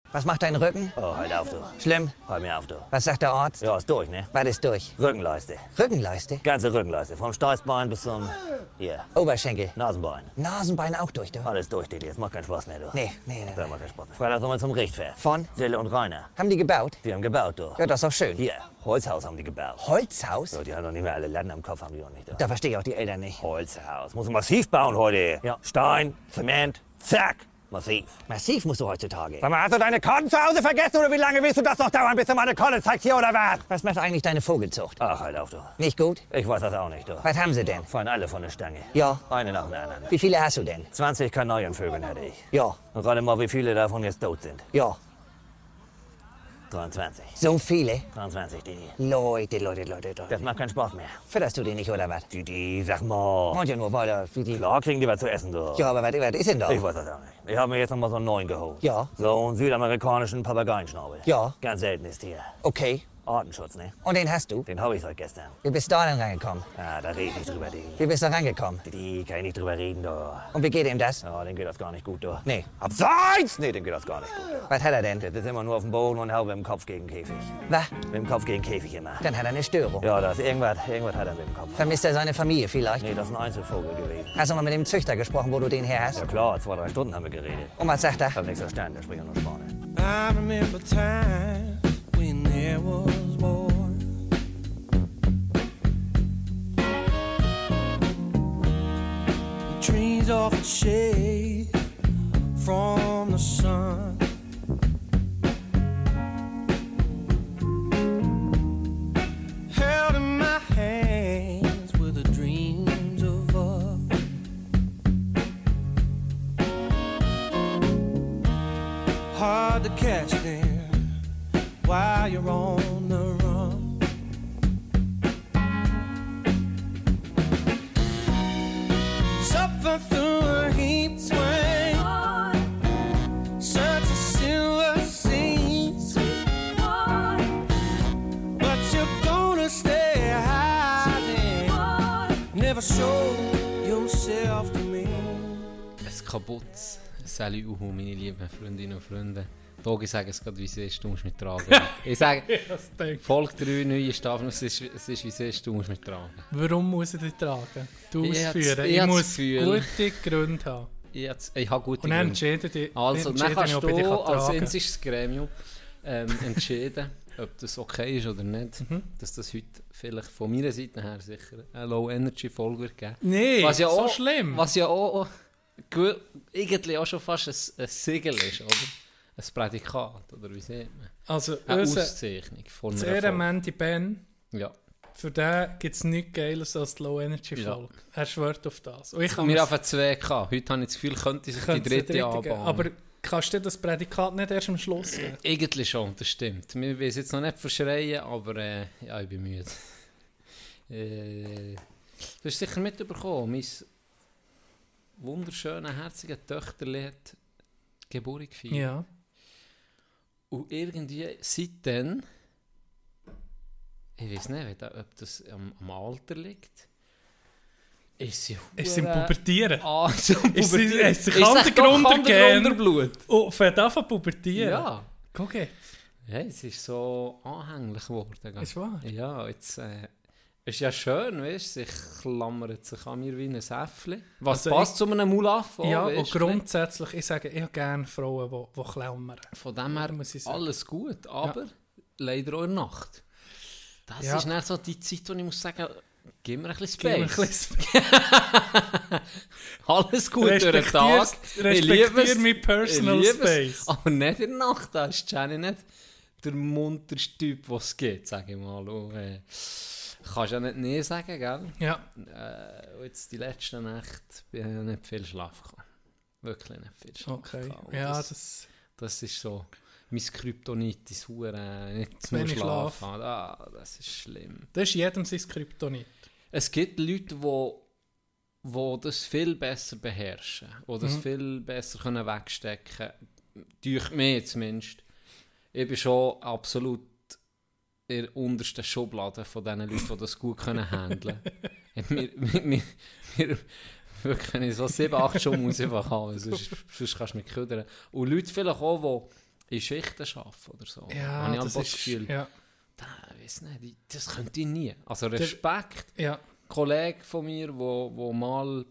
Was macht dein Rücken? Oh, halt auf, du. Schlimm? Halt mir auf, du. Was sagt der Arzt? Ja, ist durch, ne? Was ist durch? Rückenleiste. Rückenleiste? Ganze Rückenleiste. Vom Steißbein bis zum... Hier. Oberschenkel? Nasenbein. Nasenbein auch durch, du? Alles durch, Didi. Es macht keinen Spaß mehr, du. Nee. Das macht keinen Spaß mehr. Freitag sollen wir zum Richtfest. Von? Sille und Rainer. Haben die gebaut? Die haben gebaut, du. Ja, das ist doch schön. Hier. Holzhaus haben die gebaut. Holzhaus? So, die haben doch nicht mehr alle Latten am Kopf, haben die auch nicht, du. Da verstehe ich auch die Eltern nicht. Holzhaus. Muss man massiv bauen heute. Ja. Stein, Zement, zack. Massiv. Massiv musst du heutzutage. Sag mal, hast du deine Karten zu Hause vergessen oder wie lange willst du das noch dauern, bis du mal eine Kolle zeigst hier oder was? Was macht eigentlich deine Vogelzucht? Ach, halt auf, du. Nicht gut? Ich weiß das auch nicht, du. Was haben sie denn? Fallen alle von der Stange. Ja. Eine nach dem anderen. Wie viele hast du denn? 20 Kanarienvögel hätte ich. Ja. Und rate mal, wie viele davon jetzt tot sind. Ja. 23. So viele? 23, Didi. Leute. Das macht keinen Spaß mehr. Fütterst du die nicht, oder was? Didi, sag mal. Meint ja nur, weil er wie die... Klar kriegen die was zu essen, du. Ja, aber was ist denn da? Ich weiß das auch nicht. Ich habe mir jetzt noch mal so einen neuen geholt. Ja. So einen südamerikanischen Papageienschnabel. Ja. Ganz seltenes Tier. Okay. Artenschutz, ne? Und den hast du? Den habe ich seit gestern. Wie bist du da denn reingekommen? Ah, da rede ich nicht drüber, Didi. Wie bist du reingekommen? Didi, kann ich nicht drüber reden, du. Und wie geht ihm das? Ja, dem geht das gar nicht gut, du. Nee. Abseits! Nee, dem geht das gar nicht gut. Was hat er denn? Der sitzt immer nur auf dem Boden und haut mit dem Kopf gegen den Käfig. Was? Mit dem Kopf gegen den Käfig immer. Dann hat er eine Störung. Ja, das irgendwas hat er mit dem Kopf. Vermisst er seine Familie vielleicht? Nee, das ist ein Einzelvogel gewesen. Hast du mal mit dem Züchter gesprochen, wo du den her hast? Ja klar, 2-3 Stunden haben wir geredet. Und was sagt er? Ich hab nichts verstanden, der spricht ja nur Spanisch. I remember times when there was war. The trees offered shade from the sun. Held in my hands were the dreams of us. Hard to catch them while you're on the run. Suffer through a heat swing, such a silver sea, but you're gonna stay hiding, never show yourself to me. Ein kaputtes Sally Uhu, meine lieben Freundinnen und Freunde. Togi sagt es gerade, wie es ist, du musst mich tragen. Ich sage, Folge 3, neue Staffel, es ist wie es ist, du musst mich tragen. Warum muss ich dich tragen? Du Ich ausführen. ich Ich hab's muss das Gefühl. gute Gründe haben. Ich habe gute Und dann Gründe. entscheide ich, Also, dann kannst ob ich dich du tragen als kann. inzistes Gremium entscheiden, ob das okay ist oder nicht. Dass das heute vielleicht von meiner Seite her sicher eine Low-Energy-Folge wird geben. Nee, Was ja so auch, schlimm. Was ja auch irgendwie auch schon fast ein Siegel ist, oder? Ein Prädikat, oder wie sieht man? Also, Eine unser Auszeichnung von das einer Folge. Ehrenmann Ben, Ja. für den gibt es nichts Geiles als die Low-Energy-Folge. Er schwört auf das. Und ich kann Wir mir's- haben 2 gehabt. Heute habe ich das Gefühl, könnte sich die könnte es eine dritte geben. anbahnen. Aber kannst du dir das Prädikat nicht erst am Schluss geben? Eigentlich schon, das stimmt. Wir wollen es jetzt noch nicht verschreien, aber ja, ich bin müde. Du hast sicher mitbekommen, mein wunderschönes, herziges Töchterli hat Geburt gefeiert. Ja. Und irgendwie seitdem, ich weiß nicht, ob das am Alter liegt, ist sie Ist sie im Pubertieren? so Ist sie- pubertieren. ist sie Ich sag doch, Kantergruntergehen? Kantergrunterblut. Oh, fängt an zu pubertieren? Ja. Guck jetzt. Ja, es ist so anhänglich geworden. Ist wahr? Ja, jetzt ist ja schön, weißt du, sie klammert sich an mir wie ein Säffli. Was Also passt zu einem Mulaff? Ja, weisst und du? grundsätzlich, ich sage, ich habe gerne Frauen, die klammern. Von dem her muss ich sagen. alles gut, aber leider auch in der Nacht. Das Ja. ist nicht so die Zeit, wo ich muss sagen, gib mir ein bisschen Gib mir ein Space. bisschen Alles gut durch den Tag. Respektier mein Personal Ich liebe es. Space. Aber nicht in der Nacht, da ist Jenny nicht der munterste Typ, den es gibt, sage ich mal. Und, kannst ja nicht «Nee» sagen, gell? Ja. Und jetzt die letzten Nächte bin ich nicht viel Schlaf gehabt. Wirklich nicht viel Schlaf Okay. gehabt. Und Ja, das ist so mein Kryptonitis, nicht Zu nur wenig Schlaf Schlaf. haben. Das ist schlimm. das ist jedem sein Kryptonit. Es gibt Leute, die das viel besser beherrschen oder das viel besser können wegstecken können. Durch mich zumindest. Ich bin schon absolut in der untersten Schublade von diesen Leuten, die das gut können handeln können. Wirklich, wenn ich so 7-8 Stunden muss ich einfach haben, sonst kannst du mich ködern. Und Leute vielleicht auch, in Schichten arbeiten oder so. Ja, habe ich das das ist... Gefühl, Ja. ich weiss nicht, das könnte ich nie. Also Respekt. Ja. Ein Kollege von mir, wo mal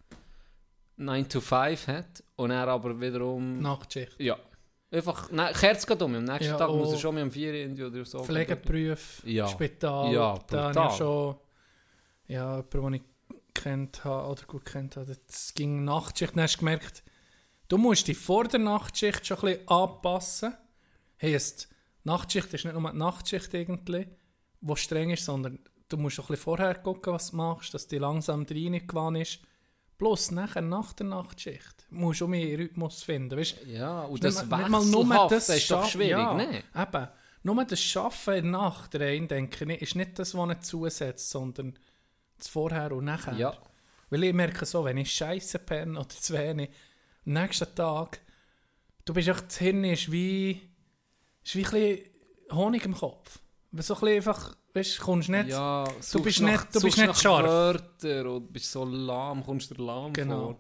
9 to 5 hat und er aber wiederum... Nachtschicht. Ja. Einfach, Kerz geht um. Am nächsten Ja, Tag muss er auch schon mit dem 4 irgendwie oder so. Pflegeberufe, Ja. Spital. Ja, da brutal. habe ich schon jemanden, den ich kennt habe oder gut kennt habe. Das ging Nachtschicht. Dann hast du gemerkt, du musst dich vor der Nachtschicht schon ein bisschen anpassen. Heisst, Nachtschicht ist nicht nur die Nachtschicht irgendwie, die streng ist, sondern du musst auch ein bisschen vorher gucken, was du machst, dass die langsam reingewandt ist. Plus nachher nach der Nachtschicht musst du auch mehr Rhythmus finden. Weißt, Ja, und nicht das mal nur Wechselhafte das ist doch schwierig, ja, ne? Eben. Nur das Schaffen in der Nacht rein, denke ich, ist nicht das, was nicht zusetzt, sondern das Vorher und Nachher. Ja. Weil ich merke so, wenn ich Scheiße penne oder zu wenig, am nächsten Tag, du bist echt, das Hirn ist wie ein bisschen Honig im Kopf. So ein bisschen einfach, weißt, kommst nicht... Ja, du bist nicht scharf. Wörter und bist so lahm, kommst dir lahm Genau. vor.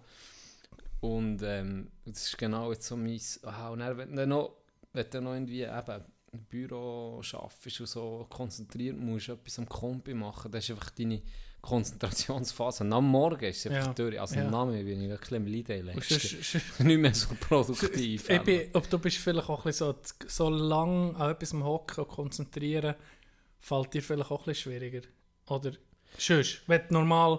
Und das ist genau jetzt so mein... Und dann, wenn du noch irgendwie eben im Büro arbeitest und so konzentriert musst, etwas am Kompi machen, das ist einfach deine Konzentrationsphase. Und am Morgen ist es einfach Ja. durch. Also Ja. am Namen bin ich wirklich am Leiden. Und sonst- Nicht mehr so produktiv. Ob du bist vielleicht auch ein bisschen so lang an etwas hocken und konzentrieren, fällt dir vielleicht auch ein bisschen schwieriger. Oder sonst, wenn du normal...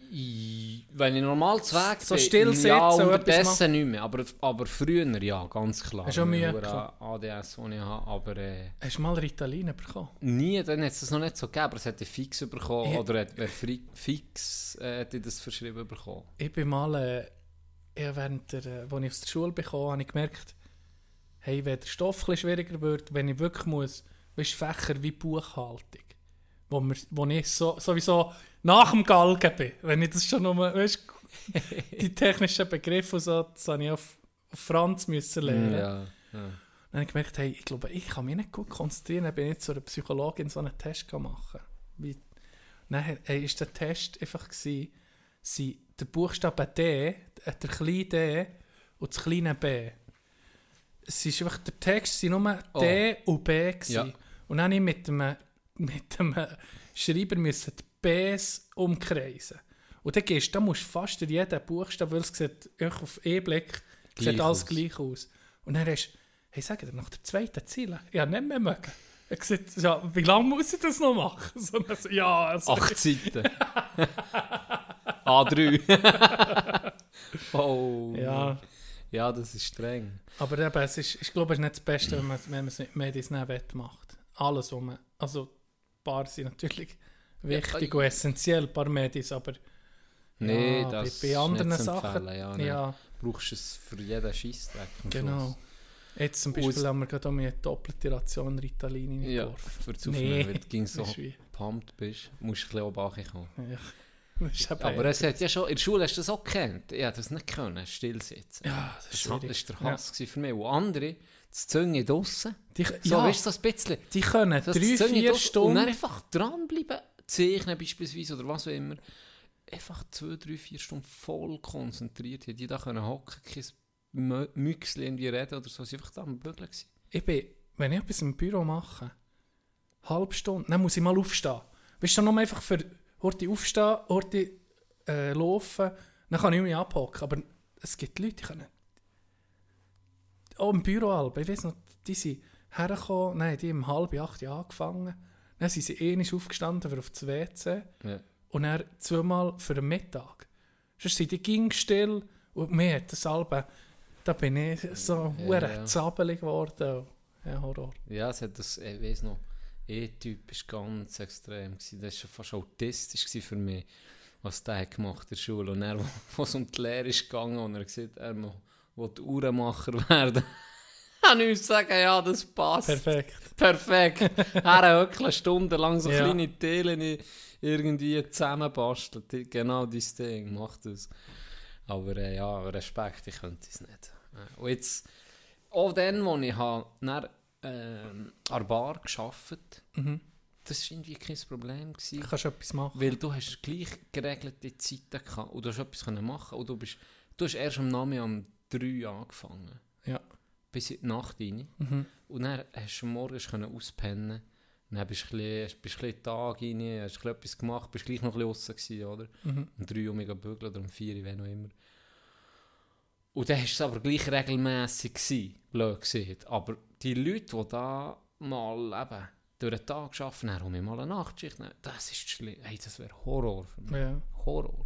Wenn ich normal zu Weg So bin, still ja, sitzen und etwas unterdessen nicht mehr. Aber früher, ja, ganz klar. Hast du auch Mühe Mit gehabt? ADS, die ich habe, aber Hast du mal Ritalin bekommen? nie, dann hat es das noch nicht so gegeben, aber es hätte fix bekommen, Ja. oder wer fix hätte das verschrieben bekommen. Ich bin mal, während als ich aus der Schule bekommen habe ich gemerkt, hey, wenn der Stoff ein bisschen schwieriger wird, wenn ich wirklich muss, weißt, Fächer wie Buchhaltung, wo ich sowieso nach dem Galgen bin, wenn ich das schon nur, weißt, die technischen Begriffe und so, das habe ich auf Franz müssen lernen. Ja. Dann habe ich gemerkt, hey, ich glaube, ich kann mich nicht gut konzentrieren, dann bin ich zu einer Psychologin so einen Test machen. Dann war der Test einfach, der Buchstabe D, der kleine D und das kleine B. Es ist einfach, der Text war nur D und B. Ja. Und dann musste ich mit dem Schreiber müssen die Bs umkreisen. Und dann musst du fast durch jeden Buchstaben, weil es sieht auf E-Blick sieht alles gleich aus. Und dann hast du, hey, sag dir, nach der zweiten Ziele, ja, nicht mehr mögen. Er gesagt, ja, wie lange muss ich das noch machen? So, also, ja, also, 8 Seiten. A3. Oh. ja. Ja, das ist streng. Aber eben, ich glaube, es ist nicht das Beste, wenn man es mit Medis nicht macht. Alles, was man, also ein paar sind natürlich wichtig und essentiell, ein paar Medis, aber Nee, ja, das bei anderen ist nicht zu Sachen, empfehlen, ja, brauchst du es für jeden Scheissdreck. am genau. Schluss. Jetzt zum Beispiel haben wir gerade auch eine doppelte Ration Ritalin Ja, reingeworfen. für zu aufnehmen, wenn du so das ist wie- pumped bist, musst du ein bisschen oben kommen. Ja. Das ist eben Aber es hat ja schon, in der Schule hast du das auch gekannt. Ich hätte das nicht können, still sitzen. Ja, das ist Das schwierig. war der Hass für mich. Und andere, das Zunge draussen, Die, so, ja, weißt du, so ein bisschen. die können Das 3-4 Zunge draussen Und Stunden... dann einfach dranbleiben, zeichnen beispielsweise oder was auch immer. Einfach 2, 3, 4 Stunden voll konzentriert. Die da können hocken, kein Müchsli irgendwie reden oder so. Sie waren einfach da am Bügeln gewesen. Wenn ich etwas im Büro mache, halbe Stunde, dann muss ich mal aufstehen. Weißt du, nur einfach für heute aufstehen, heute laufen, dann kann ich mich abhocken. Aber es gibt Leute, die können... Auch im Büro, ich weiss noch, die sind hergekommen, nein, die haben um 7:30 angefangen. Dann sind sie einmal aufgestanden für auf das WC Ja. und dann 2-mal für den Mittag. Sonst sind die ging still und mir hat das Alben, da bin ich so Ja. zappelig geworden. Ja, Horror. Ja, es hat das, ich weiss noch, E-Typ war ganz extrem gewesen. Das war schon fast autistisch gewesen für mich, was der hat gemacht in der Schule. Und er, wo es um die Lehre ist gegangen und er gesagt, er will Uhrenmacher werden. Kann ich uns sagen, ja, das passt. Perfekt. Er hat wirklich stundenlang so Ja. kleine Teilen irgendwie zusammenbastelt. Genau dieses Ding, macht das. Aber ja, Respekt, ich könnte es nicht. Und jetzt, auch dann, als ich an der Bar gearbeitet habe, das war irgendwie kein Problem gewesen, Du kannst etwas machen. weil du hast gleich geregelte Zeiten gehabt und du hast etwas machen können und du hast erst am Nachmittag um 3 angefangen. Ja. bis in die Nacht rein. Und dann hast du morgens auspennen. Dann bist du ein bisschen Tag rein, hast du etwas gemacht, bist gleich noch ein bisschen draussen, oder? Um 3 Uhr mega bügeln oder um 4 Uhr, wenn auch immer. Und dann war es aber gleich regelmässig gewesen, blöd gesagt. Aber die Leute, die da mal eben durch den Tag arbeiten, dann haben wir mal eine Nachtschicht, das ist schlimm. Hey, das wäre Horror für mich. Ja. Horror.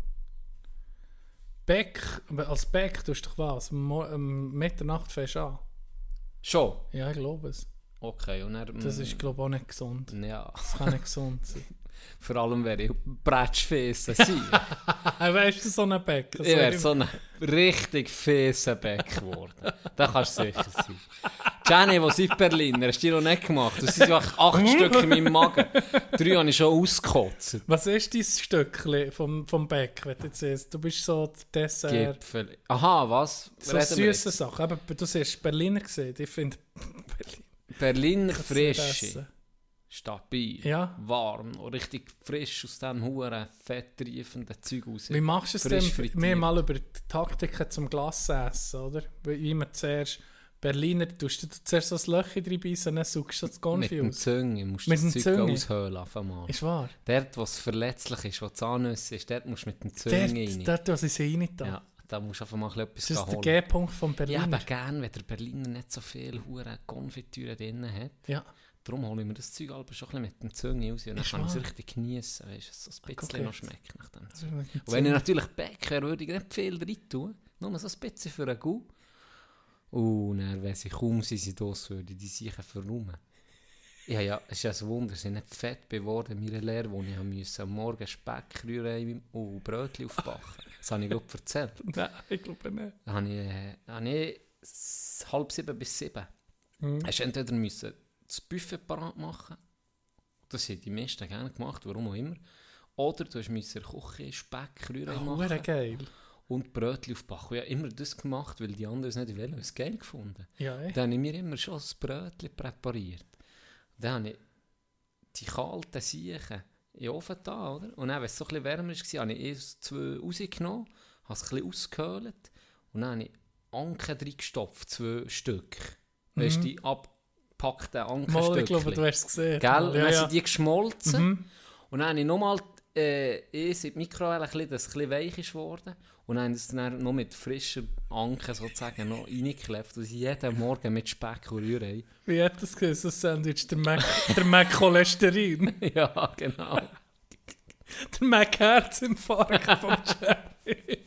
Als Bäck tust du doch was? Mitternacht fährst du an. Schon? Ja, ich glaube es. Okay, und dann... Das ist, glaube ich, auch nicht gesund. Ja. Das kann nicht gesund sein. Vor allem wäre ich Bretschfessen sein. Weißt du, so ein Bäck? Ich wäre so ein richtig fieser Bäck geworden. Da kannst du sicher sein. Jenny, die sind Berliner, hast du die noch nicht gemacht? Das sind 8 Stück in meinem Magen. 3 habe ich schon ausgekotzt. Was ist dein Stückchen vom Bäck, wenn du jetzt siehst? Du bist so der Dessert. Gipfel. Aha, was? So süße Sachen. Aber du hast Berliner gesehen. Ich finde Berliner Frische. Stabil. Ja. Warm. Und richtig frisch aus diesem huren fettreifenden Zeug raus. Wie machst du es denn? Wir haben mal über die Taktiken zum Glassessen, oder? Wie man zuerst... Berliner, tust du zuerst so ein Löchchen reinbeissen, dann suchst du das Konfi aus. Mit dem Zunge musst du das Zeug aushöhlen. Ist wahr? Dort, wo es verletzlich ist, wo Zahnüsse ist, dort musst du mit dem Zunge rein. Dort, wo sie sich rein tun. Ja, da musst du einfach mal etwas holen. Das ist holen. der G-Punkt von Berliner. Ja, aber gerne, wenn der Berliner nicht so viel hure Konfitüre drin hat. Ja. Darum hole ich mir das Zeug aber schon ein bisschen mit dem Zunge raus. Und dann kann ich es richtig geniessen, weißt du, so ein bisschen noch schmeckt nach dem. Und wenn ich natürlich Bäcker würde ich nicht viel rein tun, nur so ein bisschen für einen Gau. Dann weiss ich kaum, sie draus würden, die sich verräumen. Ja, es ist ein Wunder, sie sind nicht fett geworden in meiner Lehre, wo ich musste am Morgen Speck rühren und Brötchen aufbacken. Das habe ich glaube erzählt. Nein, ich glaube nicht. Dann habe ich 6:30 bis 7. Hast du entweder müssen das Buffet parat machen, das haben die meisten gerne gemacht, warum auch immer, oder du musst in der Küche Speck rühren machen. Geil. Und Brötchen aufbacken. Ich habe immer das gemacht, weil die anderen es nicht wollen. Ich habe es geil gefunden. Ja, Dann habe ich mir immer schon das Brötchen präpariert. Dann habe ich die kalten Siechen in den Ofen da, oder? Und dann, wenn es so ein bisschen wärmer war, habe ich 2 rausgenommen, habe es ein bisschen ausgehöhlt und dann habe ich Anken reingestopft, 2 Stück. Weißt du, die abgepackten Ankenstückchen. Ich glaube, du hast es gesehen. Gell? Dann sind die geschmolzen. Und dann habe ich nochmal in die Mikrowelle, dass es ein bisschen weich ist geworden. Und dann haben sie es dann noch mit frischen Anken sozusagen noch reingeklebt. Und sie jeden Morgen mit Speck und Rührei. Wie hat das geheißen, das Sandwich? Der Mac Cholesterin. Ja, genau. Der Mac Herzinfarkt vom Jerry.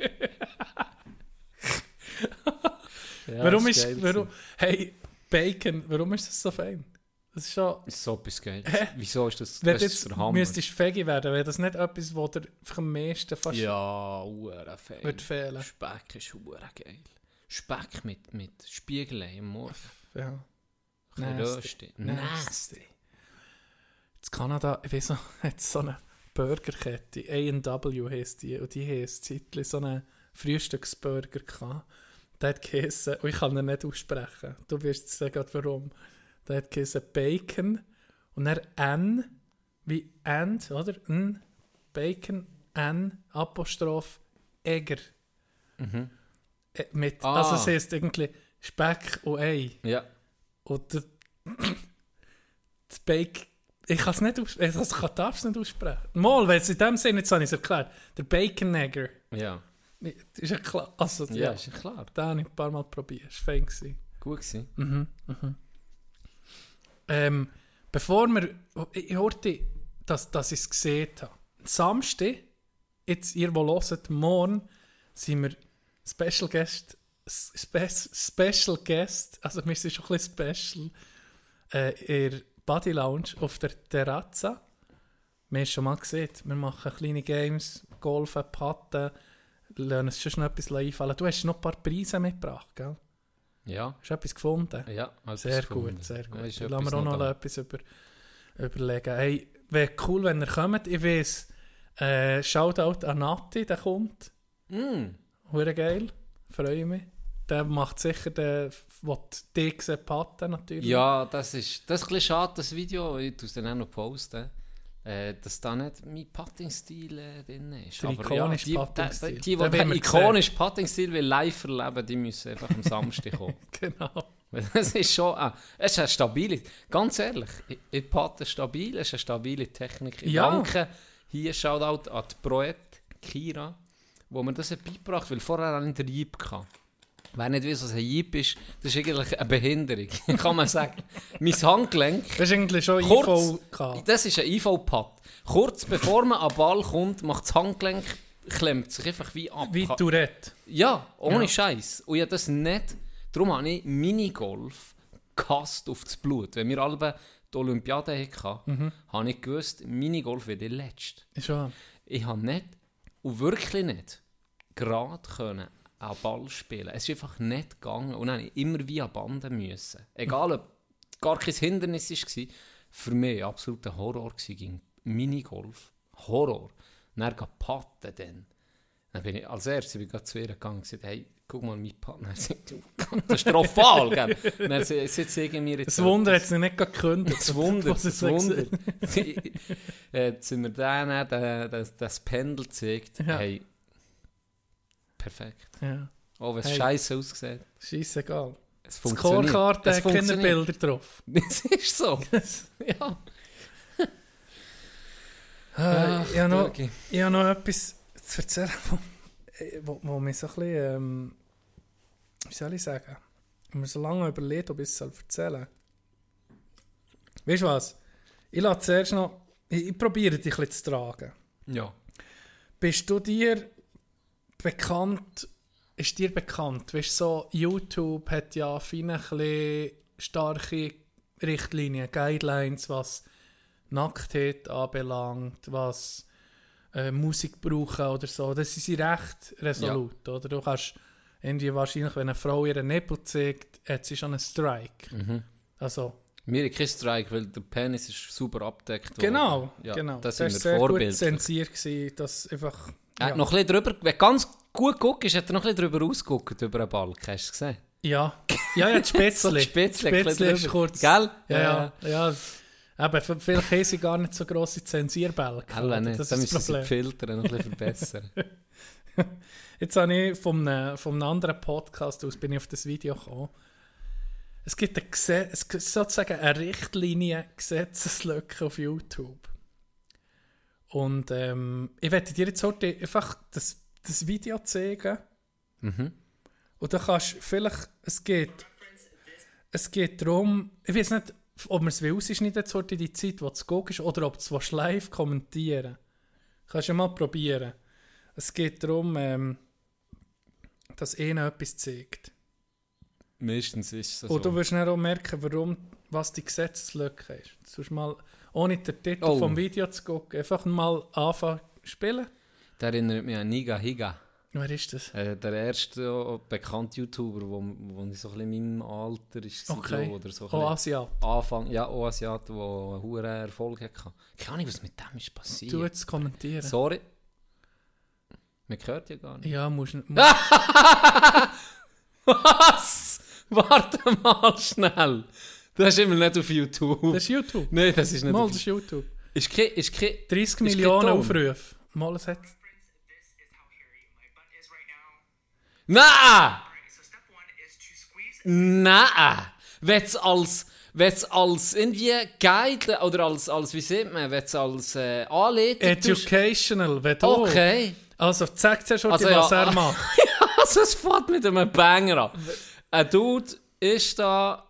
Ja, warum, hey, Bacon, warum ist das so fein? Das ist schon... Ist so etwas geil. Wieso ist das? Wenn das ist der Hammer. Müsstest du Veggie werden, wäre das nicht etwas, was dir am meisten fast fein. Wird fehlen. Speck ist geil. Speck mit Spiegelei am Morgen. Ja. Nasty. In Kanada, ich weiß noch, hat so eine Burgerkette, A&W heisst die, und die heisst zeitlich so einen Frühstücksburger gehabt. Der hat geheissen, und ich kann ihn nicht aussprechen, du wirst jetzt sagen, warum. Der hat geheissen Bacon und dann N, wie And, oder? N, Bacon, N, Apostroph, Egger. Also es heisst irgendwie Speck und Ei. Ja. Und das Bacon, ich kann es nicht aussprechen, ich darf es nicht aussprechen. Mal, weil es in dem Sinne, jetzt habe ich es erklärt, der Bacon Egger. Ja. Ist ja klar. Also, ja, ist ja klar. Den habe ich ein paar Mal probiert, es war fein. Gut gewesen. Bevor wir, ich hörte, dass ich es gesehen habe. Samstag, jetzt ihr, die hört, morgen sind wir Special Guest, also wir sind schon ein bisschen special, in der Body Lounge auf der Terrazza. Wir haben es schon mal gesehen, wir machen kleine Games, Golfen, Patten, lassen uns schon etwas einfallen. Du hast noch ein paar Preise mitgebracht, gell? Ja. Hast du etwas gefunden? Ja, sehr gut, sehr gut. Ja, lassen wir auch noch etwas überlegen. Hey, wäre cool, wenn ihr kommt. Ich weiss, Shoutout an Nati, der kommt. Hure geil, freue mich. Der macht sicher den, was die sehen, Paten natürlich. Ja, das ist ein bisschen schade, das Video. Ich tue es dann auch noch posten. dass da nicht mein Putting-Stil drin ist. Der ikonische Putting-Stil. Die den ikonischen Putting-Stil live erleben, die müssen einfach am Samstag kommen. Genau. Das ist schon, es ist eine stabile, ganz ehrlich, ich putte stabil, es ist eine stabile Technik. Ja. Danke, hier Shoutout an die Projekt Kira, wo mir das beigebracht hat, weil vorher hatte ich den Jeep gehabt. Wer nicht weiß, was ein Jeep ist, das ist eigentlich eine Behinderung, kann man sagen. Mein Handgelenk... Das ist eigentlich schon kurz, IV. Das ist ein IV-Pad. Kurz bevor man an den Ball kommt, macht das Handgelenk, klemmt sich einfach wie ab. Wie Tourette. Ja, ohne Scheiß. Und ich habe das nicht... Darum habe ich Minigolf gehasst auf das Blut. Wenn wir alle die Olympiade hatten, habe ich gewusst, Minigolf wird der Letzte. Schon. Ich habe nicht, und wirklich nicht, gerade können an Ball spielen. Es ist einfach nicht gegangen. Und dann musste ich immer wie an Banden müssen. Egal, ob gar kein Hindernis war, für mich absolut ein Horror gegen Minigolf. Horror. Und dann patten. Dann bin ich als erstes zu ihr gegangen und gesagt, hey, guck mal, mein Partner ist katastrophal, gell? Dann sagen wir jetzt... Das Wunder hat es nicht gekündigt. Das Wunder. Jetzt sind wir dann das Pendel gezeigt. Ja. Hey, perfekt. Ja. Oh, wenn es scheiße aussieht. Scheissegal. Es funktioniert. Die Scorekarte hat keine Bilder drauf. Das ist so. Ja. Ich habe noch etwas zu erzählen, wo mir so ein bisschen, wie soll ich sagen, mir so lange überlegt, ob ich es erzählen soll. Weißt du was? Ich lasse zuerst noch, ich probiere dich ein bisschen zu tragen. Ja. Bist du dir bekannt, weißt du, so YouTube hat ja viele ein bisschen starke Richtlinien, Guidelines, was Nacktheit anbelangt, was Musik brauchen oder so. Das ist recht resolut, oder? Du kannst irgendwie wahrscheinlich, wenn eine Frau ihren Nippel zeigt, hat sie schon einen Strike. Mhm. Also... Mir ist kein Strike, weil der Penis ist super abgedeckt. Genau, ja, genau. Das war sehr gut zensiert gewesen, dass einfach... Er hat noch ein bisschen drüber, wenn ganz gut guckst, hat er noch ein bisschen drüber ausgeguckt, über einen Balk. Hast du gesehen? Ja, das Spätzle. Spätzle ist kurz. Gell? Ja. Aber vielleicht haben sie gar nicht so grosse Zensierbälge. Das müssen sie die Filter noch ein bisschen verbessern. Jetzt habe ich von einem anderen Podcast aus bin ich auf das Video gekommen. Es gibt sozusagen eine Richtlinie-Gesetzeslücke auf YouTube. Und ich werde dir jetzt heute einfach das Video zeigen. Mhm. Und dann kannst du vielleicht, es geht darum, ich weiß nicht, ob man es will, es ist nicht jetzt heute die Zeit, wo es guckst, oder ob du es live kommentieren willst. Kannst du mal probieren. Es geht darum, dass einer etwas zeigt. Meistens ist es so. Und du wirst dann auch merken, was die Gesetzeslücke ist. Du sollst mal, ohne den Titel vom Video zu gucken, einfach mal anfangen zu spielen. Der erinnert mich an Niga Higa. Wer ist das? Der erste bekannte YouTuber, wo ich so ein bisschen in meinem Alter war. Okay. Oder so Asiat. Asiat, der einen hohen Erfolg hatte. Keine Ahnung, was mit dem ist passiert. Du jetzt kommentieren. Sorry. Man hört ja gar nicht. Ja, musst Was? Warte mal schnell. Das ist immer nicht auf YouTube. Das ist YouTube? Nein, das ist nicht mal, auf das ist YouTube. Ist 30 Millionen Aufrufe. Mal, es hat... Nein! Nein! Wenn es als irgendwie Guide oder als wie sieht man, wenn es als Anleitung... Educational, wenn du... Okay. Also zeig dir schon, was er macht. Also es fährt mit einem Banger an. Ein Dude ist da...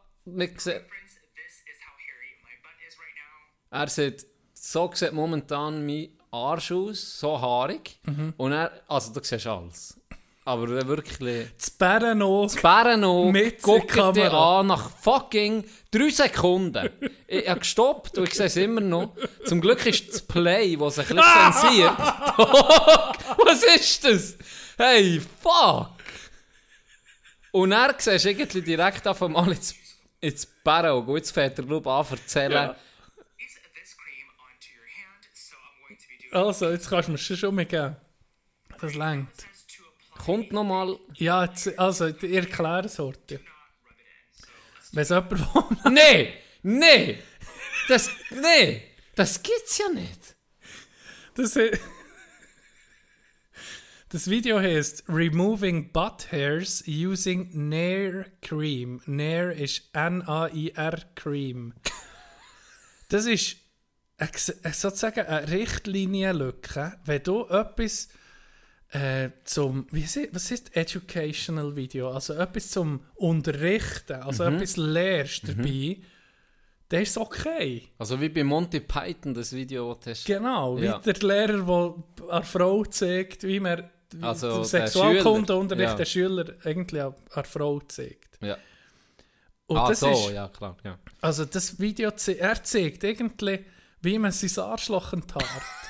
Er sieht, so sieht momentan mein Arsch aus, so haarig. Mhm. Und also du siehst alles. Aber wirklich... Das Bärenauge guckt dich an nach fucking 3 Sekunden. Ich habe gestoppt und ich sehe es immer noch. Zum Glück ist das Play, das sich ein bisschen zensiert. Was ist das? Hey, fuck! Und er siehst du irgendwie direkt auf einmal ins Bärenauge. Und jetzt fährt er nur an zu erzählen. Ja. Also, jetzt kannst du mir schon mal geben. Das reicht. Kommt nochmal. Ja, also, ich erkläre es heute. Wenn es jemand Nee! Das Das gibt's ja nicht. Das Video heißt Removing Butt Hairs Using Nair Cream. Nair ist N-A-I-R Cream. Das ist sozusagen eine Richtlinienlücke, wenn du etwas was ist Educational Video? Also etwas zum Unterrichten, also etwas lehrst dabei, das ist okay. Also wie bei Monty Python, das Video, das hast. Genau, Ja. wie der Lehrer, der einer Frau zeigt, wie man Also den der Sexualkundeunterricht Schüler, ja. der Schüler eigentlich einer Frau zeigt. Ja. Und das so, ist, ja klar. Ja. also das Video, er zeigt irgendwie, wie man sein Arschloch enttarnt.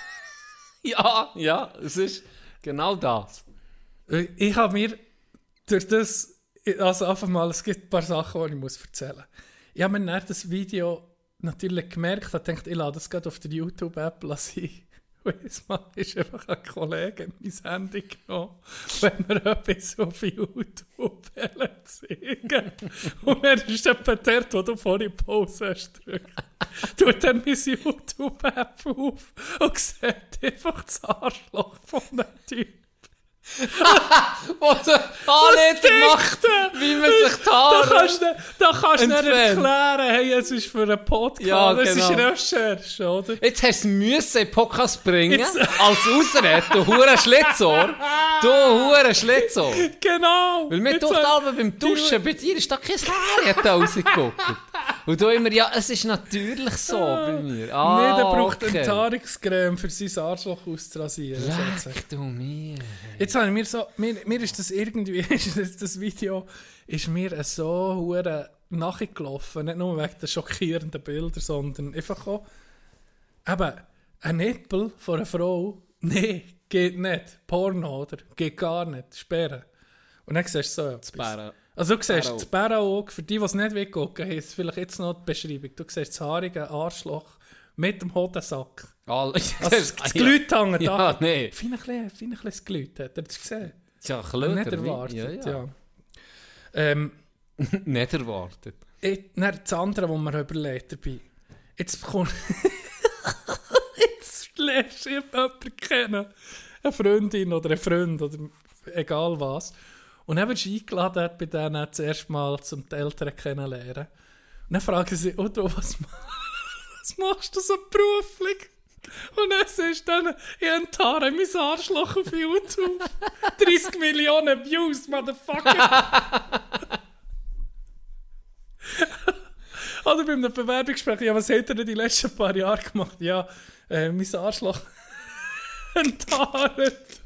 Ja, es ist genau das. Ich habe mir durch das, also einfach mal, es gibt ein paar Sachen, die ich muss erzählen muss. Ich habe mir nach das Video natürlich gemerkt, ich dachte, ich lade das gerade auf der YouTube-App sein. Und jetzt mal ist einfach ein Kollege mein Handy genommen, wenn wir etwas auf YouTube zeigen. Und er ist etwa dort, wo du vorhin Pause hast gedrückt. Tut dann meine YouTube-App auf und sieht einfach das Arschloch von dem Typ. Was der Anleiter macht, wie man sich die Haare... Da kannst du nicht entfernen. erklären, hey, es ist für einen Podcast, Ja, das ist genau. Recherche, oder? Jetzt hast du müssen in den Podcast bringen, Jetzt- als Ausrede, du hure Schlitzohr. Du hure Schlitzohr. Genau! Weil mir Jetzt durch hat- Alben beim Duschen, bei dir ist da kein Haar hat da rausgeguckt. Und du immer, ja, es ist natürlich so bei mir. Nee, der braucht okay. Enthaarungscreme für sein Arschloch auszurasieren. sozusagen. Leck du mir. Jetzt habe ich mir so, mir ist das irgendwie, das Video ist mir so hure nachgelaufen, nicht nur wegen der schockierenden Bilder, sondern einfach auch, eben, ein Nippel von einer Frau, nee, geht nicht, Porno, oder? Geht gar nicht, sperren. Und dann siehst du so etwas. Bären. Also du siehst Bärauge. das Bärauge, für die, die es nicht weggucken, heisst vielleicht jetzt noch die Beschreibung. Du siehst das haarige Arschloch mit dem Hodensack. Also das Glüt hängt Ja, da. nee. Fein das Glüt, hat er das gesehen? Ja, Nicht Klöter. erwartet, Ja. ja. Nicht erwartet. Dann das andere, was man überlegt dabei. Jetzt bekommst jetzt lernst du jemanden kennen. Eine Freundin oder einen Freund oder egal was. Und dann wirst du eingeladen bei denen das erste Mal zum die Eltern kennenlernen. Und dann fragen sie, oh du, was machst du so beruflich? Und dann siehst du dann, ich enttarre mein Arschloch auf YouTube. 30 Millionen Views, Motherfucker. Oder bei einem Bewerbungsgespräch, ja, was hat er denn die letzten paar Jahre gemacht? Ja, mein Arschloch enttarrt.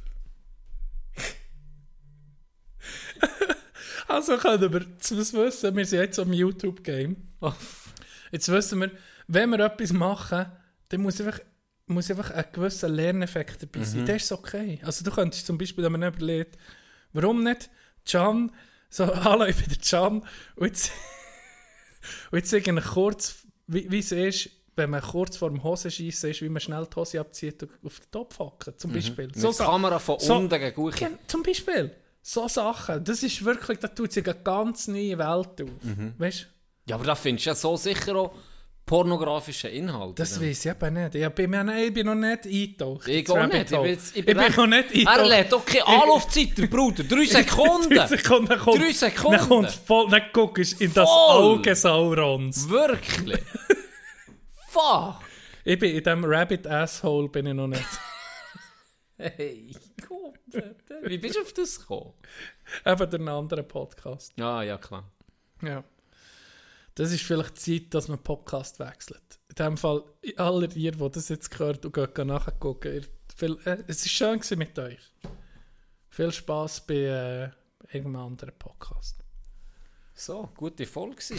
Also können wir das wissen, wir sind jetzt am YouTube-Game. Jetzt wissen wir, wenn wir etwas machen, dann muss einfach ein gewisser Lerneffekt dabei sein. Das ist okay. Also du könntest zum Beispiel, wenn man überlegt, warum nicht Can, so, hallo, ich bin der Can, und jetzt irgendwie kurz, wie es ist, wenn man kurz vor dem Hosenschiessen ist, wie man schnell die Hose abzieht und auf den Topf hacken, zum Beispiel. Mit der Kamera von unten gegen Kuchen. Zum Beispiel. So Sachen. Das ist wirklich, da tut sich eine ganz neue Welt auf. Weißt du? Ja, aber da findest du ja so sicher auch pornografische Inhalte. Das weiß ich eben nicht. Ich bin noch nicht eingetaucht. Ich ins auch Rabbit nicht. Ich Hole. bin Ich bin noch nicht eingetaucht. Er lädt doch keine Anlaufzeit, der Bruder. 3 Sekunden. 3 Sekunden. Dann kommt, 3 Sekunden. Dann kommt voll, dann guckst du in das Voll. Auge Saurons. Wirklich? Fuck. Ich bin in diesem Rabbit Asshole bin ich noch nicht. Hey, Gott. Wie bist du auf das gekommen? Eben durch einen anderen Podcast. Ja, klar. Ja. Das ist vielleicht die Zeit, dass man Podcast wechselt. In dem Fall, alle ihr, die das jetzt gehört und gehen nachgucken, es war schön gewesen mit euch. Viel Spass bei irgendeinem anderen Podcast. So, gute Folge gewesen.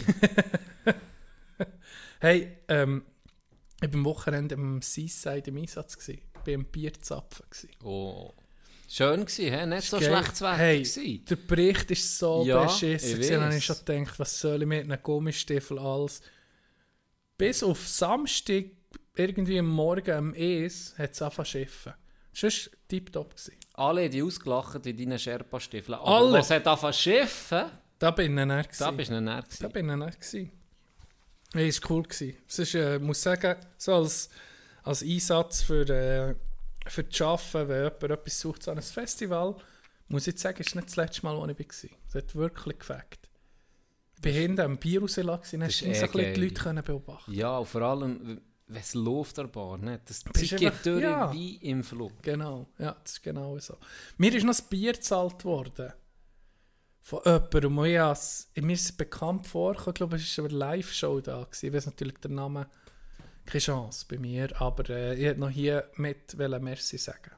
Hey, ich war am Wochenende am Seaside im Einsatz. Ich war am Bierzapfen. Oh. Schön gewesen, he? Nicht so Geil. schlechtes Wetter Hey, gewesen. der Bericht ist so Ja, beschissen. ich Dann habe ich weiss. schon gedacht, was soll ich mit einem Gummistiefel alles. Bis auf Samstag, irgendwie am Morgen am ES, hat es angefangen zu schiffen. Das war tipptopp. Alle haben die ausgelacht in deinen Sherpa-Stiefeln. Aber Alle. was hat angefangen zu schiffen, Da bin ich näher. da bist du nicht näher Da gewesen. bin ich näher. Hey, es war cool. Es ist, muss sagen, so als als Einsatz für das Arbeiten, wenn jemand etwas sucht so an einem Festival, muss ich sagen, es ist nicht das letzte Mal, wo ich war. Es hat wirklich gefällt. Ich bin hinten am Bierhausel, dann hast du so ein bisschen die Leute können beobachten. Ja, und vor allem, wenn es läuft an der Bar, ne? Das Bist geht einfach- durch ja. wie im Flug. Genau, ja, das ist genau so. Mir ist noch das Bier gezahlt worden. Von jemandem. Und mir ist es bekannt vorgekommen, ich glaube, es war eine Live-Show da gewesen. Ich weiß natürlich den Namen, keine Chance bei mir, aber ich wollte noch hier mit Merci sagen.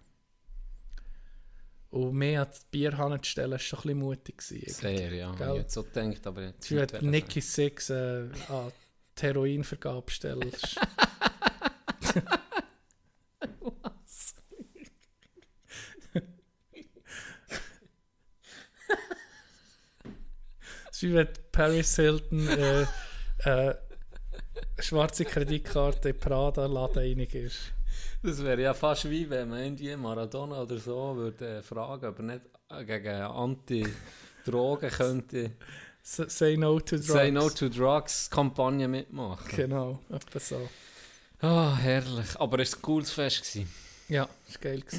Und mehr an das Bierhanne zu stellen, war schon ein bisschen mutig gewesen. Sehr, ja. Ich Gell? hätte so gedacht, aber jetzt Sie hat Nicky Six an die Heroinvergabe stellst. Was? Es ist wie wenn Paris Hilton schwarze Kreditkarte in Prada-Laden reinig ist. Das wäre ja fast wie wenn man irgendwie Maradona oder so würde fragen, ob er nicht gegen Anti-Drogen könnte Say no to drugs. Say No to Drugs Kampagne mitmachen. Genau, etwa so. Ah, herrlich. Aber es war ein cooles Fest gewesen. Ja, das war geil.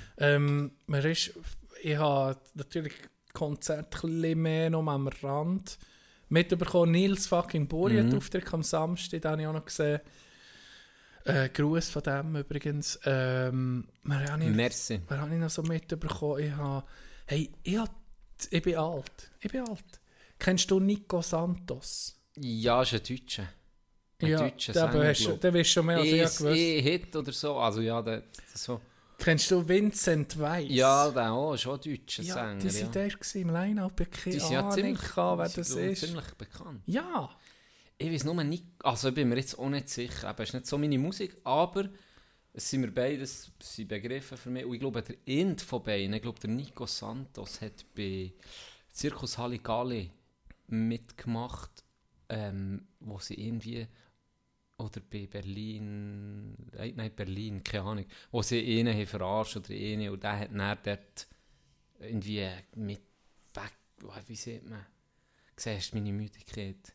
Ich habe natürlich Konzerte ein bisschen mehr noch am Rand mitbekommen. Nils fucking Buri hat Auftritt am Samstag, den habe ich auch noch gesehen. Gruß von dem übrigens. Merci. Wer habe ich noch so mitbekommen? Ich bin alt. Kennst du Nico Santos? Ja, ist ein Deutscher. Ein deutscher der Sänger, weißt du schon mehr als ich gewusst. Hit oder so. Also ja, der so. Kennst du Vincent Weiss? Ja, der auch, ist auch ein deutscher ja, Sänger. die sind der im Line-Up. Ich Die sind keine ja Ahnung, ziemlich, wer das ist. ziemlich bekannt. Ja. Ich weiß nur nicht, also ich bin mir jetzt auch nicht sicher, aber es ist nicht so meine Musik, aber es sind wir beides sind Begriffe für mich. Und ich glaube, der End von beiden, ich glaube, der Nico Santos hat bei Circus Halligalli mitgemacht, wo sie irgendwie, oder bei Berlin, nein, Berlin, keine Ahnung, wo sie ihn haben verarscht oder ihn, und der hat dann dort irgendwie mit Back, wie sieht man, siehst du meine Müdigkeit?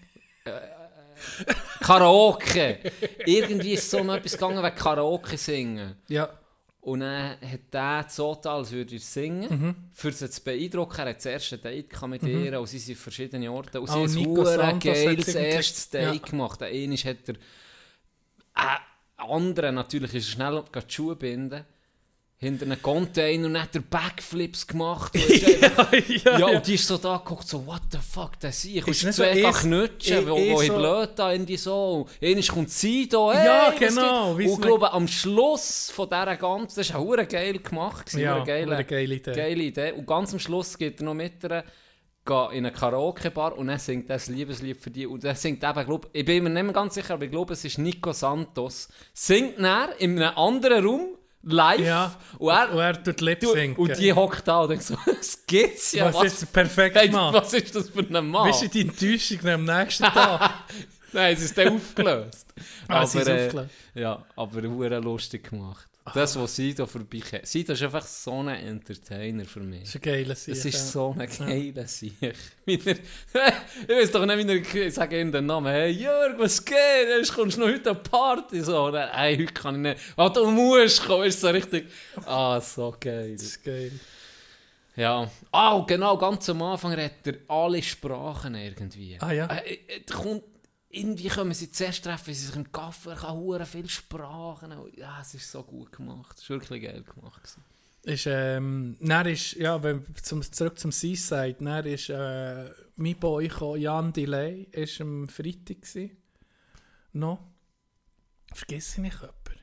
Karaoke! Irgendwie ist so noch etwas gegangen wegen Karaoke singen. Ja. Und dann hat der so getan, als würde er singen, für sie zu beeindrucken. Er hat das erste Date mit ihr, und sie sind in verschiedenen Orten. Und sie haben Nico ein Santos geiles hat's erstes Date ja. gemacht. Der eine hat er... andere natürlich ist er schnell die Schuhe binden. Hinter einem Container und hat er Backflips gemacht. Ja, und die ist so da geguckt, so, what the fuck, der sehe ich. Und nicht zwei so knutschen, wo ich so blöd da, irgendwie so. Einmal kommt sie da, hey, Ja, was genau, geht? Und ich glaube, am Schluss von dieser ganzen, das war auch verdammt geil gemacht. Ja, Geile geile Idee. Geile Idee. Und ganz am Schluss geht er noch mit ihr in eine Karaoke-Bar und dann singt er das Liebeslied für die. Und er singt eben, glaube ich bin mir nicht mehr ganz sicher, aber ich glaube, es ist Nico Santos. Singt dann in einem anderen Raum, live. Ja. Und er tut Lip-Sync. und die hockt da und denkt so, was gibt's ja? Was ist perfekt, Hey, Mann? was ist das für ein Mann? Weißt du die Enttäuschung am nächsten Tag? Nein, es ist dann aufgelöst. Sie ist aufgelöst. Ja, aber hure lustig gemacht. Das, was Sido vorbeikommt. Sido ist einfach so ein Entertainer für mich. Das ist ein geiler Sieg. Das ist so ein geiler Sieg. Ich weiß doch nicht, wie ich sage ihm den Namen. Hey Jörg, was geht? Kommst du noch heute an die Party? So, hey, heute kann ich nicht. Ah, du musst kommen. Ist so richtig. Ah, so geil. Das ist geil. Ja. Genau, ganz am Anfang redet er alle Sprachen irgendwie. Ah ja? Irgendwie kommen sie zuerst treffen, sie sich im Kaffee, er kann hure viele Sprachen. Ja, es ist so gut gemacht. Es ist wirklich geil gemacht. Ist, dann ist, ja, zurück zum Seaside, dann ist mein Boy Jan Delay, ist am Freitag gewesen. Noch. Vergiss ich nicht jemanden.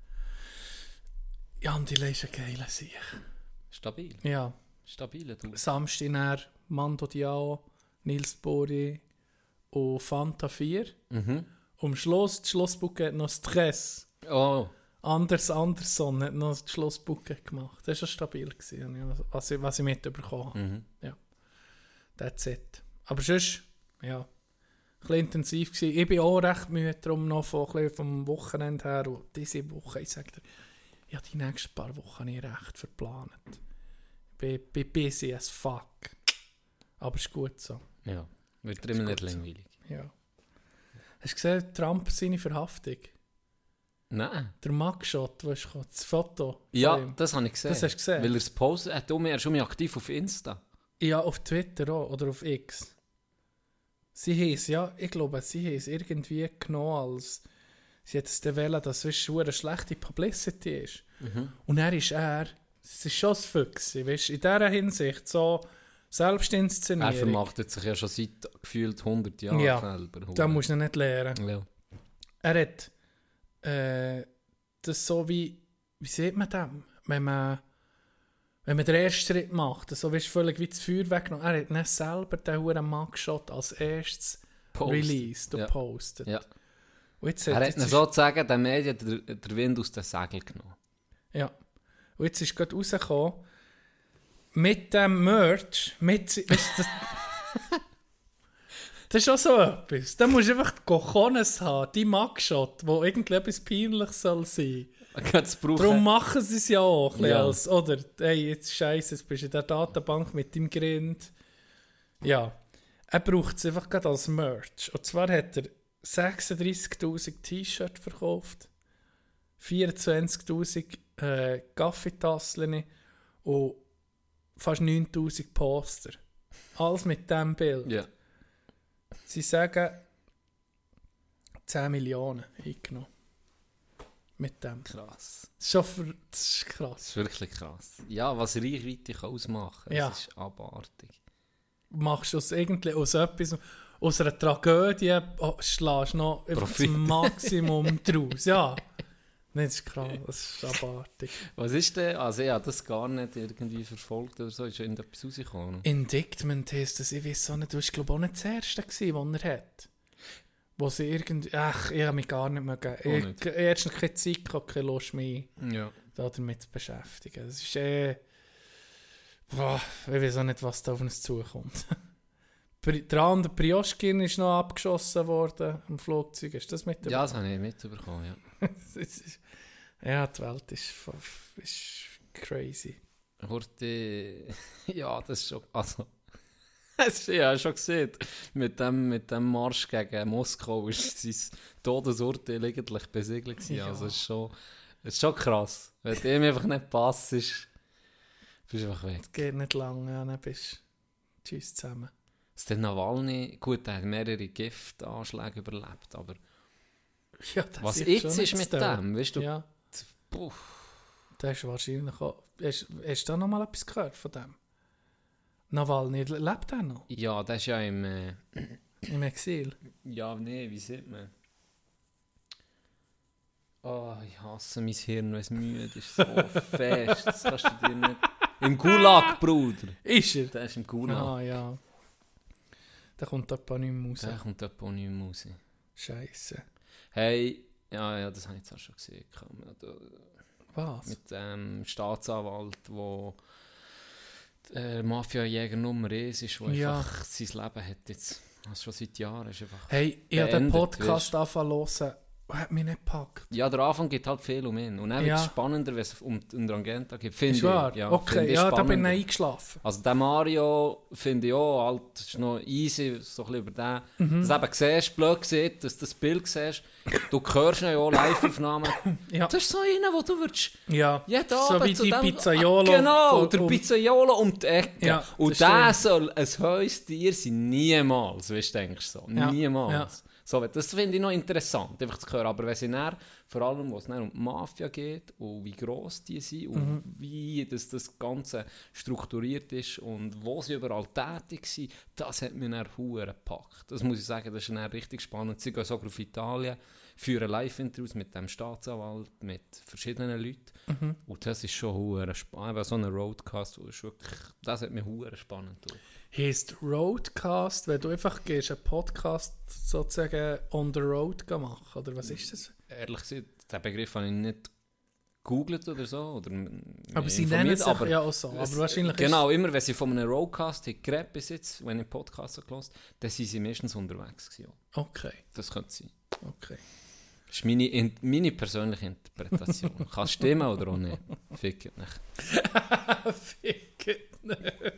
Jan Delay ist ein geiler Sieg. Stabil. Ja. Stabile du. Samstag dann Mando Diao, Nils Bori und Fanta 4. Am Schluss, das Schlussbuch hat noch Stress. Oh. Anders Andersson hat noch das Schlussbuch gemacht. Das war stabil, was ich mitbekommen habe. Ja. That's it. Aber sonst, ja, ein bisschen intensiv gewesen. Ich bin auch recht müde, darum noch vom Wochenende her. Und diese Woche, ich sage dir, ja, die nächsten paar Wochen habe ich recht verplant. Ich bin busy as fuck. Aber es ist gut so. Ja, wird immer nicht langweilig. Ja. Hast du gesehen, Trump seine Verhaftung? Nein. Der Mugshot, wo ist das Foto von Ja, ihm. das habe ich gesehen. Das hast du gesehen? Weil er es postet hat. Er ist schon aktiv auf Insta. Ja, auf Twitter auch, oder auf X. Ich glaube, sie haben es irgendwie genommen, als sie hat es dann wollen, dass es eine schlechte Publicity ist. Und er ist es ist schon ein Füchse, weißt, in dieser Hinsicht so Selbstinszenieren. Er vermarktet sich ja schon seit gefühlt 100 Jahren selber. Da musst du nicht lernen. Ja. Er hat das so wie sieht man das? Wenn man den ersten Schritt macht, so wie völlig wie das Feuer weggenommen. Er hat nicht selber den huren Mugshot als erstes released und postet. Ja. Und jetzt Er hat sozusagen den Medien der Wind aus den Segeln genommen. Ja. Und jetzt ist gerade rausgekommen, mit dem Merch, weißt du, das ist auch so etwas. Da musst du einfach die Cojones haben, die Mugshot, wo irgendetwas peinlich soll sein. Darum machen sie es ja auch ein bisschen als, oder, hey, jetzt scheiße, jetzt bist du in der Datenbank mit deinem Grind. Ja, er braucht es einfach gerade als Merch. Und zwar hat er 36'000 T-Shirts verkauft, 24'000 Kaffeetassen und fast 9'000 Poster. Alles mit diesem Bild. Ja. Sie sagen 10 Millionen eingenommen. Mit dem. Krass. Das ist krass. Das ist wirklich krass. Ja, was Reichweite kann ausmachen kann, das ist abartig. Machst du aus etwas, aus einer Tragödie, schlägst noch das Maximum draus. Ja. Nein, das ist krass, das ist abartig. Was ist denn? Also ich habe das gar nicht irgendwie verfolgt oder so. Ist irgendetwas rausgekommen? Indictment heisst das, ich weiß auch nicht, du warst glaube ich auch nicht das Erste gewesen, was er hat. Wo sie irgendwie, ich habe mich gar nicht mehr gegeben. Ich habe erst noch keine Zeit gehabt, keine Lust mehr damit zu beschäftigen. Das ist ich weiß auch nicht, was da auf uns zukommt. Der andere Prioschkin ist noch abgeschossen worden am Flugzeug. Hast du das mitbekommen? Ja, das habe ich mitbekommen, ja. Ja, die Welt ist crazy. Ja, das ist schon... Also, ja, schon gesehen. Mit dem Marsch gegen Moskau ist sein Todesurteil eigentlich besiegelt gewesen. Ja. Also es ist schon krass. Wenn dem einfach nicht passt, bist du einfach weg. Es geht nicht lange, dann bist du tschüss zusammen. Der Nawalny, gut, er hat mehrere Giftanschläge überlebt, aber ja, was jetzt ist mit dem, weißt du? Ja. Da ist wahrscheinlich auch... Hast du da noch mal etwas gehört von dem? Nawalny, lebt er noch? Ja, der ist ja im Exil? Ja, nee, wie sieht man? Oh, ich hasse mein Hirn, wenn es müde ist. So fest, das kannst du dir nicht... Im Gulag, Bruder! Ist er? Der ist im Gulag. Ah, ja. Der kommt etwa nicht mehr raus. Der kommt etwa nicht mehr raus. Scheisse. Hey, ja, das habe ich jetzt auch schon gesehen. Was? Mit dem Staatsanwalt, der Mafia-Jäger Nummer 1 ist, der einfach sein Leben hat jetzt, also schon seit Jahren, ist einfach hey, ich habe den Podcast angefangen zu hören und hat mich nicht gepackt. Ja, der Anfang geht halt viel um ihn. Und dann wird es spannender, wenn es um Drangenta geht. Finde ich. Ja, okay, ja, da bin ich eingeschlafen. Also der Mario finde ich auch, halt, ist noch easy, so ein bisschen über den. Dass du eben siehst, blöd siehst, dass du das Bild siehst. Du hörst ihn ja auch Live-Aufnahmen. Ja. Das ist so einer, wo du würdest... Ja, jeden so Abend wie die Pizzaiolo. Genau, der Pizzaiolo um die Ecke. Ja, und der soll ein Heustier sein, niemals, weißt du, denkst so. Ja. Niemals. Ja. So, das finde ich noch interessant, einfach zu hören. Aber wenn sie dann, vor allem, wo es dann um die Mafia geht und wie gross die sind und wie das Ganze strukturiert ist und wo sie überall tätig sind, das hat mich dann verdammt gepackt. Das muss ich sagen, das ist dann richtig spannend. Sie gehen sogar auf Italien, führen Live-Interviews mit dem Staatsanwalt, mit verschiedenen Leuten. Und das ist schon verdammt spannend. So ein Roadcast, das hat mich verdammt spannend gemacht. Heisst Roadcast, wenn du einfach gehst, einen Podcast sozusagen on the road machen, oder was ist das? Ehrlich gesagt, den Begriff habe ich nicht gegoogelt oder so. Oder aber sie nennen es ja auch so. Aber wahrscheinlich genau, immer wenn sie von einem Roadcast geredet bis jetzt, wenn ich Podcast habe gehört, dann sind sie meistens unterwegs gewesen. Okay. Das könnte sein. Okay. Das ist meine persönliche Interpretation. Kann stimmen oder auch nicht. Fickt nicht. Fickt nicht.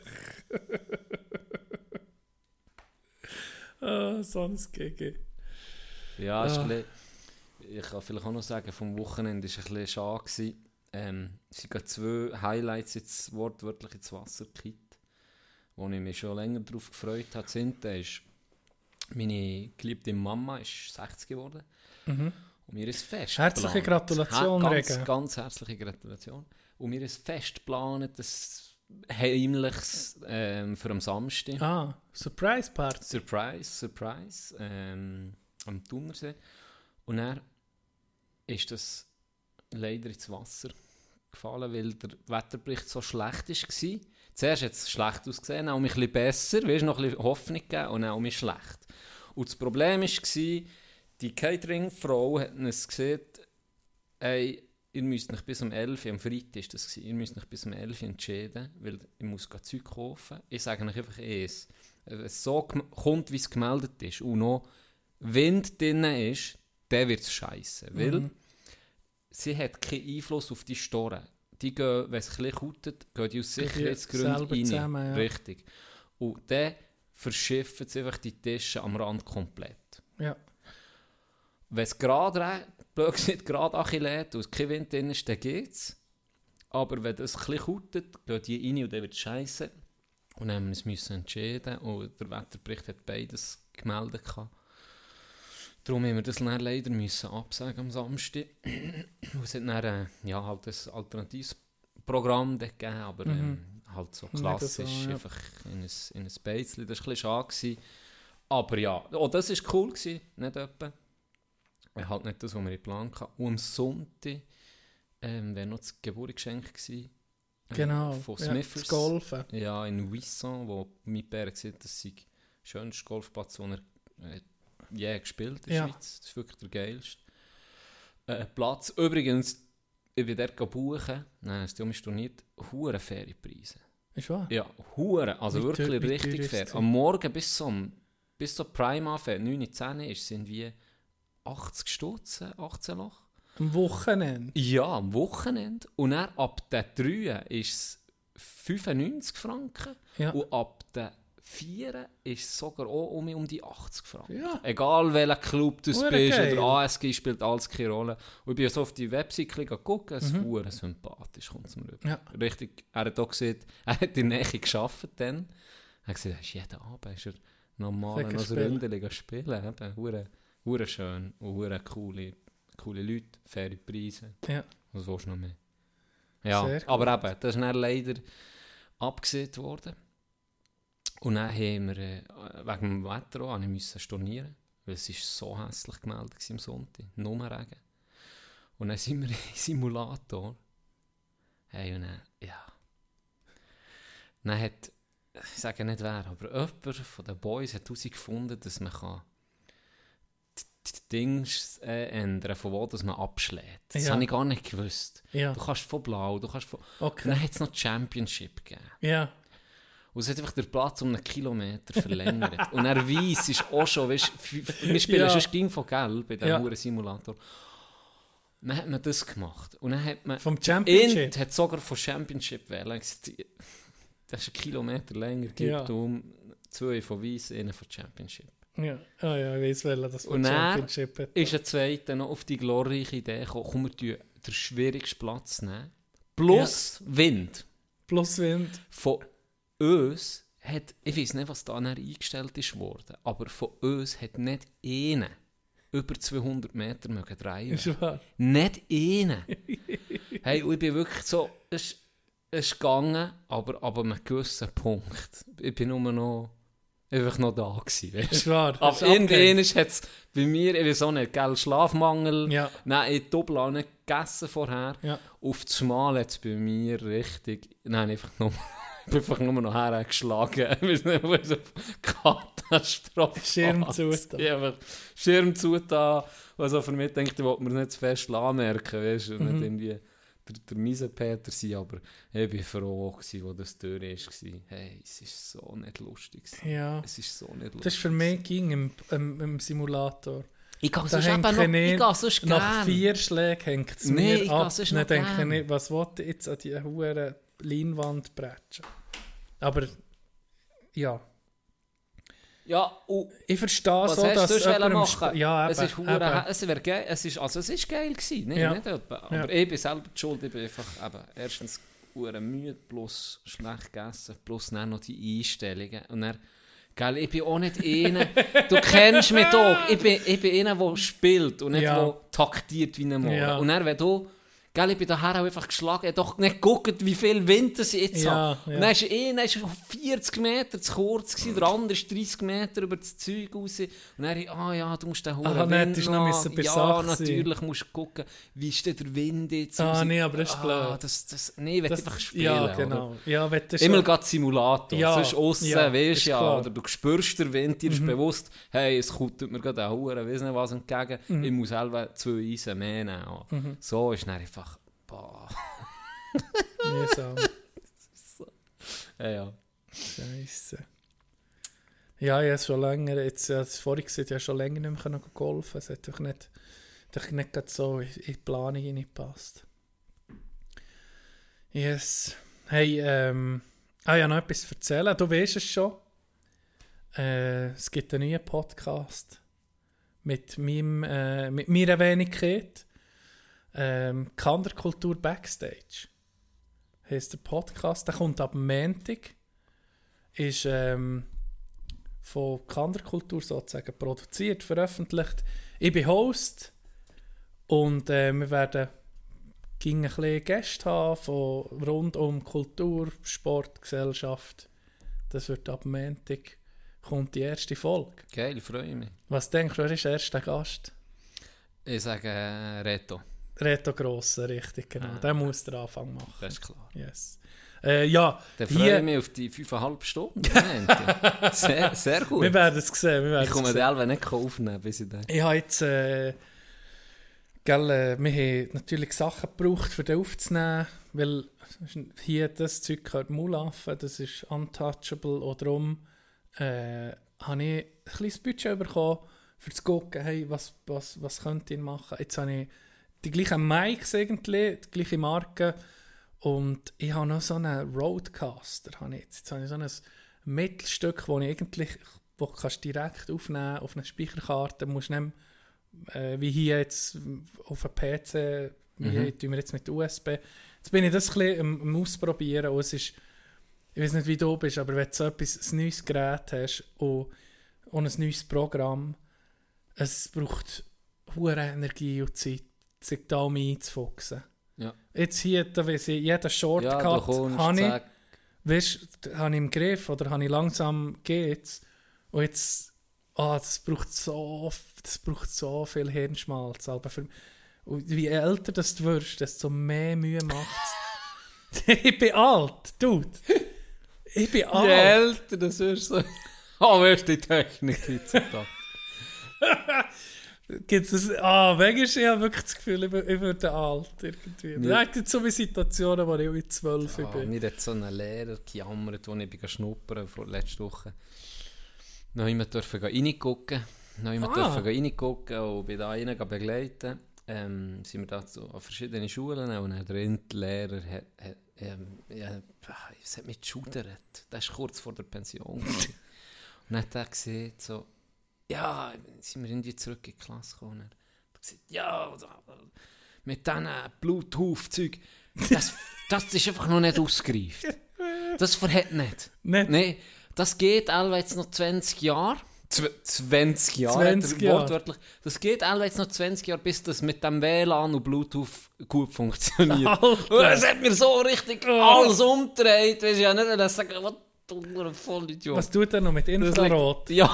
So ein GG. Ja, ist ich kann vielleicht auch noch sagen, vom Wochenende war ein bisschen schade gewesen. Sie gehen 2 Highlights jetzt wortwörtlich ins Wasser gekippt, wo ich mich schon länger darauf gefreut habe. Das eine ist, meine geliebte Mama ist 60 geworden. Und mir ist fest Herzliche Gratulation, Regen. Ganz herzliche Gratulation. Und mir ist fest geplant, das Heimliches für am Samstag. Surprise Party. Surprise. Am Thunersee. Und dann ist das leider ins Wasser gefallen, weil der Wetterbericht so schlecht war. Zuerst hat es schlecht ausgesehen, auch ein bisschen besser, noch ein bisschen Hoffnung gegeben und auch mich schlecht. Und das Problem war, die Catering-Frau hat uns gesagt, ey, ihr müsst euch bis um 11 Uhr, am Freitag ist das, ihr müsst euch bis um 11 Uhr entscheiden, weil ich muss Zeug kaufen. Ich sage euch einfach eins, wenn es so kommt, wie es gemeldet ist und noch Wind drin ist, dann wird es scheisse, weil sie hat keinen Einfluss auf die Storen. Die gehen, wenn es ein bisschen kautet, gehen die aus Sicherheitsgründen rein. Zusammen, ja. Richtig. Und dann verschiffen sie einfach die Tische am Rand komplett. Ja. Wenn es gerade anlädt und kein Wind drin ist, dann geht es. Aber wenn es ein bisschen kautet, gehen die rein und dann wird es scheisse. Und dann müssen wir uns entscheiden. Und der Wetterbericht hat beides gemeldet. Darum haben wir das dann leider müssen absagen am Samstag. Es hat dann halt ein alternatives Programm gegeben, aber halt so klassisch, so, ja. einfach in ein Beizli. Das war ein bisschen schade gewesen. Aber ja, das war cool gewesen, nicht etwa. Halt nicht das, was wir geplant hatten. Und am Sonntag wäre noch das Geburtsgeschenk gewesen. Genau, Von Smithers. das Golfen. Ja, in Wissant, wo mein Pär gesagt hat, das sei der schönste Golfplatz, den er je gespielt in der Schweiz. Das ist wirklich der geilste Platz. Übrigens, ich bin dort buchen, nein, es ist storniert, hure faire Preise. Ist wahr? Ja, hure, also Wie wirklich teuer richtig ist fair. es? Am Morgen bis zur Prime anfängt, 9:10 ist, sind wie 80 Stutzen, 18 Loch. Am Wochenende? Ja, am Wochenende. Und dann ab den 3 ist es 95 Franken. Ja. Und ab den 4 ist es sogar auch um die 80 Franken. Ja. Egal welcher Club du bist Geil. oder ASG, spielt alles keine Rolle. Und ich bin so auf die Website geguckt, es ist hure sympathisch, kommt es mir rüber. Ja. Richtig, er hat auch gesagt, er hat in der Nähe gearbeitet dann. Er hat gesagt, er ist jeden Abend ist er normal noch ein Ründchen spielen. Eben, hure schön und hure coole Leute, faire Preise. Ja. Was willst du noch mehr? Ja, Sehr gut. aber eben, das ist dann leider abgesehen worden. Und dann haben wir wegen dem Wetter auch, ich musste stornieren, weil es ist so hässlich gemeldet war am Sonntag, nur Regen. Und dann sind wir im Simulator. Hey, und dann, ja. Dann hat, ich sage nicht wer, aber jemand von den Boys hat herausgefunden, dass man die Dinge ändern, von wo dass man abschlägt. Das habe ich gar nicht gewusst. Ja. Du kannst von blau, du kannst von... Okay. Dann hat es noch die Championship gegeben. Ja. Und es hat einfach den Platz um 1 Kilometer verlängert. Und er weiss, ist auch schon, weißt, wir spielen schon ging von Gelb bei diesem Simulator. Dann hat man das gemacht. Und dann hat man... Vom Championship? Int hat sogar von Championship wählen. Das ist 1 Kilometer länger, gibt um 2 von Weiss, 1 von Championship. Ja, ich weiss, welcher das Und von Championship hat. ist ein Zweiter noch auf die glorreiche Idee gekommen, komm, wir den schwierigsten Platz nehmen. Plus Wind. Plus Wind. Von uns hat, ich weiss nicht, was da eingestellt ist worden, aber von uns hat nicht einer über 200 Meter mögen drehen. Ist wahr? Nicht einer. Hey, und ich bin wirklich so, es ist gegangen, aber ab einem gewissen Punkt. Ich bin nur noch einfach noch da gewesen, weißt? Ist wahr. Aber irgendwann hat es bei mir, ich weiß auch nicht, gell, Schlafmangel. Ja. Nein, ich habe auch nicht gegessen vorher. Ja. Auf das Mal hat es bei mir richtig, nein, einfach nur noch hergeschlagen. Wir sind einfach so Katastrophe. Schirm zugetan. Ja, einfach Schirm zugetan. Also für mich denke ich, wollte man nicht zu fest anmerken, weißt du, und nicht irgendwie der Miesenpeter sein, aber ich war froh, wo das durch war. Hey, es ist so nicht lustig. Ja. Es ist so nicht lustig. Das ist für mich ging im Simulator. Ich gehe Da sonst hängt eben noch, nicht, gern. nach 4 Schlägen hängt es Nee, mir ich ab. gehe sonst Dann noch denke ich gern. nicht, was wollte ich jetzt an die hohe Leinwand bretschen. Aber ja, Ja, und Ich verstehe was so, hast dass du sonst jemandem machen? Ja, es eben, ist eben. es wäre geil, es ist geil gewesen, Ja. nicht etwa. Aber Ja. ich bin selber die Schuld, ich bin einfach eben, erstens hure müde, plus schlecht gegessen, plus dann noch die Einstellungen. Und dann, gell, ich bin auch nicht einer, du kennst mich doch, ich bin einer, der spielt und nicht Ja. der taktiert wie ein Mann. Ja. Und dann, wenn du, gell, ich bin daher auch einfach geschlagen, doch nicht geguckt, wie viel Wind es jetzt Ja, hat. ja. Und dann ist einer ist 40 Meter zu kurz gewesen, der andere ist 30 Meter über das Zeug raus. Und dann du musst den hohen nein, Wind du musst noch müssen bei Ja, Sache natürlich musst du gucken, wie ist denn der Wind jetzt Ah, raus. nee, aber das ist blöd. Nee, ich will Das- einfach spielen. Ja, genau. Oder? Ja, wenn das Immer schon- gerade Simulator. Ja, Sonst aussen, ja, weisst ist ja, klar. oder du spürst den Wind, dir ist bewusst, hey, es kommt mir gerade ein Huren, weiss nicht was entgegen, ich muss selber 2 Eisen mehr nehmen. So ist dann einfach, boah. Mühsam. Ja. Scheisse. Ja, ich habe schon länger, jetzt, ja, das vorhin gesagt, ich habe schon länger nicht mehr golfen. Es hat doch nicht gerade so in die Planung hineingepasst. Yes. Hey, ich habe noch etwas zu erzählen. Du weißt es schon. Es gibt einen neuen Podcast mit meiner Wenigkeit. Kanderkultur Backstage heisst der Podcast. Der kommt ab Montag. Ist von Kanderkultur sozusagen produziert, veröffentlicht. Ich bin Host und wir werden ein bisschen Gäste haben von rund um Kultur, Sport, Gesellschaft. Das wird ab Montag kommt die erste Folge. Geil, ich freue mich. Was denkst du, wer ist der erste Gast? Ich sage Reto. Reto Grosse, richtig, genau. Ah. Der muss den Anfang machen. Das ist klar. Yes. Ja, Dann hier- freue ich mich auf die 5,5 Stunden. sehr, sehr gut. wir werden es sehen. Ich komme den nicht aufnehmen, bis ich dann... Ich habe jetzt, wir haben natürlich Sachen gebraucht, um den aufzunehmen, weil hier das Zeug gehört Mulaffen, das ist untouchable, und darum habe ich ein kleines Budget bekommen, für zu gucken, hey, was könnt ihr machen. Jetzt habe ich die gleichen Mics irgendwie, die gleiche Marke, und ich habe noch so einen Roadcaster. Jetzt habe ich so ein Mittelstück, wo ich eigentlich wo kannst du direkt aufnehmen auf einer Speicherkarte. Musst nicht wie hier jetzt auf einem PC, hier tun wir jetzt mit USB. Jetzt bin ich das ein bisschen am Ausprobieren, und es ist, ich weiß nicht, wie du bist, aber wenn du so ein neues Gerät hast und ein neues Programm, es braucht hohe Energie und Zeit, sich da einzufuchsen. Ja. Jetzt hier, da weiss ich, jeden Ja, Shortcut du kommst, habe ich, zack. weißt, habe ich im Griff oder habe ich langsam geht's. Und jetzt, das braucht so viel Hirnschmalz. Aber und je älter das du wirst, desto mehr Mühe macht's. Ich bin alt, Dude. Ich bin alt. Je älter das wirst so... wer ist die Technik heutzutage? Gibt's das? Wegen ich habe wirklich das Gefühl, ich werde alt irgendwie. Ja. Es gibt so viele Situationen, wo ich wie 12 bin. Mir hat so ein Lehrer gejammert, als ich schnuppern vor letzter Woche. Noch jemand durfte reingucken. Und bin da rein begleiten. Sind wir da an verschiedenen Schulen und dann der Lehrer es hat mich geschudert. Das ist kurz vor der Pension. Und dann hat er gesagt, so, ja, sind wir irgendwie zurück in die Klasse gekommen. Er hat gesagt, ja, mit diesen Bluetooth-Zeug, das ist einfach noch nicht ausgereift. Das verhält nicht. Nee, das geht alle jetzt noch 20 Jahre. 20 Jahre, 20 Jahre. Wortwörtlich. Das geht alle jetzt noch 20 Jahre, bis das mit dem WLAN und Bluetooth gut funktioniert. Und es hat mir so richtig alles umgedreht. Weißt du, ja nicht, dass ich sage, was du Vollidiot. Was tut er noch mit Infrarot? Ja,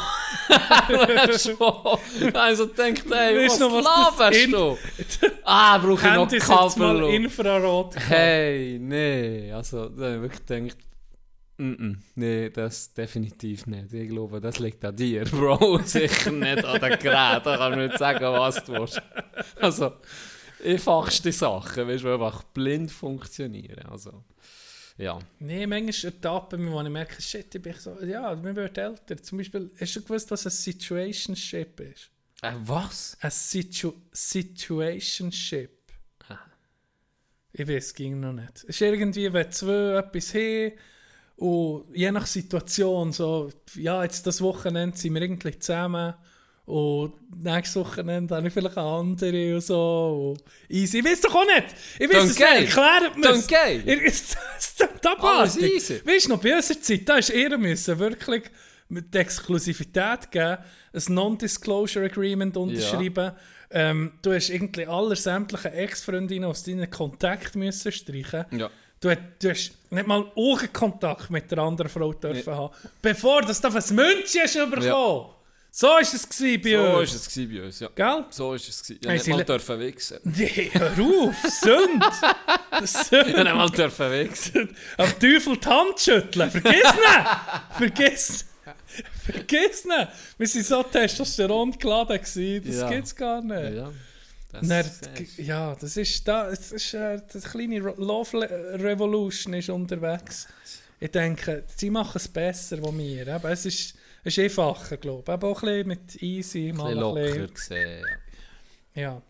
schon. Also denkt, hey, Weißt was du noch, was das laberst du? Brauche ich noch Handys jetzt mal Kabel? Infrarot. Hey, nee. Also, da habe ich wirklich gedacht, nee, das definitiv nicht. Ich glaube, das liegt an dir, Bro. Sicher nicht an den Geräten. Da kann ich nicht sagen, was du willst. Also, einfachste Sachen, weißt du, die einfach blind funktionieren. Also, ja. Nee, manchmal ertappen mich, wo ich merke, shit, ich bin so, ja, man wird älter. Zum Beispiel, hast du gewusst, was ein Situationship ist? Was? Ein Situationship. Ich weiß, es ging noch nicht. Es ist irgendwie, wenn zwei etwas haben Und je nach Situation, so, ja, jetzt das Wochenende sind wir irgendwie zusammen und nächstes Wochenende habe ich vielleicht eine andere und so. Und easy. Ich weiß doch auch nicht. Ich weiß es nicht. Erklärt mir es. Alles easy. Weißt du noch, bei unserer Zeit, da ist ihr müssen wirklich mit der Exklusivität geben, ein Non-Disclosure Agreement unterschreiben. Ja. Du hast irgendwie alle sämtlichen Ex-Freundinnen aus deinen Kontakten müssen streichen. Ja. Du hast nicht mal Augenkontakt mit der anderen Frau dürfen haben, bevor das auf ein Münzchen hast bekommen. Ja. So war es bei uns. So war es bei uns, ja. Gell? So war es. Ich nicht mal dürfen wichsen. Nee, hör auf, Sünd! Ich nicht mal dürfen wichsen. Am Teufel die Hand schütteln, vergiss nicht! Wir waren so Testosteron geladen, das gibt es gar nicht. Ja. Das ist eine kleine Love Revolution ist unterwegs. Ich denke, sie machen es besser als wir. Aber es ist einfacher, glaube ich. Aber auch ein bisschen mit easy. Ein bisschen locker gesehen, ja.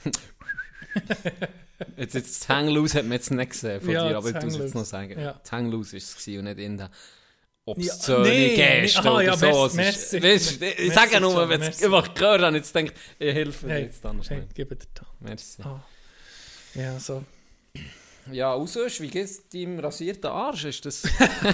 jetzt das Hang-Loose hat man jetzt nicht gesehen von dir, aber ich muss jetzt noch sagen. Ja. Das Hang-Loose war es und nicht in der obszöne Gäste oder so. Ich sage nur, wenn ich einfach gehört habe, jetzt denke ich helfe dir jetzt dann schnell. Gib dir da. Merci. Ja, so. Ja, und sonst, wie geht es deinem rasierten Arsch? Ist das...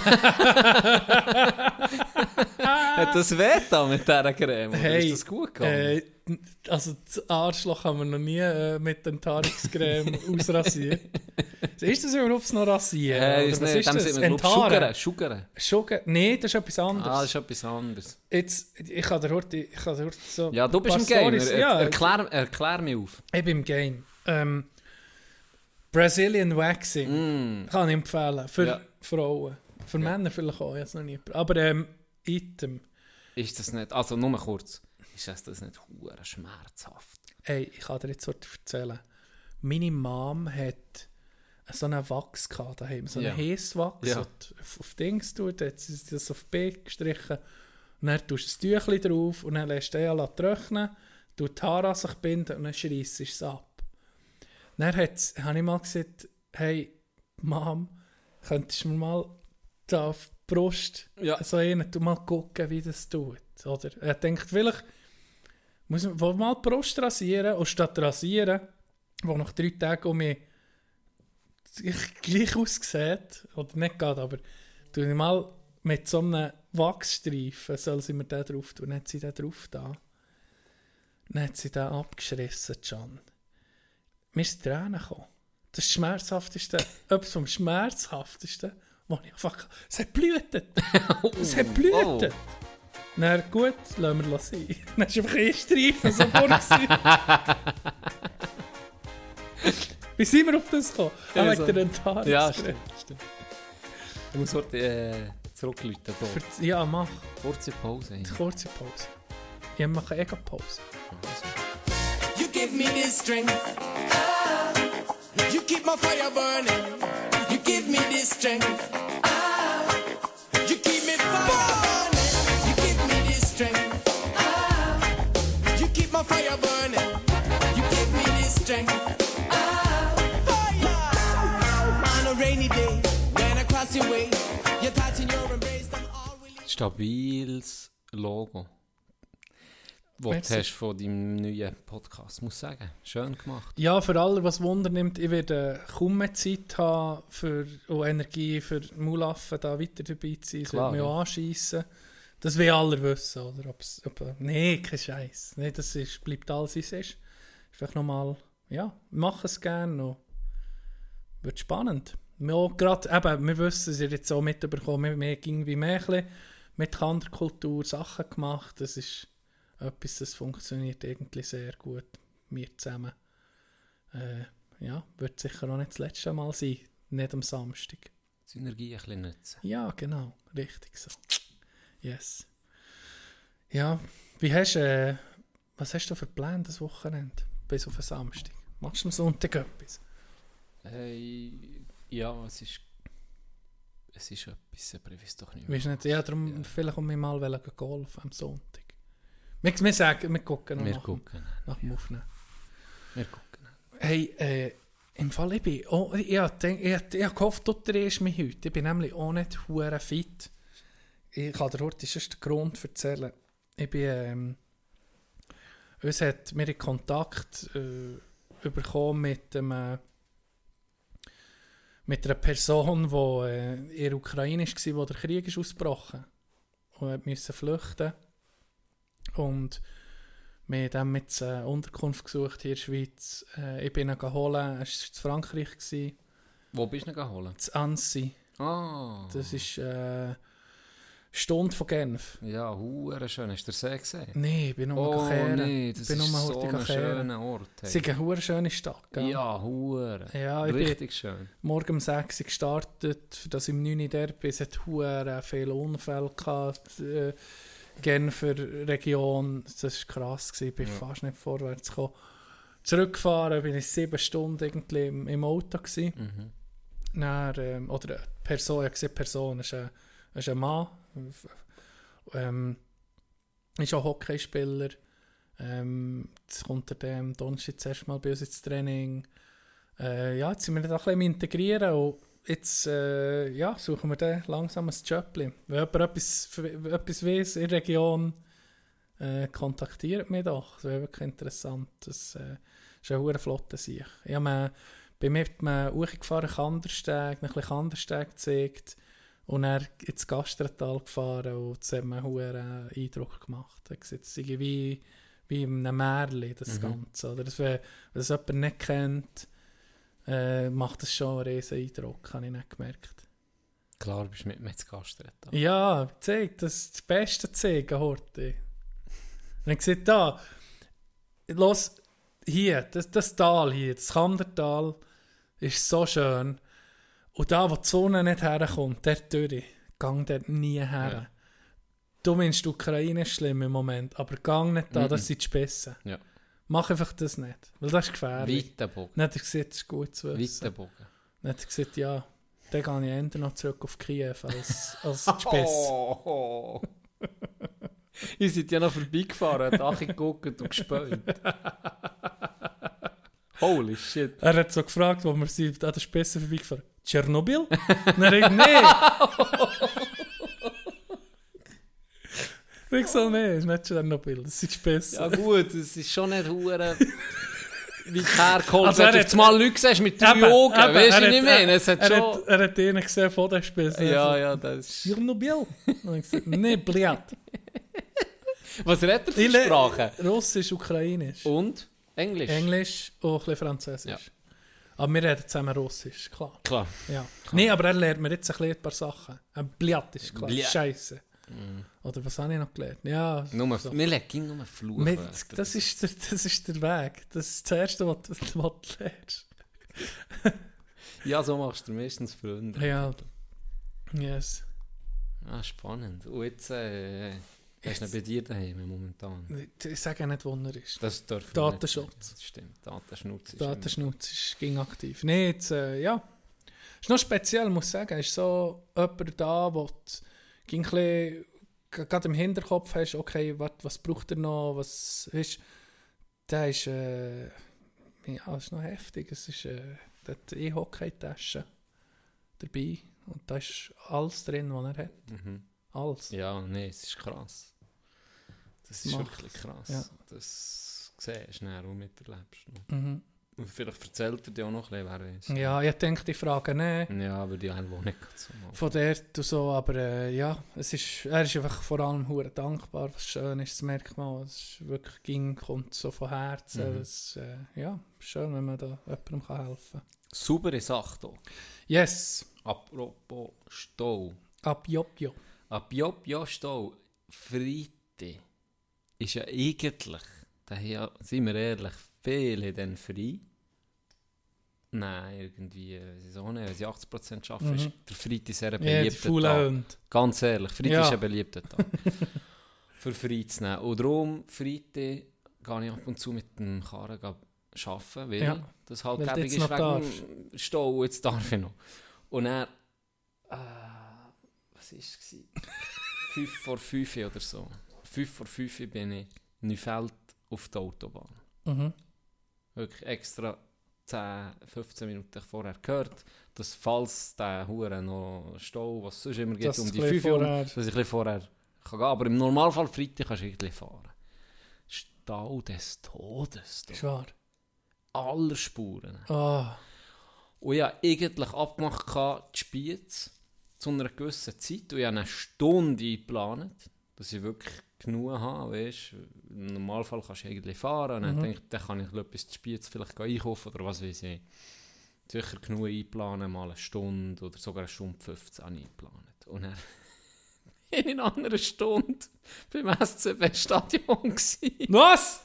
Hat das weh da mit dieser Creme? Oder ist das gut gegangen? Also das Arschloch haben wir noch nie mit Enthaarungscreme ausrasiert. Ist das überhaupt noch rasieren? Ist nicht, das? Enthaaren? Sugar? Nein, das ist etwas anderes. Das ist etwas anderes. Jetzt, ich kann dir heute so... Ja, du bist im Game. Erklär mich auf. Ich bin im Game. Brazilian Waxing kann ich empfehlen. Für Frauen. Für Männer vielleicht auch. Jetzt noch nie. Aber Item. Ist das nicht... Also nur kurz. Ist das nicht hure schmerzhaft? Hey, ich kann dir jetzt erzählen. Meine Mom hat so einen Wachs gehabt daheim. So einen Häswachs. Ja. Auf Dings tut, hat sie das auf B gestrichen. Und dann tust du ein Tüchlein drauf und dann lässt du den trocknen, tut die Haare an sich binden und dann schreissest du es ab. Dann habe ich mal gesagt, hey, Mom, könntest du mir mal da auf die Brust so mal gucken, wie das tut? Oder er denkt, vielleicht muss man mal die Brust rasieren und statt rasieren, wo nach 3 Tagen um mich gleich aussieht, oder nicht gerade, aber tue ich mal mit so einem Wachsstreifen, soll sie mir den drauf tun, dann hat sie den drauf da. Dann hat sie den abgeschrissen, Can. Mir sind Tränen gekommen. Das ist das Schmerzhafteste, etwas vom Schmerzhaftesten, wo ich einfach... Es hat blühtet. Es hat blühtet. Na gut, lassen wir sein. Dann ist einfach Streifen so vor. Wie sind wir auf das gekommen? Wegen der Enthaarung. Ja, stimmt. Du musst heute zurückrufen. Ja, mach. Kurze Pause. Kurze Pause. Ich mache eine Pause. You give me this strength. You keep my fire burning. You give me this strength. You keep me burning. You give me this strength. You keep my fire burning. You give me this strength. Fire. On a rainy day, when I cross your way, you're touching your embrace. Stabiles Logo. Was du hast von deinem neuen Podcast, muss ich sagen. Schön gemacht. Ja, für alle, was Wunder nimmt, ich werde kaum mehr Zeit haben und Energie für Mulaffen da weiter dabei zu sein. Das wird mich auch anschiessen. Das will alle wissen, oder? Nein, kein Scheiß. Nee, das bleibt alles, wie es ist. Vielleicht nochmal, mach es gerne noch. Wird spannend. Wir wissen, es ist jetzt auch mitbekommen, wir haben irgendwie mehr mit anderer Kultur Sachen gemacht. Das ist etwas, das funktioniert irgendwie sehr gut. Wir zusammen. Wird sicher auch nicht das letzte Mal sein. Nicht am Samstag. Synergie ein bisschen nutzen. Ja, genau. Richtig so. Yes. Ja, was hast du für Pläne das Wochenende? Bis auf den Samstag? Machst du am Sonntag etwas? Ja, es ist etwas, aber ich weiß doch nicht mehr. Weißt nicht, darum vielleicht um mich mal Golf am Sonntag. Wir gucken noch nach dem Aufnehmen. Wir gucken. Hey, Im Fall, ich bin auch, ich hab gehofft, du drehst mich heute. Ich bin nämlich auch nicht hure fit. Ich kann dir heute den Grund erzählen. Ich bin, uns hat mir in Kontakt bekommen mit einer Person, die in der Ukraine war, wo der Krieg ist ausgebrochen und musste flüchten. Und wir haben dann mit einer Unterkunft gesucht hier in der Schweiz. Ich bin ihn holen, es war in Frankreich. Wo bist du ihn geholt? In Annecy. Ah. Das ist eine Stunde von Genf. Ja, hure schön. Hast du den See gesehen? Nein, ich bin nur kehren. Nee, das ist so ein schöner Ort. Es ist eine hure schöne Stadt. Gell? Ja, hure. Ja, ich richtig schön. Morgen um 6 Uhr gestartet, dass ich um 9 Uhr da bin. Es hat hure viele Unfälle gehabt. Genfer Region, das war krass, ich bin fast nicht vorwärts gekommen. Zurückgefahren bin ich 7 Stunden irgendwie im Auto gewesen. Dann, oder eine Person, ich habe Person, ist ein Mann, ist auch Hockeyspieler. Jetzt kommt er dem Donnerstag zuerst mal bei uns ins Training. Jetzt sind wir da ein bisschen integrieren und jetzt suchen wir dann langsam ein Jobli. Wenn jemand etwas weiss in der Region, kontaktiert mich doch. Das wäre wirklich interessant. Das ist eine hohe flotte Sache. Ich bin mit einem hochgefahrenen Kandersteg, ein bisschen Kandersteg gezeigt und dann ins Gastretal gefahren und das hat mir einen hohen Eindruck gemacht. Es ist wie in einem Märchen, das Ganze. Oder wenn das jemand nicht kennt, macht das schon einen riesen Eindruck, habe ich nicht gemerkt. Klar, bist du mit zu Gastretal. Ja, zeig, das ist das beste Zeigen heute. Und ich sehe da, los, hier, das Tal hier, das Kandertal, ist so schön. Und da, wo die Sonne nicht herkommt, dort durch, gang dort nie her. Ja. Du meinst, die Ukraine ist schlimm im Moment, aber gang nicht da, das sind die Spissen. Ja. Mach einfach das nicht, weil das ist gefährlich. Weitenbogen. Nicht, ich sehe, das ist gut zu wissen. Weitenbogen. Nicht, ich sehe, ja, dann gehe ich eher noch zurück auf Kiew als die Spiss. Ihr seid ja noch vorbeigefahren, hat auch geguckt und gespielt. Holy shit. Er hat so gefragt, wo wir sind, an der Spitze vorbeigefahren. Tschernobyl? Dann ich, nee. Ich so, nee, es ist nicht Tschernobyl, das ist Spitze. Ja gut, es ist schon nicht hure weit hergeholt. Also wenn du jetzt mal Leute siehst mit 3 Augen, weißt du nicht mehr? Er hat einen gesehen von der Spitze. Ja, das ist... Tschernobyl? Und ich gesagt, nee, bliat. Was redet er für Sprachen? Russisch, Ukrainisch. Und? Englisch? Englisch und ein bisschen Französisch. Ja. Aber wir reden zusammen Russisch, klar. Klar. Ja. Nein, aber er lernt mir jetzt ein paar Sachen. Bliat ist klar, Scheiße. Oder was habe ich noch gelernt? Ja, so. Wir lernen nur Fluchen. Das ist der Weg. Das ist das Erste, was du lernst. Ja, so machst du meistens Freunde. Ja. Yes. Ah, spannend. Und jetzt... ist er bei dir daheim momentan? Ich sage nicht, wo er ist. Das darf Datenschutz. Das stimmt, Datenschutz ging aktiv. Nein, jetzt, ja. Ist noch speziell, muss ich sagen. Ist so jemand da, der gerade im Hinterkopf hast, okay, was braucht er noch, was ist... Der ist, das ist noch heftig. Es ist, der hat E-Hockey-Tasche dabei und da ist alles drin, was er hat. Alles. Ja, nee, es ist krass. Das ist wirklich krass. Ja. Das siehst du nachher und miterlebst. Und vielleicht erzählt er dir auch noch ein bisschen, wer weiß. Ja, ich denke, die Fragen nicht. Ja, aber die einen, die nicht so machen. Von dort und so, aber ja, er ist einfach vor allem hure dankbar, was schön ist, das merkt man. Es ist wirklich kommt so von Herzen. Das, ja, schön, wenn man da jemandem helfen kann. Saubere Sache hier. Yes. Apropos Stau. Ab Jopjo Stau. Freitag ist ja eigentlich, daher sind wir ehrlich, viele dann frei. Nein, irgendwie, so nicht, wenn sie 80% arbeiten, ist der Freitag sehr ein beliebter Tag. Ganz ehrlich, Freitag ist ein beliebter Tag. Für frei zu nehmen. Und darum, Freitag gehe ich ab und zu mit dem Karren arbeiten, weil das halt gäbig ist wegen dem Stau, jetzt darf ich noch. Und dann, was war es? 5 vor 5 oder so. 5 vor 5 bin ich in Neufeld auf der Autobahn. Wirklich extra 10, 15 Minuten vorher gehört, dass falls der Hure noch Stau, was es sonst immer gibt, Dass um die es 5 ein Uhr, bisschen dass ich ein bisschen vorher kann gehen. Aber im Normalfall Freitag kannst du irgendwie fahren. Stau des Todes. Ist wahr. Aller Spuren. Ah, Und ich habe eigentlich abgemacht, die Spiez zu einer gewissen Zeit. Und ich habe eine Stunde eingeplant, dass ich wirklich genug habe. Weißt? Im Normalfall kannst du irgendwie fahren. Und dann denke ich, dann kann ich etwas zu Spiez vielleicht einkaufen oder was weiß ich. Sicher genug einplanen, mal eine Stunde oder sogar eine Stunde 15 eingeplant. Und dann in einer anderen Stunde beim SCB-Stadion gewesen. was?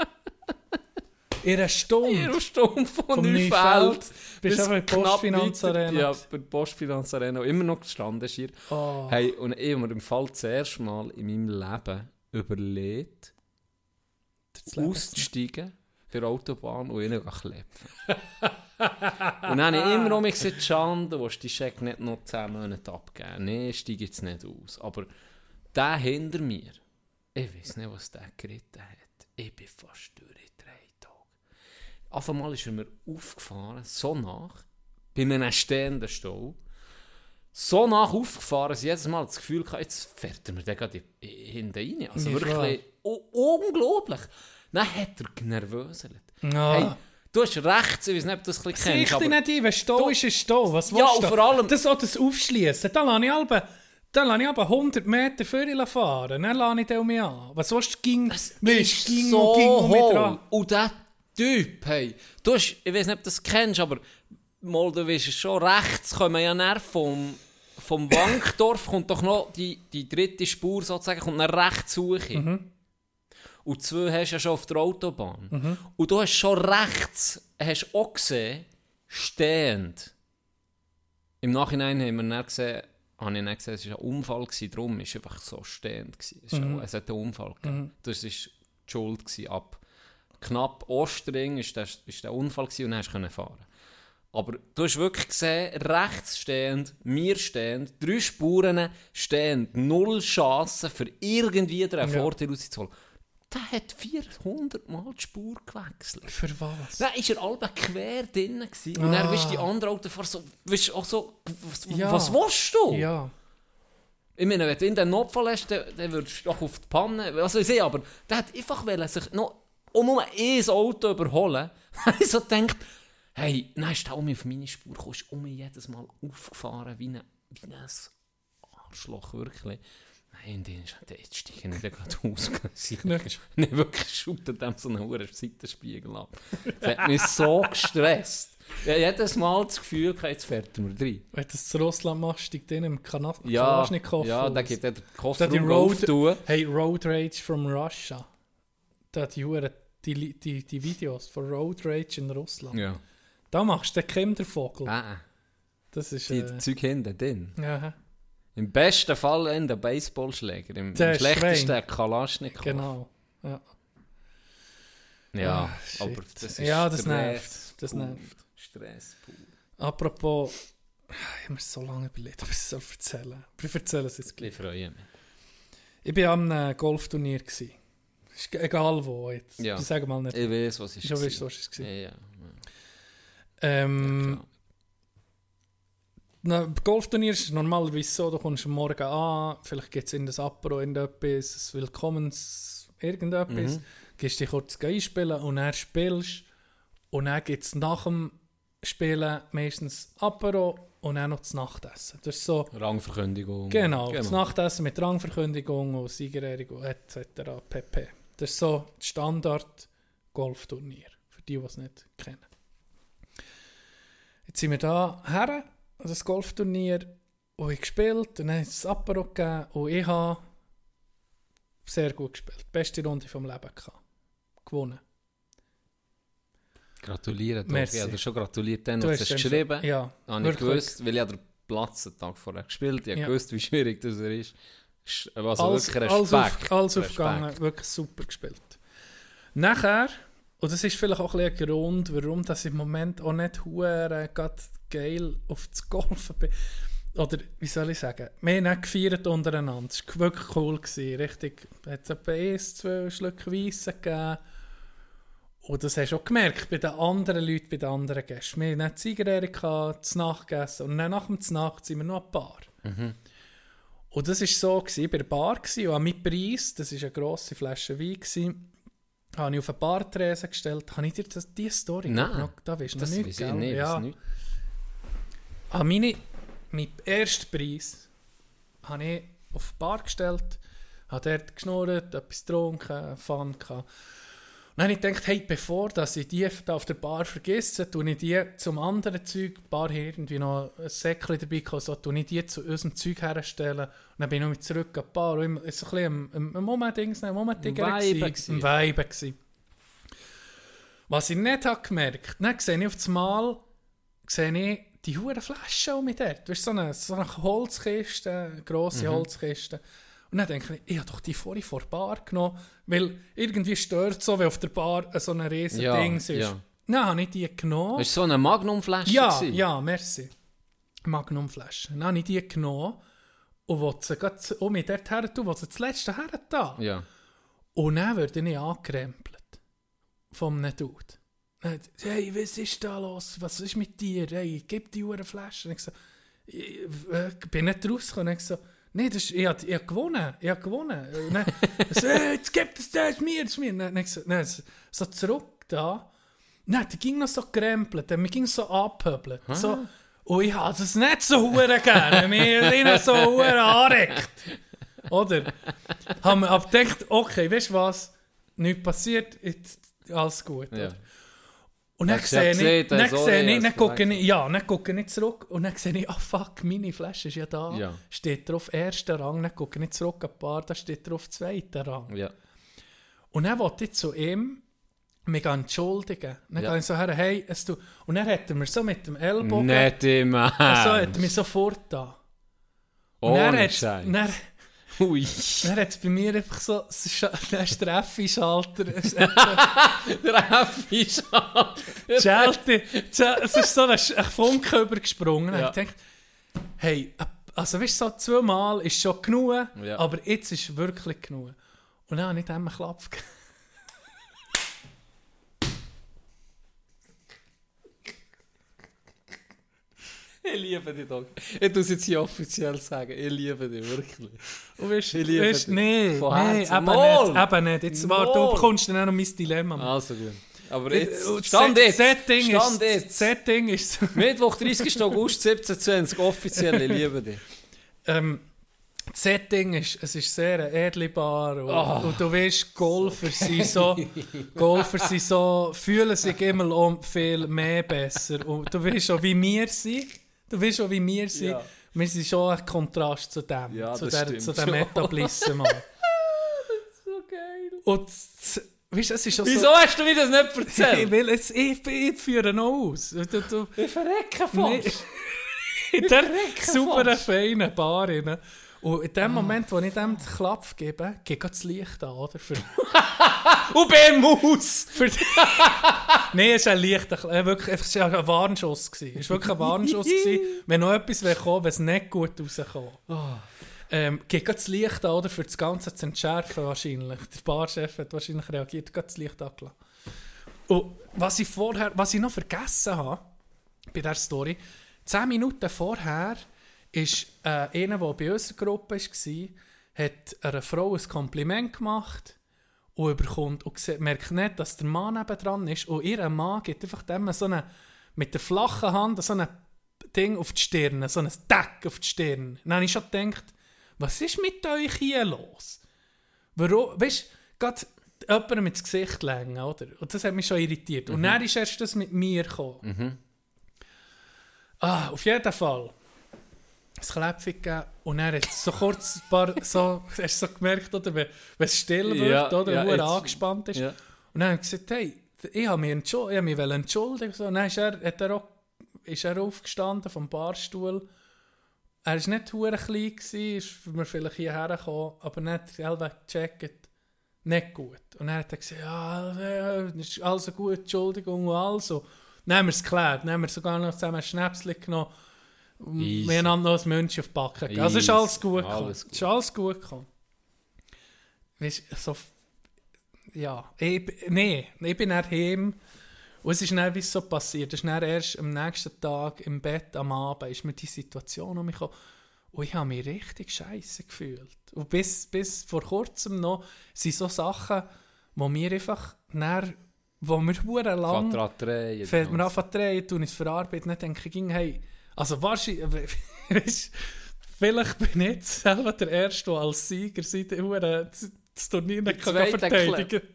In einer In Stunde? einer Stunde von Vom Neufeld. Bist bis du auf der knapp Postfinanzarena? weiter- Ja, bei der Postfinanzarena. Immer noch gestanden hier. Oh. Hey, und ich habe mir im Fall das erste Mal in meinem Leben überlegt, Das Leben. auszusteigen bei der Autobahn und ihnen klepfen. Und dann habe ich immer noch mich gesagt, Schande, willst du die Scheck nicht noch 10 Monate abgeben? Nein, steige jetzt nicht aus. Aber der hinter mir, ich weiß nicht, was der geritten hat. Ich bin fast durch in 3 Tage. Auf einmal ist er mir aufgefahren, so nach, bei einem stehenden Stau, so nach aufgefahren, dass ich jedes Mal das Gefühl hatte, jetzt fährt er mir den gerade hinten rein. Also Nicht wirklich unglaublich. Dann hat er nervöselt. Ah. Hey, du hast rechts, ich weiß nicht, ob du das ein bisschen Sieh kennst, dich aber nicht ein, wenn Stau ist, ist Stau. Was Ja, willst und du? vor allem- Das auch das Aufschliessen. Da lasse ich aber 100 Meter vor dir fahren. Dann lasse ich den mich an. Was willst du? Ging so um mich hohl. dran. Und der Typ, hey, du hast, ich weiß nicht, ob du das kennst, aber mal, du weißt es schon, rechts kommen ja näher vom Wankdorf, kommt doch noch die dritte Spur sozusagen, kommt nach rechts hoch. Und 2 hast du ja schon auf der Autobahn. Und du hast schon rechts, hast auch gesehen, stehend. Im Nachhinein haben wir dann gesehen, habe ich dann gesehen, es war ein Unfall, darum war es einfach so stehend. Es hat einen Unfall gegeben. Das war die Schuld gewesen. Ab knapp Ostring war der Unfall gewesen, und dann hast du fahren. Aber du hast wirklich gesehen, rechts stehend, mir stehend, 3 Spuren stehend, 0 Chancen für irgendwie einen Vorteil rauszuholen. Der hat 400 Mal die Spur gewechselt. Für was? Dann war er alle quer drinnen. Und dann bist du die andere Autofahrer so, weißt, auch so, was willst du? Ja. Ich meine, wenn du in den Notfall hast, dann würdest du doch auf die Panne, was weiß ich, aber der hat einfach sich noch nur ein Auto überholen. Da habe ich so gedacht, hey, dann ist der um auf meine Spur, kommst du jedes Mal aufgefahren wie ein Arschloch, wirklich. Nein, den jetzt steige ich nicht gerade aus. Nicht wirklich shootet dem so einen hohen Seitenspiegel ab. Das hat mich so gestresst. Ich habe jedes Mal das Gefühl, jetzt fährt er mir rein. Wenn du das zu Russland machst, steigt den im Ja, Kalaschnikow ja, da aus. gibt er den Da Kofferraum die Road, auftun. hey, Road Rage from Russia. Da die Videos von Road Rage in Russland. Ja. Da machst du den Kindervogel. Das ist... Die Zeug hinten drin. ja, Im besten Fall in den Baseballschläger, im Der schlechtesten Schwein. Kalaschnikow. genau. Ja. Ja, Ah, shit. aber das ist Ja, das Stress nervt. Das pur. nervt. Stress pur. Apropos... Ich habe mir so lange überlegt, ob ich es erzählen soll. Aber ich erzähle es jetzt gleich. Ich freue mich. Ich war am Golfturnier. Ist egal wo jetzt. Ja. Ich sage mal nicht. Ich weiß, was ist Ich weiß, was es war. Ja. Klar. Golfturnier ist normalerweise so, du kommst am Morgen an, vielleicht gibt es in das Apero irgendetwas, ein Willkommens irgendetwas, gehst dich kurz einspielen und dann spielst und dann gibt es nach dem Spielen meistens Apero und dann noch das Nachtessen. Das ist so, Rangverkündigung. genau, das Nachtessen mit Rangverkündigung und Siegerehrung etc. pp. Das ist so das Standard-Golfturnier, für die es nicht kennen. Jetzt sind wir da her, das Golfturnier, und ich gespielt, und dann hat es das Apero gegeben, und ich habe sehr gut gespielt. Beste Runde vom Leben gehabt. Gewonnen. Gratuliere, doch. Merci. Ich habe dir schon gratuliert, dann, Du als hast du es dem- geschrieben ja, habe ich wirklich. gewusst, weil ich den Platz einen Tag vorher gespielt habe. Ich habe Ja. gewusst, wie schwierig das ist. Also Alles, wirklich alles, Respekt. alles Respekt. aufgegangen, wirklich super gespielt. Nachher, und das ist vielleicht auch ein Grund, warum dass ich im Moment auch nicht hure geil auf das Golfen bin. Oder, wie soll ich sagen, wir haben nicht gefeiert untereinander. Es war wirklich cool gewesen, richtig. Es hat etwa 1, 2 Schlücke Weisse gegeben. Und das hast du auch gemerkt bei den anderen Leuten, bei den anderen Gästen. Wir hatten Siegerehrung zu Nacht gegessen und dann nach dem Znacht sind wir noch ein Paar. Und das war so, ich war bei der Bar und an meinen Preis, das war eine grosse Flasche Wein, habe ich auf eine Bartrese gestellt. Habe ich dir diese Story Nein, da weißt du das noch nicht, weiß ich gell? nicht. Ja. Nicht. Meinen ersten Preis habe ich auf die Bar gestellt, habe dort geschnurrt, etwas getrunken, Fun gehabt. Und dann habe ich gedacht, hey, bevor dass ich die da auf der Bar vergesse, tue ich die zum anderen Zeug, die Bar hier irgendwie noch ein Säckchen dabei gehabt, so tue ich die zu unserem Zeug herstellen. Und dann bin ich noch mit zurück an die Bar. Und es war so ein bisschen ein Vibe gewesen. Was ich nicht habe gemerkt, dann sehe ich auf das Mal die hure Flasche um mich dort. Weißt du, so eine Holzkiste, eine grosse Holzkiste. Und dann denke ich, ich habe doch die vorhin vor der Bar genommen, weil irgendwie stört es so, wenn auf der Bar so ein riesen Ding ist. Ja. Dann habe ich die genommen. Ist so eine Magnumflasche? Ja, merci. Magnumflasche. Dann habe ich die genommen und wollte sie um mich dort her tun, wollte sie das letzte her tun. Ja. Und dann werde ich angerempelt von einem Dude. Hey, was ist da los? Was ist mit dir? Hey, gib die Uhr Flasche. Und ich so, ich bin nicht rausgekommen. Und ich so, nein, ich habe gewonnen. Und dann, so, hey, jetzt gib das ist mir. Und dann ich so zurück da. Nein, der ging noch so gerempelt, der ging so abhöbelt. So, und ich habe das nicht so hure gerne, mir ihn so hure anregt. Oder? Haben wir aber gedacht, okay, weißt du was? Nichts passiert, jetzt alles gut. Ja. Und dann sehe ich, dann gucke ich zurück und dann sehe ich, fuck, meine Flasche ist ja da. Ja. Steht drauf erster Rang, dann gucke ich zurück ein paar, da steht drauf zweiter Rang. Ja. Und dann wollte ich zu ihm mich entschuldigen. Dann gehe ich so her, hey, und dann hat er mir so mit dem Ellbogen... Nicht immer. So hat er mich sofort da. Ohne Scheiß. Ui. Dann hat es bei mir einfach so einen Streffi-Schalter. Der F-Schalter. Es ist so ein Funke übergesprungen. Ja. Ich dachte, hey, also weißt du, so 2 Mal ist schon genug, aber jetzt ist wirklich genug. Und dann habe ich dem einen Klapp gegeben. Ich liebe dich doch. Ich muss es jetzt hier offiziell sagen. Ich liebe dich, wirklich. Und weißt, ich liebe dich. Nee, eben nicht. Jetzt warte, du bekommst dann auch noch mein Dilemma. Also gut. Aber jetzt, Stand jetzt. Setting ist Mittwoch, 30. August 1720, offiziell. Ich liebe dich. Das Setting ist, es ist sehr eine edle Bar und du weißt, Golfer sind so, fühlen sich immer viel mehr besser. Und du weißt auch, wie wir sind. Ja. Wir sind schon ein Kontrast zu dem, zu dem Etablissement. Das ist so geil. Und weißt, es ist auch wieso hast du mir das nicht erzählt? Ich führe noch aus. Ich verrecke fast. In der super feinen Bar rein. Und in dem Moment, wo ich dem den Klapp gebe, geht das Licht an, oder? Und beim Maus! Nein, es war ein Licht, wirklich, es war ein Warnschuss. Es war wirklich ein Warnschuss. Wenn noch etwas kommt, wenn es nicht gut rauskam. Geht das Licht an, oder? Für das Ganze zu entschärfen wahrscheinlich. Der Barchef hat wahrscheinlich reagiert, geht das Licht angelassen. Und was ich noch vergessen habe, bei dieser Story, 10 Minuten vorher ist einer, der bei unserer Gruppe war, hat einer Frau ein Kompliment gemacht und bekommt und merkt nicht, dass der Mann nebendran ist. Und ihr Mann gibt einfach dem so eine, mit der flachen Hand so ein Ding auf die Stirn, so ein Deck auf die Stirn. Dann habe ich schon gedacht, was ist mit euch hier los? Warum? Weißt du, gerade jemandem ins Gesicht legen, oder? Und das hat mich schon irritiert. Und dann ist erst das mit mir gekommen. Auf jeden Fall. Das Kläpfchen gegeben und dann hat es so kurz ein paar, so, hast du so gemerkt, oder, wenn es still wird, oder, wo er angespannt ist. Ja. Und dann habe ich gesagt, hey, ich habe mich entschuldigen. So. Und dann ist er aufgestanden vom Barstuhl. Er war nicht hure klein, ist mir vielleicht hierher gekommen, aber nicht selber gecheckt. Nicht gut. Und dann hat er gesagt, ja, ist also gut, Entschuldigung und also. Dann haben wir es geklärt, dann haben wir sogar noch zusammen ein Schnäpschen genommen. Wir haben noch ein München auf die Backe gegeben. Also ist alles gut gekommen. Ist alles gut gekommen. Weißt, so, ja, ich bin dann heim. Und es ist dann wie so passiert. Es ist dann erst am nächsten Tag im Bett am Abend ist mir die Situation um mich gekommen. Und ich habe mich richtig scheiße gefühlt. Und bis vor kurzem noch sind so Sachen, wo mir einfach dann, wo mir verdammt lang fällt mir an zu drehen, tue ich es verarbeiten, dann denke ich, hey, also wahrscheinlich, weißt, vielleicht bin ich jetzt selber der Erste, der als Sieger seit das Turnier nicht verteidigen kann.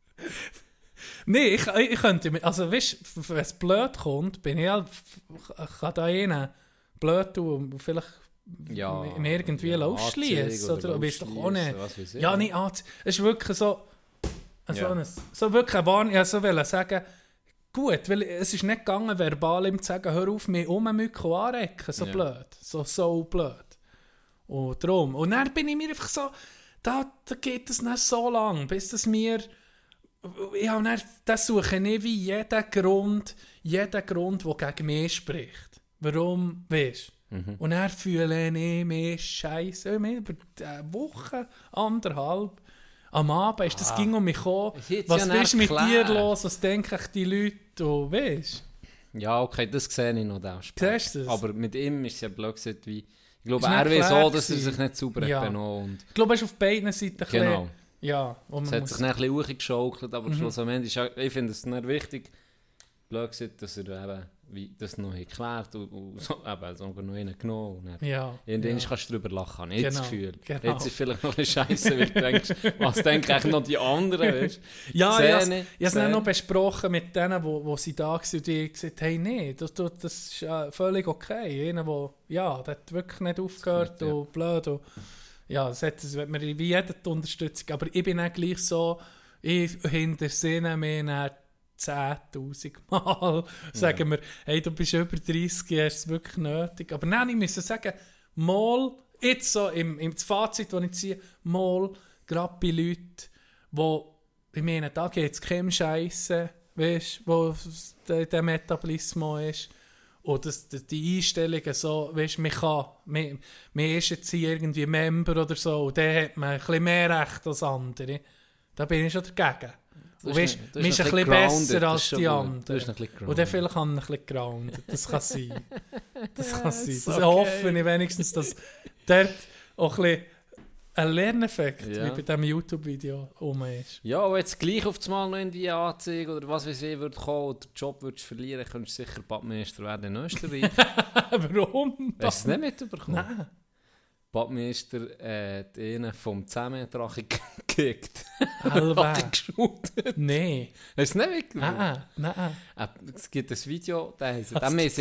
Nein, ich könnte mir, also weißt, wenn es blöd kommt, bin ich halt, ich kann da einen blöd tun und vielleicht mir irgendwie ausschließen oder weißt doch auch nicht. Ja, nicht es ist wirklich so, so wirklich eine Warnung, ich wollte sagen, gut, weil es ist nicht gegangen, verbal ihm zu sagen, hör auf, mich ummücken und anrecken, so blöd, so blöd. Und darum, und dann bin ich mir einfach so, da geht es nicht so lang, bis das mir, ja, das suche ich nicht wie jeden Grund, der gegen mich spricht. Warum, weißt du? Und dann fühle ich mich scheiße. Über eine Woche, 1,5 am Abend ist das ging um mich gekommen. Was ist mit dir los? Was denken die Leute? Und, weißt? Ja, okay, das sehe ich noch. Siehst du das? Aber mit ihm ist es ja blöd gesagt, wie... Ich glaube, er will so, dass er sich nicht sauber hat benommen. Ich glaube, er ist auf beiden Seiten genau. Ja, es hat sich dann ein bisschen hochgeschaukelt, aber schlussendlich ist ich finde es nicht wichtig, blöd gesagt, dass er eben wie das noch geklärt und so, eben, sogar noch einen genommen. Und irgendwann kannst du drüber lachen, habe ich das Gefühl. Genau. Jetzt ist vielleicht noch ein bisschen scheiße, weil du denkst, was denken eigentlich noch die anderen, weißt? Ja, ich habe es dann noch besprochen mit denen, wo sie da waren und die gesagt haben, nee, das ist völlig okay. Einer, der hat wirklich nicht aufgehört und blöd und ja, das hat mir wie jeder die Unterstützung, aber ich bin auch gleich so, ich hintersinne mir dann 10'000 Mal, sagen wir, hey, du bist über 30, hast es wirklich nötig. Aber nein, ich muss sagen, mal, jetzt so im Fazit, das ich ziehe, mal, gerade bei Leuten, wo, ich meine, da geht es keinem Scheiße, weißt du, wo der Metabolismus ist. Oder die Einstellungen so, weißt du, man ist jetzt hier irgendwie Member oder so, und dann hat man ein bisschen mehr Recht als andere. Da bin ich schon dagegen. Und weißt, man ist ein bisschen besser als die anderen. Und dann vielleicht kann man ein bisschen grounded. Das kann sein. Das kann sein. Das hoffe ich wenigstens, dass dort auch ein bisschen ein Lerneffekt wie bei diesem YouTube-Video ist. Ja, und jetzt gleich auf einmal noch in die Anzeige oder was weiß ich würde kommen oder den Job würdest verlieren, könntest du sicher Badmeister werden in Österreich. Warum? Hast du es nicht mitbekommen? Nein. Badmeister hat einen vom 10 Meter gekickt. Hat geschootet. Nein. Hast du es nicht mitbekommen? Nein. Es gibt ein Video, den haben wir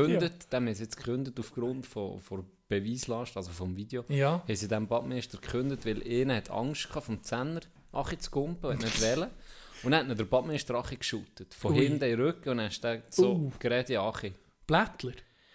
jetzt gekündigt aufgrund von Beweislast, also vom Video. Ja. Haben sie den Badmeister gekündigt, weil einer hat Angst gehabt, vom Zehner Achi zu kumpen, hat nicht wählen. Und dann hat der Badmeister Achi geschootet. Von hinten in den Rücken und dann ist der so gerade Achi. Blättler?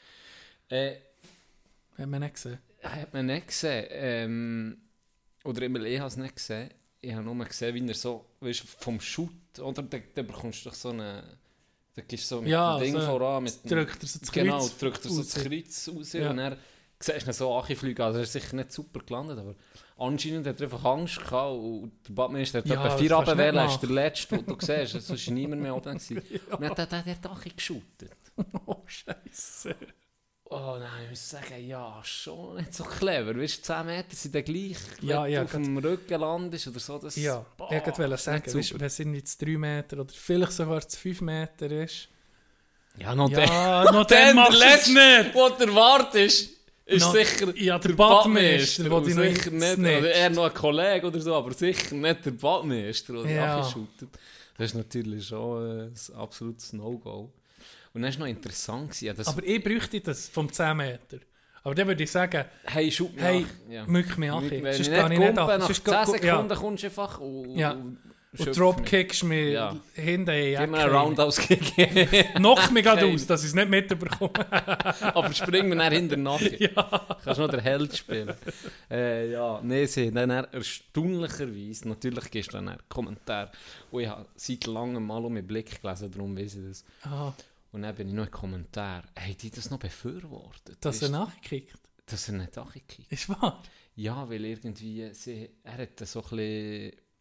Hat man nicht gesehen. Hat man nicht gesehen. Oder immer, ich habe es nicht gesehen. Ich habe nur gesehen, wie er so, weißt, vom Shoot, oder da bekommst du doch so eine, da gehst du so mit dem Ding voran. Drückt er so das Kreuz drückt er so das Kreuz raus und dann siehst du ihn so anfliegen. Also er ist sicher nicht super gelandet, aber anscheinend hat er einfach Angst gehabt und der Badmeister hat etwa 4 runterwählen, er ist der Letzte, den du siehst, es war niemand mehr oben gewesen. Und dann hat er auch geshootet. Oh, Scheiße. Oh nein, ich muss sagen, ja, schon nicht so clever. Weißt du, 10 Meter sind dann gleich, wenn du auf dem Rücken landest oder so. Das, ich wollte sagen, weißt, wenn es jetzt 3 Meter oder vielleicht sogar 5 Meter ist. Ja, noch noch den machst du es nicht. Was du erwartest, ist noch, sicher der Badmeister, der sicher nicht, oder eher noch ein Kollege oder so, aber sicher nicht der Badmeister, der die Achi shootet. Das ist natürlich schon ein absolutes No-Go. Und dann war es noch interessant. Aber ich bräuchte das vom 10 Meter. Aber dann würde ich sagen, hey, shoot mich mück mich an. Sonst kann ich nicht ab. Nach 10 Sekunden kommst du einfach und dropkickst mich hinten in. Gib mir einen Roundhouse-Kick. Knock mich gerade aus, dass ich es nicht mitbekomme. Aber spring mir dann hinten nachher. Kannst noch den Held spielen. Sie dann erstaunlicherweise, natürlich gibst du dann einen Kommentar. Und ich habe seit langem mal um meinen Blick gelesen, darum weiß ich das. Aha. Und dann bin ich noch einen Kommentar. Haben die das noch befürwortet? Dass er nachgekickt? Dass er nicht nachgekickt. Ist wahr? Ja, weil irgendwie, er hat so ein bisschen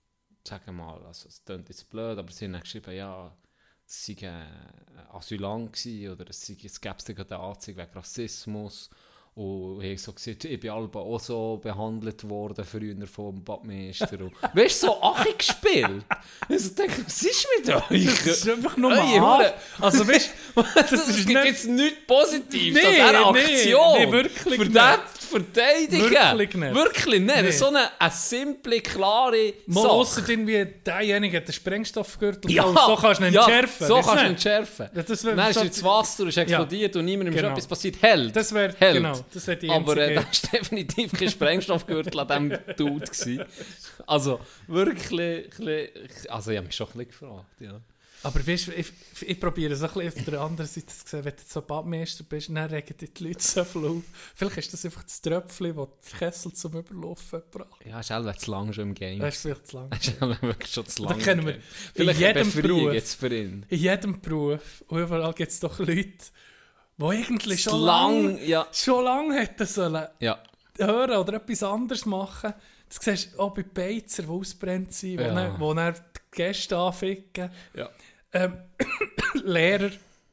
sagen wir mal, also es klingt jetzt blöd, aber sie haben dann geschrieben, ja, es sei Asylant gewesen oder es gäbe es eine Anzeige wegen Rassismus. Und ich habe so gesagt, ich bin auch so behandelt worden früher vom Badmeister. Weißt du, so Achi gespielt? Ich denke, was ist mit euch? Das ist einfach nur Hey, mal. Also weißt du, das gibt jetzt nichts Positives an Nee, dieser Aktion. nee, wirklich für nicht. das zu verteidigen. Wirklich nicht. Wirklich nicht. Nee. Das ist so eine simple, klare mal Sache. ausser irgendwie derjenige hat den Sprengstoffgürtel Ja, und so kannst du ihn entschärfen. so weißt kannst du ihn nicht? entschärfen. Ja, das wär- Dann ist so- ins Wasser, ist explodiert und niemandem ist Genau. etwas passiert. Held. Das wäre Held. genau, das wäre die Aber einzige... da war definitiv kein Sprengstoffgürtel an diesem Dude gewesen. Also wirklich, also ich habe mich schon ein bisschen gefragt, ja. Aber weißt du, ich probiere es ein bisschen auf der anderen Seite zu sehen, wenn du so Badmeister bist, dann regen dich die Leute so viel auf. Vielleicht ist das einfach das Tröpfchen, das den Kessel zum Überlaufen gebracht. Ja, ist auch zu lange schon im Game. Das ist vielleicht zu lang. Das ist wirklich schon zu lange. Da kennen wir im Game. Vielleicht in eine jedem Befreiung Beruf. jetzt für ihn. In jedem Beruf, und überall gibt es doch Leute, die eigentlich Zu schon lang, lange ja. hätten sollen Ja. hören oder etwas anderes machen. Das siehst du auch bei Beizer, die ausbrennt sind, Ja. wo dann die Gäste anficken. Ja. Lehrer,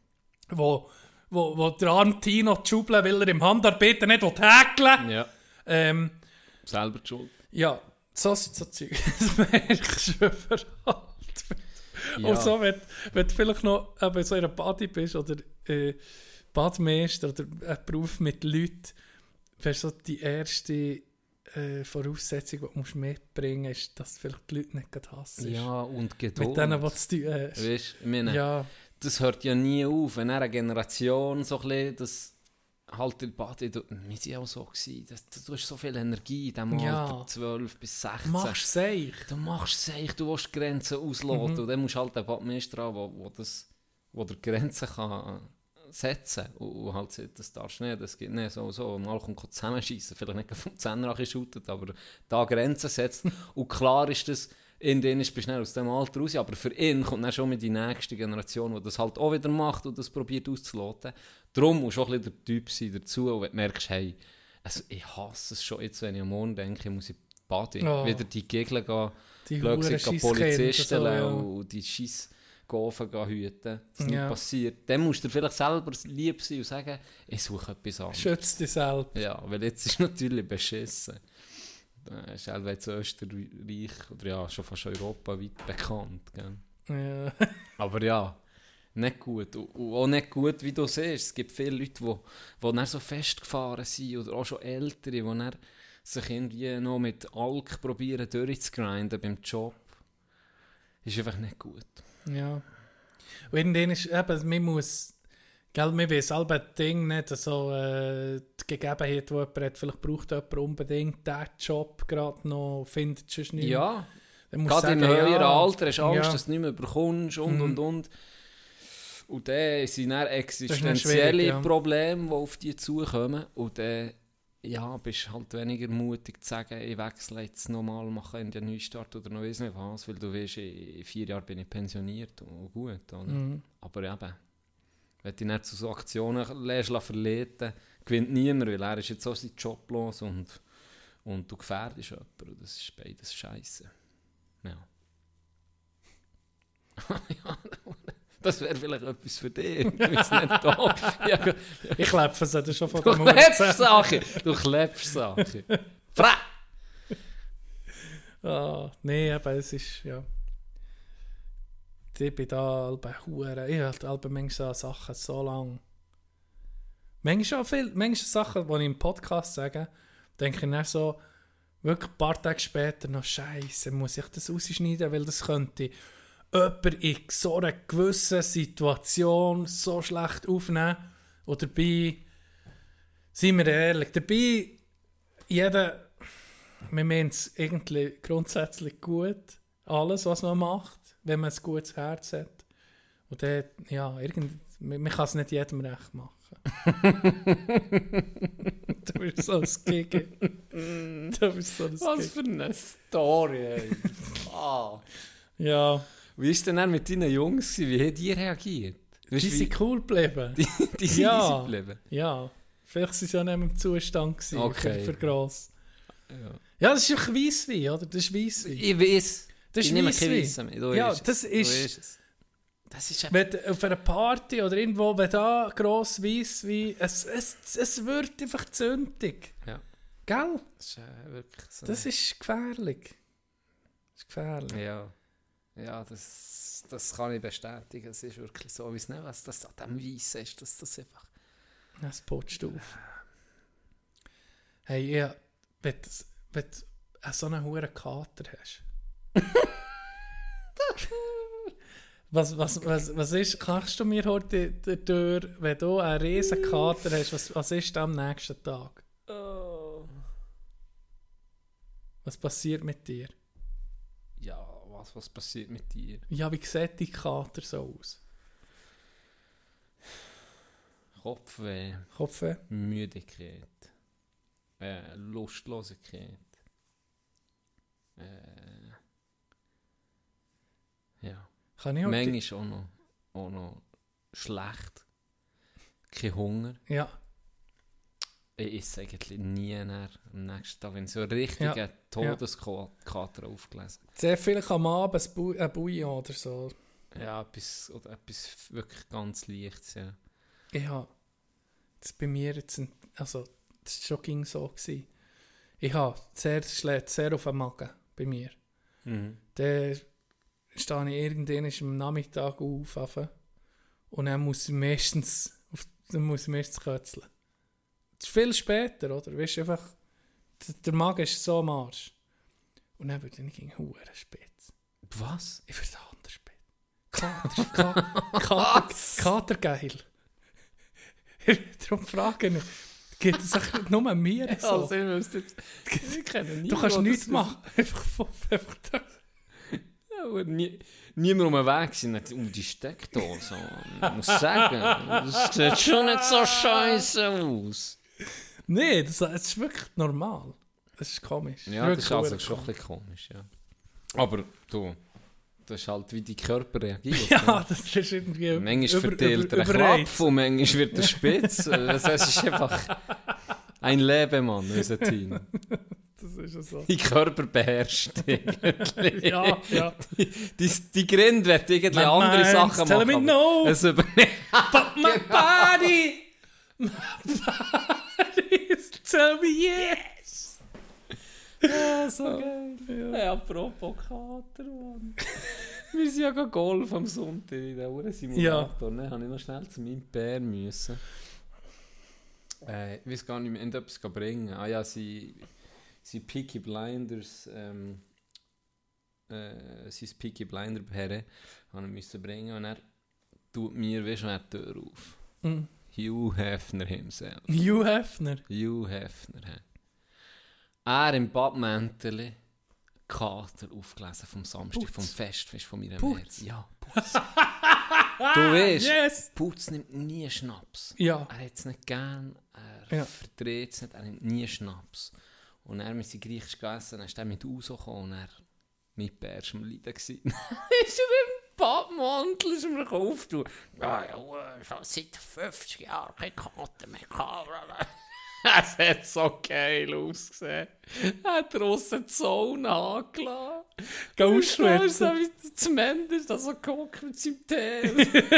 wo der arme Tino die Schubel, weil er im Handarbeiten nicht häkeln will. Ja. Selber die Schuld. Ja, so sind so Zeug. Das merkst du überall. Ja. Und so, wenn du vielleicht noch eben so in einer Body bist oder Badmeister oder ein Beruf mit Leuten, wäre so die erste Voraussetzung, die du musst mitbringen musst, ist, dass vielleicht die Leute nicht gerade hassen. Ja, und Geduld. Mit denen, die es tun hast. Weißt, ich meine, Ja, das hört ja nie auf. Wenn eine Generation so ein bisschen das halt in Body, wir waren ja auch so gewesen, du hast so viel Energie in diesem Ja. Alter, 12 bis 16. machst du es Du machst es, du willst die Grenzen ausloten und dann musst du halt einen Badmeister haben, wo der Grenzen kann setzen und halt sagt, das darfst du nicht, das geht nicht, so. Und mal kommt zusammenschießen, vielleicht nicht vom Zehner shootet, aber da Grenzen setzt. Und klar ist das, in denen bist du schnell aus dem Alter raus, aber für ihn kommt dann schon mit die nächste Generation, die das halt auch wieder macht und das probiert auszuloten. Darum musst du auch ein bisschen der Typ sein dazu, und wenn du merkst, hey, also ich hasse es schon jetzt, wenn ich am Morgen denke, muss ich Body, wieder die Gegner gehen, die blöd huren gesagt, Scheisskinder, Polizisten so, ja. und die Scheissgaufen hüten, dass Ja. nicht passiert. Dann musst du dir vielleicht selber lieb sein und sagen, ich suche etwas anderes. Schützt dich selbst. Ja, weil jetzt ist natürlich beschissen. Das ist auch jetzt Österreich oder ja, schon fast europaweit bekannt. Gell? Ja. Aber ja, nicht gut. Und auch nicht gut, wie du siehst. Es gibt viele Leute, die dann so festgefahren sind oder auch schon Ältere, die dann sich irgendwie noch mit Alk probieren durchzugrinden beim Job. Ist einfach nicht gut. Ja. Und irgendwann ist eben, man muss, gell, man weiß selber das Ding nicht, so die Gegebenheit, die jemand hat, vielleicht braucht jemand unbedingt diesen Job gerade noch, findet es sonst nicht. Ja, Dann musst du gerade im sagen, höheren ja, Alter hast du Angst, ja. dass du nicht mehr bekommst und. Und dann sind dann schwierig, existenzielle ja. Probleme, die auf dich zukommen. Und dann ja, bist du halt weniger mutig zu sagen, ich wechsle jetzt nochmal, mache einen Neustart oder noch weiss nicht was, weil du weißt, in 4 Jahren bin ich pensioniert und gut. Oder? Aber eben, wenn du dich nicht zu so Aktionen lässt verleiten, gewinnt niemand, weil er ist jetzt auch seinen Job los und du gefährdest jemanden. Und das ist beides scheisse. Ja. Ja, das wäre vielleicht etwas für dich. Ich weiß nicht, da. Ja, Ich klebe es schon von du dem klebst Sachen. Du klebst Sachen. Fra! Nee, aber es ist, ja. Ich bin da halbe Hure. Ich halte halbe manchmal so Sachen so lang. Manchmal Sachen, die ich im Podcast sage, denke ich dann so, wirklich ein paar Tage später noch, Scheiße, muss ich das rausschneiden, weil das könnte jemand in so einer gewissen Situation so schlecht aufnehmen. Und dabei, seien wir ehrlich, dabei, wir meinen es irgendwie grundsätzlich gut, alles, was man macht, wenn man ein gutes Herz hat. Und dann, ja, man kann es nicht jedem recht machen. Du bist so ein Gigi. Was für eine Story, ey. Ja, Wie war es denn dann mit deinen Jungs? Wie haben die reagiert? die sind cool geblieben. Die sind Ja. easy geblieben. Ja, vielleicht waren sie ja nicht mehr im Zustand Okay. für gross. Ja. Ja, das ist einfach Weisswein, oder? Das ist Weisswein. Ich weiß. Das Ich ist nehme Weisswein. kein Weisse mehr. Du Ja, isst das es. ist- Es. Das ist Wenn du auf einer Party oder irgendwo, wenn da gross Weisswein, es wird einfach zündig. Ja. Gell? Das ist wirklich so. Das ist gefährlich. Das ist gefährlich. Ja, ja, das kann ich bestätigen. Es ist wirklich so, wie es nicht, was das an dem Weissen ist, dass das einfach... Das putzt auf. Hey, ja, wenn du so einen hohen Kater hast. Was ist, kannst du mir heute durch, wenn du einen riesen Kater hast, was ist am nächsten Tag? Oh. Was passiert mit dir? Ja, was passiert mit dir? Ja, wie sieht die Kater so aus? Kopfweh, Kopfweh? Müdigkeit, Lustlosigkeit. Ja. Kann ich heute... Manchmal auch noch schlecht. Kein Hunger. Ja, Ich esse eigentlich nie am nächsten Tag, wenn ich so einen richtigen Ja. Todeskater aufgelesen sehr vielleicht am Abend ein Bouillon oder so. Ja, etwas wirklich ganz Leichtes, ja. Ja, das bei mir jetzt, also das war schon ging so gewesen. Ich habe sehr auf den Magen bei mir. Mhm. Dann stehe ich irgendwann am Nachmittag auf und dann muss ich meistens kötzeln. Das ist viel später, oder? Weißt du, einfach, der Magen ist so am Arsch. Und dann würde ich gegen Huren spitz. Was? Ich würde anders spitz. Kater geil. Darum frage ich, gibt es auch nur mir so? Also, ich müsste jetzt... Ich kenne Du kannst nichts machen. Einfach das. Ja, niemand um den Weg sein, nicht um die Steckdose. Ich muss sagen, das sieht schon nicht so scheiße aus. Nein, das ist wirklich normal. Das ist komisch. Ja, das ist also Wirklich schon ein bisschen komisch, ja. Aber du, das ist halt, wie dein Körper reagiert. Ja, ne? das ist irgendwie Manchmal verteilt er einen überreizt. Klapf und manchmal wird er spitz. Das ist einfach ein Lebemann, unser Team. Das ist ja so. Dein Körper beherrscht eigentlich. Ja, ja. Die Grind wird irgendwie andere mind's Sachen telling machen. me no. Es übernimmt. But my body is tell me yes. Ja, so geil. Ja, apropos Kater, Mann. Wir sind ja Golf am Sonntag in der Uhrensimulator. Ja. Dann habe ich noch schnell zu meinem Bär müssen. Ich weiß gar nicht mehr, etwas bringen. Ah ja, sie Peaky Blinders, sein Peaky Blinder Bär musste bringen und er tut mir wie schon eine Tür auf. Mm. Hugh Hefner himself. Hugh Hefner. Hugh Hefner. Er im Badmäntel Kater aufgelesen vom Samstag, Putz. vom Fest von meiner Putz. Mutter. Ja, Putz. Du weißt, Yes. Putz nimmt nie Schnaps. Ja. Er hat es nicht gern, er Ja. verdreht es nicht, er nimmt nie Schnaps. Und er mit seinem Griechisch gegessen, dann ist er mit rausgekommen und er mit Bär am Leiden gewesen. Ist er im Badmantel, ist mir gekauft. Ja, schon seit 50 Jahren kein Kater mehr gehabt. Es hat so geil ausgesehen. Er hat draussen die Zone angelassen. Ausschwitzen. Wie das Männer ist da so gehockt mit seinem Tee.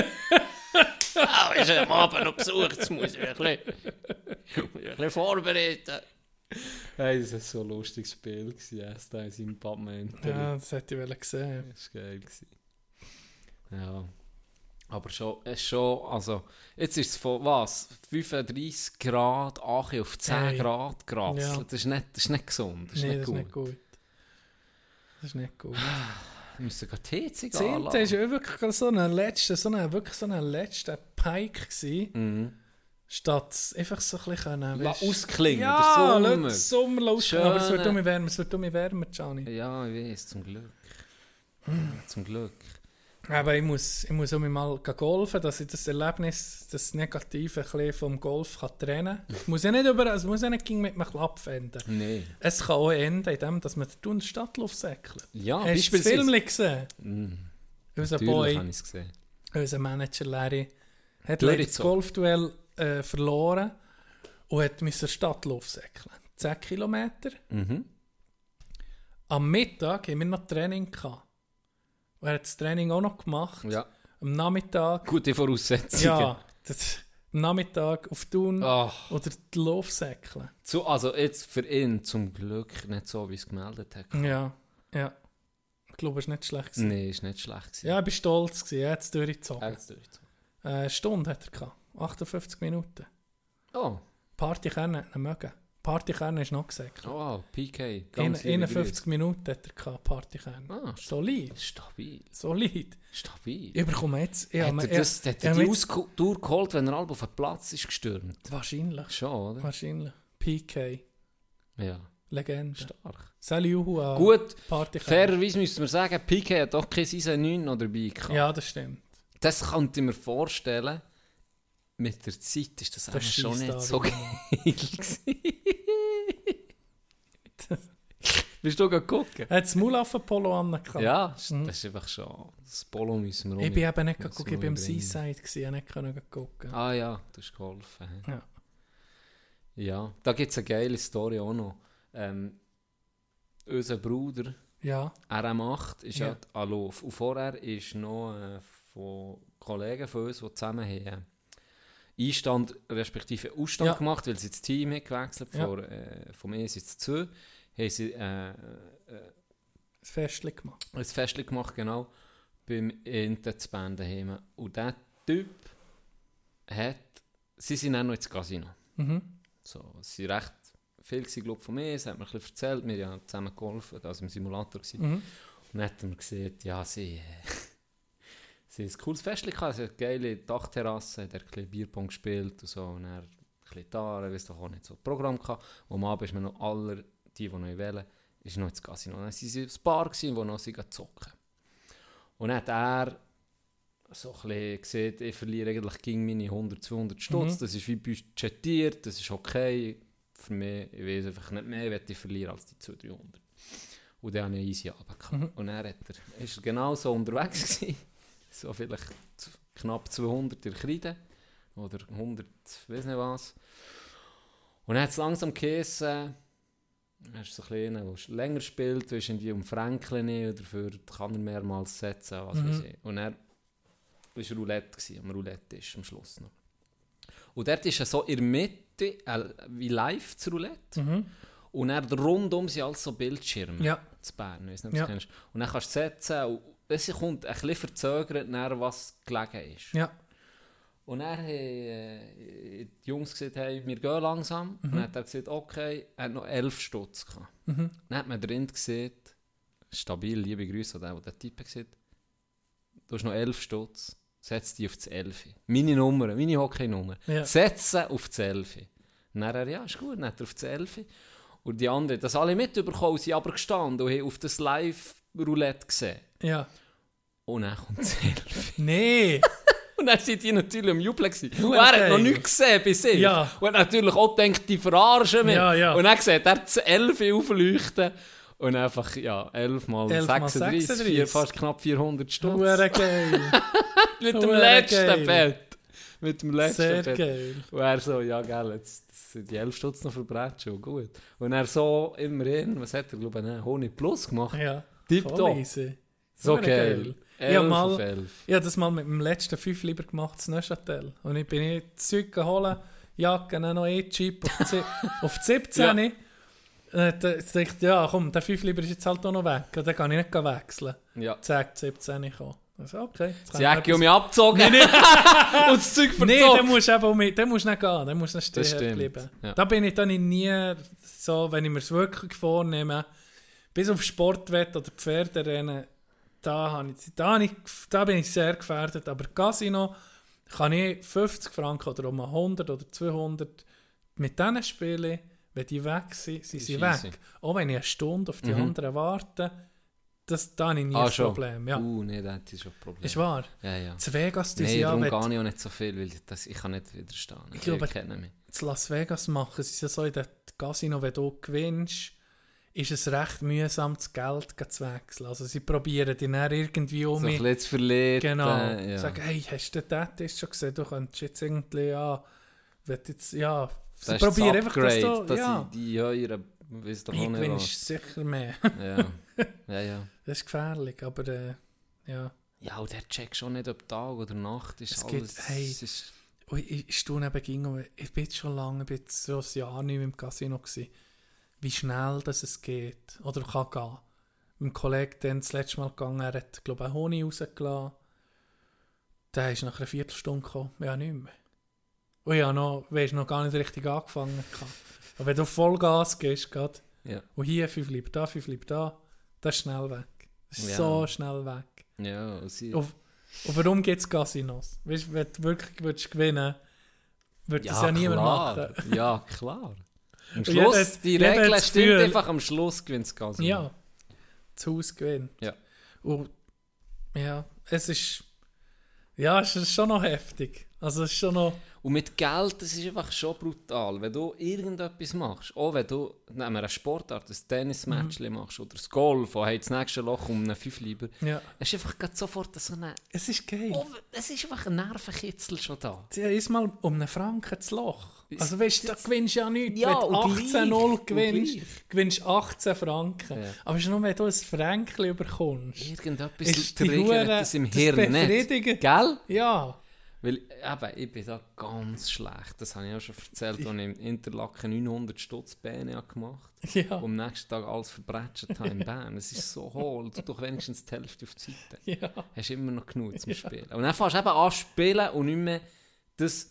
Ist am Abend noch besucht, jetzt muss ich mich ein bisschen vorbereiten. Hey, das war so ein lustiges Spiel, erst da in seinem Badmäntel. Ja, das hätte ich gesehen. Das war geil. Ja. Aber schon, also, jetzt ist es von was? 35 Grad, auf 10 Hey. Grad gerasselt. Ja. Das ist nicht gesund. Das ist Nein, nicht das ist gut. nicht gut. Das ist nicht gut. Wir müssen gerade die Heizung 10. anlassen. war ja wirklich so ein letzter Pike gewesen, Mhm. statt einfach so ein bisschen Ausklingen, ja, der Sommer. Sommer ausklingen, aber es wird Schöne- immer wärmer, Gianni. Ja, ich weiß, zum Glück. Zum Glück. Aber ich muss auch mal golfen, dass ich das Erlebnis, das Negative ein bisschen vom Golf kann trennen kann. Es muss ja nicht gegen mit einem Klapp enden. Nein. Es kann auch enden, indem dass man die Stadtluft säckelt. Ja, Hast du das Film gesehen? Unser Natürlich Boy, habe ich es gesehen. unser Manager Larry, hat Larry leider das so. Golfduell verloren und musste Stadtluft säckeln. 10 Kilometer. Mhm. Am Mittag haben wir noch Training gehabt. Und er hat das Training auch noch gemacht. Ja. Am Nachmittag. Gute Voraussetzungen. Ja, am Nachmittag auf Thun Ach. oder die Laufsäckle. Also jetzt für ihn zum Glück nicht so, wie es gemeldet hat. Ja. Ich glaube, es war nicht schlecht. Gewesen. Nein, ist nicht schlecht gewesen. Ja, ich war stolz. Gewesen. Er hat es durchgezogen. Er hat's durchgezogen. Eine Stunde hat er gehabt. 58 Minuten. Oh. Partykerne hat ihn mögen. Partykerne ist noch gesagt. Oh, PK. Ganz 51 Minuten hat er gehabt, Partykerne. Ah, Solid. Stabil. Solid. Stabil. Ich bekomme jetzt... Hat er die Ausdauer geholt, wenn er halb auf den Platz ist gestürmt? Wahrscheinlich. Schon, oder? Wahrscheinlich. PK. Ja. Legende. Stark. Saliuhu an Gut, Partykerne. fairerweise müssen wir sagen, PK hat auch keine Season 9 noch dabei gehabt. Ja, das stimmt. Das könnte ich mir vorstellen, mit der Zeit ist das eigentlich schon nicht so geil gewesen. Bist du gucken? Er hat das Mulaffen-Polo angehabt. Ja, das ist einfach schon. Das Polo müssen wir Ich bin eben nicht müssen gucken, wir ich war im bringen. Seaside, ich konnte nicht gucken. Ah ja, du hast geholfen. he? Ja. Ja, da gibt es eine geile Story auch noch. Unser Bruder, Ja. RM8, ist ja Ja. an Lauf. Und vorher ist noch von Kollegen von uns, die zusammen haben, Einstand respektive Ausstand Ja. gemacht, weil sie das Team haben gewechselt Ja. vom ES ins 2. Haben sie Ein Festchen gemacht. ein Festchen gemacht, genau, beim Intenzband daheim. Und dieser Typ sie sind auch noch ins Casino. Mhm. So, es waren recht viel, glaube ich, von mir, das hat mir ein bisschen erzählt, wir haben zusammen geholfen, also im Simulator gewesen. Mhm. Und dann hat er mir gesagt, ja, sie haben ein cooles Festchen gehabt, sie hat eine geile Dachterrasse, hat er ein bisschen Bierpong gespielt und so, und er ein bisschen Gitarre, weiss doch auch nicht, so ein Programm gehabt. Und am Abend ist mir noch alle, die noch wählen, ist noch ins Casino. Und dann waren sie in einem Bar gewesen, wo noch sie zocken. Und dann hat er so ein bisschen gesehen, ich verliere eigentlich gegen meine 100, 200 Stutz, das ist wie budgetiert, das ist okay. Für mich, ich weiß einfach nicht mehr, ich verliere als die 200, 300. Und dann habe ich easy runtergekommen. Und dann ist er genau so unterwegs gewesen. So vielleicht knapp 200 in Kreide. Oder 100, weiß nicht was. Und dann hat es langsam geheißen, er ist so ein bisschen, der länger spielt, du bist irgendwie um Franklin oder dafür kann er mehrmals setzen, was weiß ich. Und er war Roulette, am Roulette-Tisch am Schluss noch. Und dort ist er so in der Mitte, wie live zu Roulette. Mhm. Und dann rundum sind alles so Bildschirme. Ja. zu Bern, ich weiss nicht, ob du Ja. es kennst. Und dann kannst du setzen, und es kommt ein bisschen verzögert nach, was gelegen ist. Ja. Und dann haben die Jungs gesagt, hey, wir gehen langsam. Und dann hat er gesagt, okay, er hat noch 11 Stutz gehabt. Dann hat man drin gesehen, stabil, liebe Grüße an den, der Typ gesagt, du hast noch 11 Stutz, setz die auf das 11. Meine Nummer, meine Hockey-Nummer. Ja. Setze auf das 11. Und dann hat er, ja, ist gut, dann hat er auf das 11. Und die anderen, das alle mitbekommen, sind aber gestanden und haben auf das Live-Roulette gesehen. Ja. Und dann kommt das 11. Nee! Und dann sind die natürlich am Jubeln gewesen. Und Hure er hat geil. noch nichts gesehen bis jetzt. Ja. Und er hat natürlich auch gedacht, die verarschen mich. Ja, ja. Und dann sieht er das 11 aufleuchten. Und einfach, ja, 11 mal 11 mal 36, 36. Fast knapp 400 Stutz. Hure geil! Mit dem Hure letzten geil. Bett. Mit dem letzten Sehr Bett. geil. Und er so, ja, gell, jetzt sind die 11 Stutz noch verbrannt, schon gut. Und er so immerhin, was hat er, glaube ich, einen Honig Plus gemacht? Ja. Tipptopp. Voll easy. So Hure geil. Ich habe 11 auf mal, 11. ich habe das mal mit dem letzten 5 lieber gemacht, das Neuchâtel. Und ich bin hier das Zeug geholt, Jacke, dann noch E-Chip auf die 17. Ja. Dann dachte ich, ja komm, der 5 lieber ist jetzt halt auch noch weg. Und dann kann ich nicht wechseln. Ja. Zack, 17 kommen. Also, okay. jetzt kann Sie ich hat etwas- um mich abgezogen und das Zeug verzogen. Nee, dann musst du eben um mich, dann musst du nicht gehen, dann musst du nicht Das stehen stimmt, bleiben. ja. Da bin ich dann nie so, wenn ich mir es wirklich vornehme, bis auf Sportwett oder Pferderennen, da bin ich sehr gefährdet. Aber Casino kann ich 50 Franken oder um 100 oder 200 mit denen spielen, wenn die weg sind, sind sie Ist weg. easy. Auch wenn ich eine Stunde auf die anderen warte, da habe ich nie ein schon. Problem. Ja. Nee, das ist schon ein Problem. Ist wahr. Ja, ja. Zu Vegas, die Nein, sind ja, darum wenn gehe ich auch nicht so viel, weil ich kann nicht widerstehen. Ich glaube, ich kenne mich. zu Las Vegas machen, es ist ja so in den Casino, wenn du gewinnst, ist es recht mühsam, das Geld zu wechseln. Also sie probieren dich dann irgendwie um So ein mich. bisschen zu verlieren. Genau. Ja. Sagen, hey, hast du den Test schon gesehen? Du könntest jetzt irgendwie, ja, jetzt, ja, sie Das ist probieren das einfach, dass Upgrade, du, dass ja, die höheren, weiss doch auch ich nicht gewinnst sicher mehr. was. Ja, ja, ja. Das ist gefährlich, aber Ja. Ja, und der checkt schon nicht, ob Tag oder Nacht ist. Es Alles, gibt, hey, es ist, ich staune eben ging, ich bin jetzt schon lange, ich bin jetzt so ein Jahr nicht mehr im Casino gewesen, wie schnell das es geht oder kann gehen. Mein Kollege dann das letzte Mal gegangen, er hat, glaube ich, einen Honig rausgelassen. Der ist nach einer Viertelstunde gekommen, ja nicht mehr. Und ja, noch gar nicht richtig angefangen. Aber wenn du Vollgas gehst, grad, ja. und hier 5 Lieber da, das ist schnell weg. Das ist Ja. so schnell weg. Ja, und sie... Und warum gibt es Casinos? Weißt, wenn du wirklich willst gewinnen willst, würde das ja niemand machen. Ja, klar. Am jeder Schluss, hat- die jeder hat Regel das stimmt Gefühl- einfach, am Schluss gewinnt es Casino. Ja, das Haus gewinnt. Ja. Und ja, es ist schon noch heftig. Also es ist schon noch... Und mit Geld, das ist einfach schon brutal. Wenn du irgendetwas machst, auch wenn du, nehmen wir eine Sportart, ein Tennismatch machst oder das Golf, und hey, das nächste Loch um einen 5 lieber, Ja. es ist einfach grad sofort so eine... Es ist geil. Oh, es ist einfach ein Nervenkitzel schon da. Ja, ist mal um einen Franken das Loch. Also weißt du, da gewinnst du ja nichts. Ja, wenn du und 18-0 gleich, gewinnst du 18 Franken. Ja. Aber es ist nur, wenn du ein Fränkchen bekommst. Irgendetwas Ist die triggert Hure- das im das Hirn nicht. befriedigend. Gell? Ja. Weil eben, ich bin da ganz schlecht. Das habe ich auch schon erzählt, als ich im Interlaken 900 Stutz Beine gemacht habe. Ja. Und am nächsten Tag alles verbrätscht habe in Bern. Es ist so hohl. Du doch wenigstens die Hälfte auf die Seite. Ja. Hast immer noch genug zum Spielen. Und dann fängst du eben an zu spielen und nicht mehr das...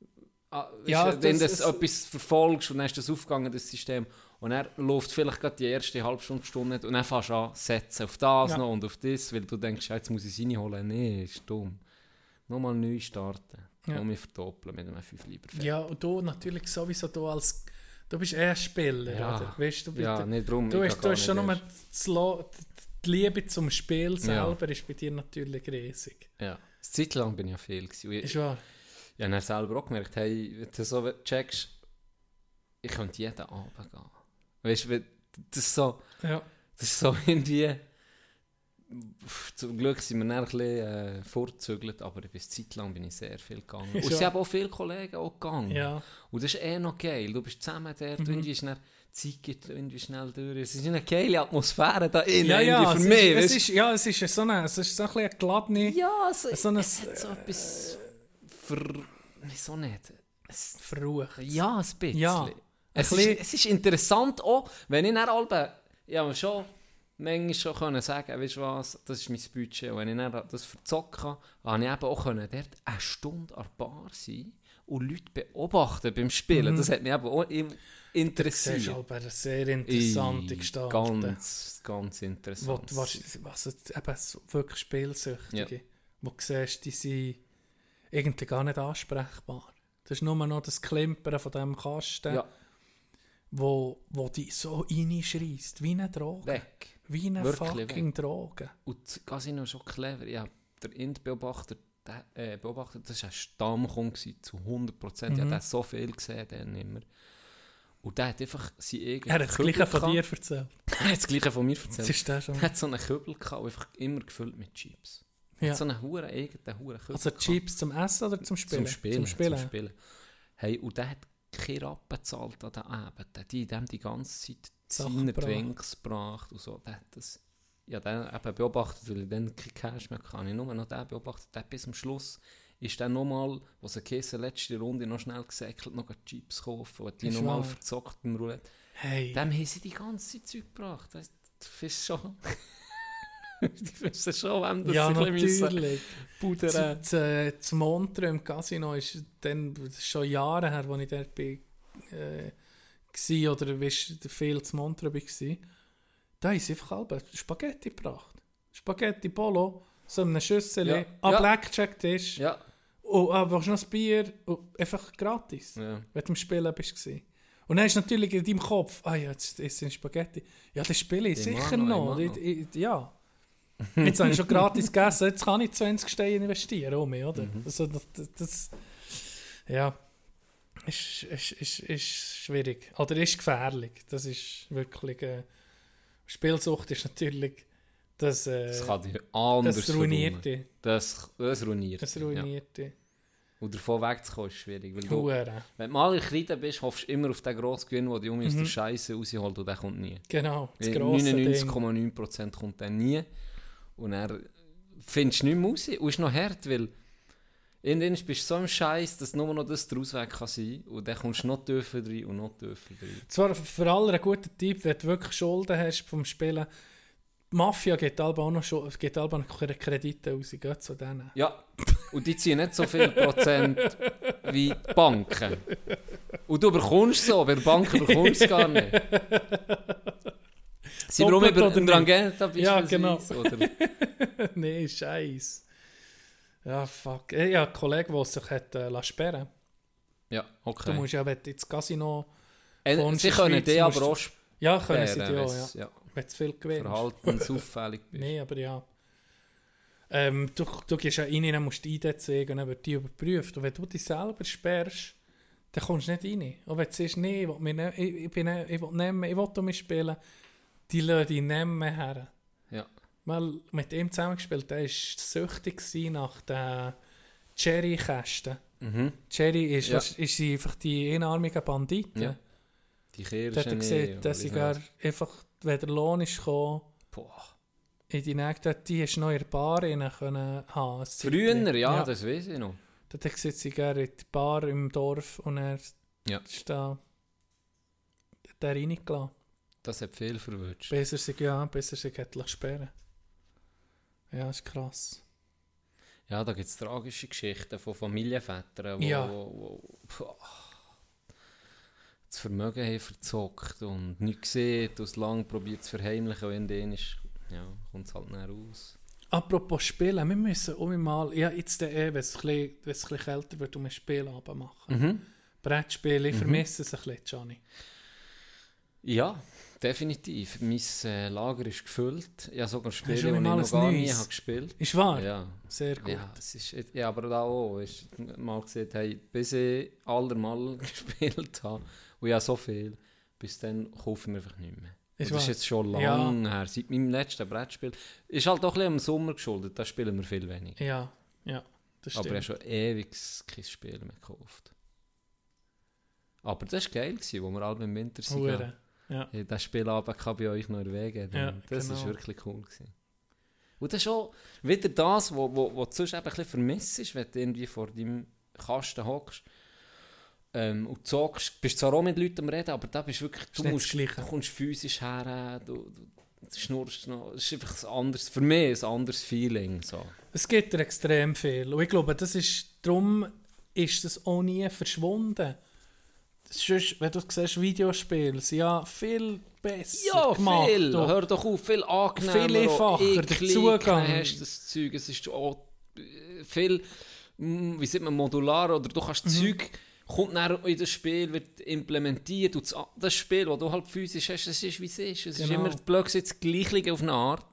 wenn du etwas verfolgst und dann ist das aufgegangen, das System, und dann läuft vielleicht gerade die erste halbe Stunde nicht und dann fängst du an setzen auf das Ja. noch und auf das, weil du denkst, jetzt muss ich es reinholen. Nee, ist dumm. Nochmal neu starten. Ja. Und mich verdoppeln mit einem 5 lieber. Ja, und du natürlich sowieso, du bist eher Spieler, Ja. oder? Weißt, du bist, Ja, nicht drum. du ich hast gehe schon gar nur nicht die Liebe zum Spiel Ja. selber ist bei dir natürlich riesig. erst. Ja. Eine Zeit lang bin ich ja viel gewesen. Und Ist wahr? Ich habe dann selber auch gemerkt, hey, wenn du so checkst, ich könnte jeden Abend gehen. Weißt du, das ist so... Ja. Das ist so irgendwie... Zum Glück sind wir dann ein bisschen vorgezügelt, aber eine Zeit lang bin ich sehr viel gegangen. Und Ja. es haben auch viele Kollegen auch gegangen. Ja. Und das ist noch geil. Du bist zusammen dort, irgendwie ist dann die Zeit geht irgendwie schnell durch. Es ist eine geile Atmosphäre da innen, Ja, irgendwie für mich. es weißt ist so ein bisschen eine geladene... du? Ja, so es ein- hat so etwas... Wieso nicht? Verrucht. Ja, ein bisschen. Ja, Es ein bisschen- ist interessant auch, wenn ich dann alle... Ja, aber schon... Manchmal schon können sagen, weißt du was, das ist mein Budget. Und wenn ich dann das verzocke, habe ich eben auch können dort eine Stunde an der Bar sein und Leute beobachten beim Spielen. Das hat mich eben auch Das ist interessiert. aber eine sehr interessante Gestalt. Ganz interessant. Eben so wirklich Spielsüchtige, Ja. wo du siehst, die sind irgendwie gar nicht ansprechbar. Das ist nur noch das Klimpern von diesem Kasten, Ja, wo die so reinschreist, wie eine Droge. weg. Wie eine Wirklich fucking Droge. Und das Casino ist schon clever. Ja, der Int-Beobachter, das war ein Stammkunde zu 100%. Ich habe so viel gesehen, dann immer. Und der hat einfach seinen eigenen Er hat das Gleiche von dir erzählt. Er hat das Gleiche von mir Das erzählt. ist der schon. Er hat so einen Kübel gehabt, einfach immer gefüllt mit Chips. Er Ja. hat so einen eigenen Kübel Also gehabt. Chips zum Essen oder zum Spielen? Zum Spielen. Hey, und der hat keine Rappen gezahlt an den Abend. Die haben die ganze Zeit Sachen seine gebracht. Drinks gebracht und so. Der hat das, ja, den eben beobachtet, weil ich dann kein Cash mehr kann. Ich nur noch den beobachtet. Der bis zum Schluss ist dann nochmal, was er Käse letzte Runde noch schnell gesäckelt, noch Chips kaufen und die Ist nochmal wahr. verzockt beim Roulette. Hey, Dem haben sie die ganze Zeit Zeug gebracht. Das ist schon... Die wissen schon, wem das ja, sie ein bisschen natürlich. pudern. Das Montreux im Casino ist dann, das ist schon Jahre her, als ich dort war, oder weißt, viel zu Montreux war. Da haben sie einfach halb Spaghetti gebracht. Spaghetti Polo, so in einer Schüssel, Ja. am Ja. Blackjack-Tisch. Ja. Und willst du noch ein Bier? Und einfach gratis, Ja. wenn du am Spielen bist. Und dann ist natürlich in deinem Kopf, ja, jetzt sind Spaghetti. Ja, das spiele ich sicher noch. Ja. Jetzt habe ich schon gratis gegessen, jetzt kann ich 20 Steine investieren, oder? Also, das ja, ist schwierig. Oder ist gefährlich. Das ist wirklich... Spielsucht ist natürlich... Das kann dir anders das ruiniert verruinen. dich. Das ruiniert Das dich, ruiniert dich. Ja. Und davon wegzukommen ist schwierig. Weil du, Hure. wenn du mal in Kreide bist, hoffst du immer auf den grossen Gewinn, der die aus der Scheiße rausholt und der kommt nie. Genau, das grosse Ding. 99,9% kommt dann nie. Und dann findest nicht mehr raus. Und ist noch hart, weil irgendwann bist du so im Scheiß, dass nur noch das der Ausweg kann sein. Und dann kommst du noch tiefer rein und noch tiefer rein. Zwar für alle ein guter Tipp, wenn du wirklich Schulden hast vom Spielen. Die Mafia geht auch noch Kredite raus, geht zu denen. Ja, und die ziehen nicht so viel Prozent wie die Banken. Und du bekommst so, bei der Bank bekommst du es gar nicht. Sie warum über den Drangheta beispielsweise? Ja, genau. Oder? Nee, Scheiß. Ja, fuck. Ich habe einen Kollegen, der sich hat, sperren Ja, okay. Du musst ja, wenn du ins Casino Sie kommst, können Schweiz, die aber auch ja, können sie die sperren, auch, ja. Wenn du viel gewinnst. verhaltensauffällig bist. Nee, aber ja. Du gehst ja rein, dann musst du die ID zeigen und dann wird die überprüft. Und wenn du dich selber sperrst, dann kommst du nicht rein. Und wenn du sagst, nee, ich will mich spielen, die lassen dich nicht mehr her. Ja. Weil mit ihm zusammengespielt, der war süchtig nach den Cherry-Kästen. Mhm. Cherry ist einfach die einarmigen Banditen. Ja. Die Da hat er gesehen, dass ich einfach, wenn der Lohn ist gekommen, in die nächste, die hast du noch in der Bar rein können haben. Früher, ja, das weiß ich noch. Da hat er gesehen, sie gehen in die Bar im Dorf und er ist da reingelassen. Das hat viel verwünscht. Besser sich hätte sperren. Ja, ist krass. Ja, da gibt es tragische Geschichten von Familienvätern, wo das Vermögen haben verzockt und nichts gesehen und lange probiert zu verheimlichen und in kommt es halt nicht raus. Apropos Spielen, wir müssen mal, jetzt wenn es ein bisschen kälter wird, ein Spiel machen. Mhm. Brettspiele, ich vermisse es ein bisschen, Gianni. Ja, definitiv. Mein Lager ist gefüllt. Ich habe sogar Spiele, die ich noch gar nie habe gespielt. Ist wahr? Ja. Sehr gut. Ja, ja, aber da auch. Ich habe mal gesehen, hey, bis ich allermal gespielt habe, und ja so viel, bis dann kaufe ich mir einfach nicht mehr. Das ist jetzt schon lange her, seit meinem letzten Brettspiel. Ist halt auch ein bisschen im Sommer geschuldet, da spielen wir viel weniger. Ja, das stimmt. Aber ich habe schon ewig kein Spiel mehr gekauft. Aber das war geil, als wir alle im Winter waren. Ja. Das Spielabend kann bei euch noch erwägen. Ja, das war wirklich cool gewesen. Und das ist auch wieder das, was du sonst eben ein bisschen vermisst, wenn du irgendwie vor deinem Kasten hockst und zockst. Bist zwar auch mit Leuten am Reden, aber da bist wirklich, du kommst physisch her, du schnurrst noch. Es ist einfach für mich ein anderes Feeling. So. Es gibt extrem viel. Und ich glaube, darum ist das auch nie verschwunden. Sonst, wenn du siehst, Videospiele sind ja viel besser gemacht. Ja, viel. Hör doch auf, viel angenehmer. Viel einfacher, der Zugang. Hast das Zeug. Es ist auch viel, wie sagt man, modular. Oder du kannst Zeug, kommt dann in das Spiel, wird implementiert. Und das Spiel, das du halt physisch hast, das ist, wie es ist. Es ist immer plötzlich das Gleiche auf eine Art.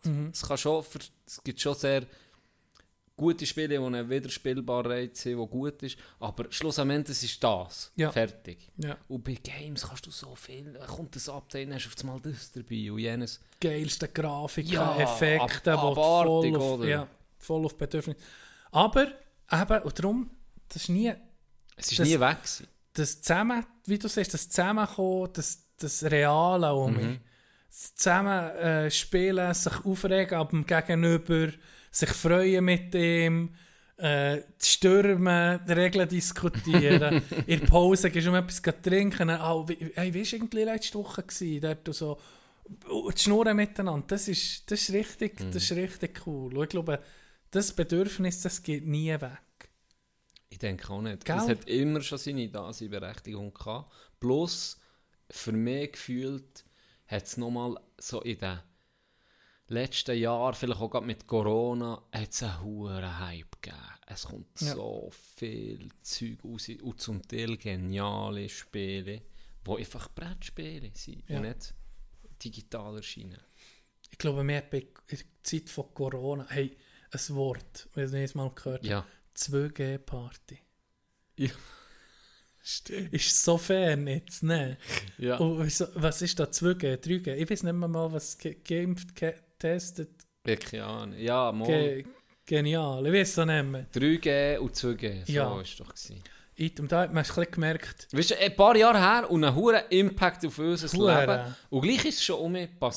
Es gibt schon sehr gute Spiele, die eine Wiederspielbarkeit haben, die gut ist. Aber schlussendlich ist das. Ja. Fertig. Ja. Und bei Games kannst du so viel. Kommt das Update, dann hast du auf einmal das dabei und jenes. Geilste Grafiken, Effekte, voll auf Bedürfnis. Aber eben, und darum, das ist nie... Es ist nie weg gewesen. Das zusammen, wie du sagst, das Zusammenkommen, das Reale um mich. Das Zusammen spielen, sich aufregen ab dem Gegenüber, sich freuen mit dem, stürmen, die Regeln diskutieren. In der Pause gehst du etwas trinken. Hey, wie war irgendwie letzte Woche? Dort so, die Schnurren miteinander. Das ist richtig, das ist richtig cool. Und ich glaube, das Bedürfnis, das geht nie weg. Ich denke auch nicht. Es hat immer schon seine Daseinberechtigung gehabt. Bloß, für mich gefühlt, hat es nochmal so in den letzten Jahren, vielleicht auch gerade mit Corona, hat es einen hohen Hype gegeben. Es kommt so viel Zeug raus und zum Teil geniale Spiele, die einfach Brettspiele sind und nicht digital erscheinen. Ich glaube, wir haben in der Zeit von Corona ein Wort, wenn ich es mal gehört habe, 2G-Party. Ja. Stimmt. Ist so fern jetzt, ne? Ja. Und was ist da 2G, 3G? Ich weiß nicht mehr mal, was geimpft, getestet. Wirklich, ja, mal. Genial, ich weiß es nicht mehr. 3G und 2G, so war es doch gewesen. Und da hat man es gemerkt. Weißt du, ein paar Jahre her und einen hohen Impact auf unser Leben. Und gleich ist es schon passé.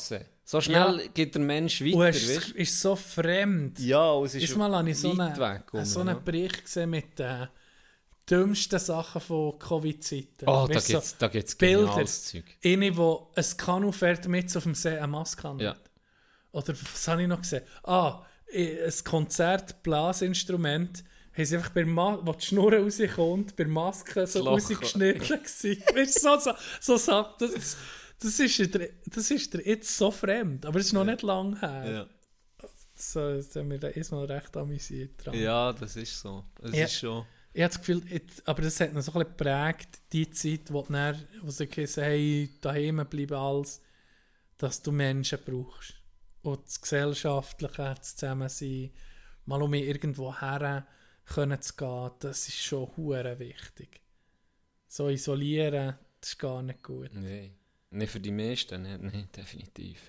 So schnell geht der Mensch weiter, Und es weißt ist so fremd. Ja, und es ist Diesmal habe ich so weit weg. so einen Bericht gesehen mit den dümmsten Sachen von Covid-Zeiten. Oh, Weißt da gibt's Bilder. geniales Zeug. Eine, die ein Kanu fährt mit auf dem See eine Maske an. Ja. Oder was habe ich noch gesehen? Ein Konzert, Blasinstrument, haben sie einfach, wo die Schnur rauskommt, bei der Maske so Loch. rausgeschnitten gewesen. Weißt du, so Sachen. Das ist dir jetzt so fremd, aber es ist noch nicht lang her. Ja. Das haben wir da erstmal recht amüsiert dran. Ja, das ist so. Es Ja. ist schon... Ich habe das Gefühl, aber das hat noch so ein bisschen geprägt, die Zeit, wo sie gesagt haben, hey, daheim bleiben alles, dass du Menschen brauchst. Und das Gesellschaftliche, das Zusammensein, mal um irgendwo her können zu gehen, das ist schon hure wichtig. So isolieren, das ist gar nicht gut. Nein. Nicht für die meisten, nein, definitiv.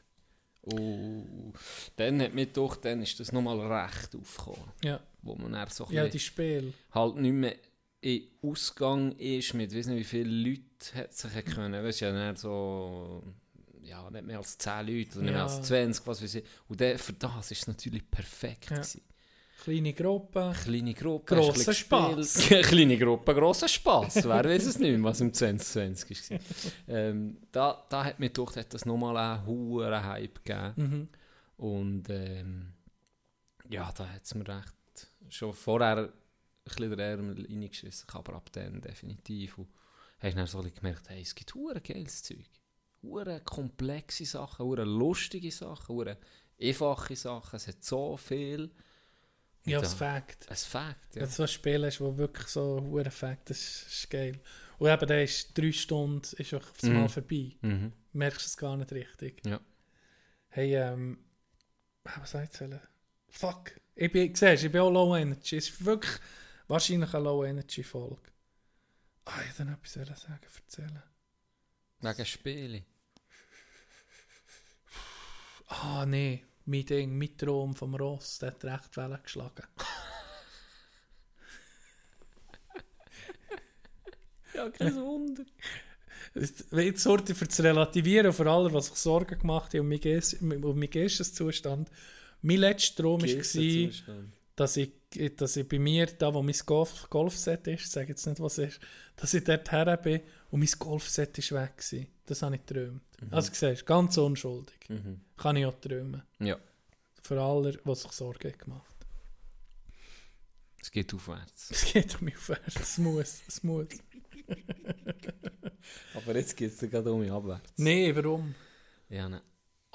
Dann hat mich doch, dann ist das nochmal recht aufgekommen. Ja, Wo man dann so ein ja bisschen die Spiele. halt nicht mehr in Ausgang ist mit, weiss nicht wie viele Leute hat sich können. Weißt du, ja dann so, ja, nicht mehr als 10 Leute oder nicht mehr als 20, was weiß ich. Und dann, für das war es natürlich perfekt. Ja. Gewesen. Kleine Gruppen. Kleine Gruppe, Grosser hast du ein bisschen gespielt. Kleine Gruppe, grosser Spass. Wer weiß es nicht mehr, was im 2020 war. Da hat mir gedacht, hat das nochmal einen hohen Hype gegeben. Mhm. Und ja, da hat es mir recht schon vorher ein bisschen den Ärmel reingeschissen, aber ab dann definitiv. Und hast dann so ein bisschen gemerkt, hey, es gibt hure geiles Zeug. Hure komplexe Sachen, hure lustige Sachen, hure einfache Sachen. Es hat so viel. Ja, das Fakt. Ein Fakt, ja. Wenn du so ein Spiel hast, wo wirklich so ein Fakt ist geil. Und eben, da ist 3 Stunden ist auch auf das Mal vorbei. Mhm. Du merkst es gar nicht richtig. Ja. Hey, was soll ich sagen? Fuck. Siehst, ich bin auch Low Energy. Es ist wirklich wahrscheinlich eine Low Energy Folge. Ich wollte noch etwas sagen, erzählen. Wegen Spiele. Nee. Mein Traum vom Ross, der hat recht Wellen geschlagen. Ja, kein Wunder. Jetzt sollte ich für zu relativieren, für alle, was sich Sorgen gemacht haben um meinen Geisteszustand. Mein letzter Traum war, dass ich bei mir, da wo mein Golfset ist, ich sage jetzt nicht, was es ist, dass ich dort her bin und mein Golfset ist weg war. Das habe ich geträumt. Also siehst, ganz unschuldig. Kann ich auch träumen. Ja. Für alle, die sich Sorgen gemacht haben. Es geht aufwärts. Es geht um mich aufwärts. Es muss. Aber jetzt geht es gerade um mich abwärts. Nee, warum? Ja, eine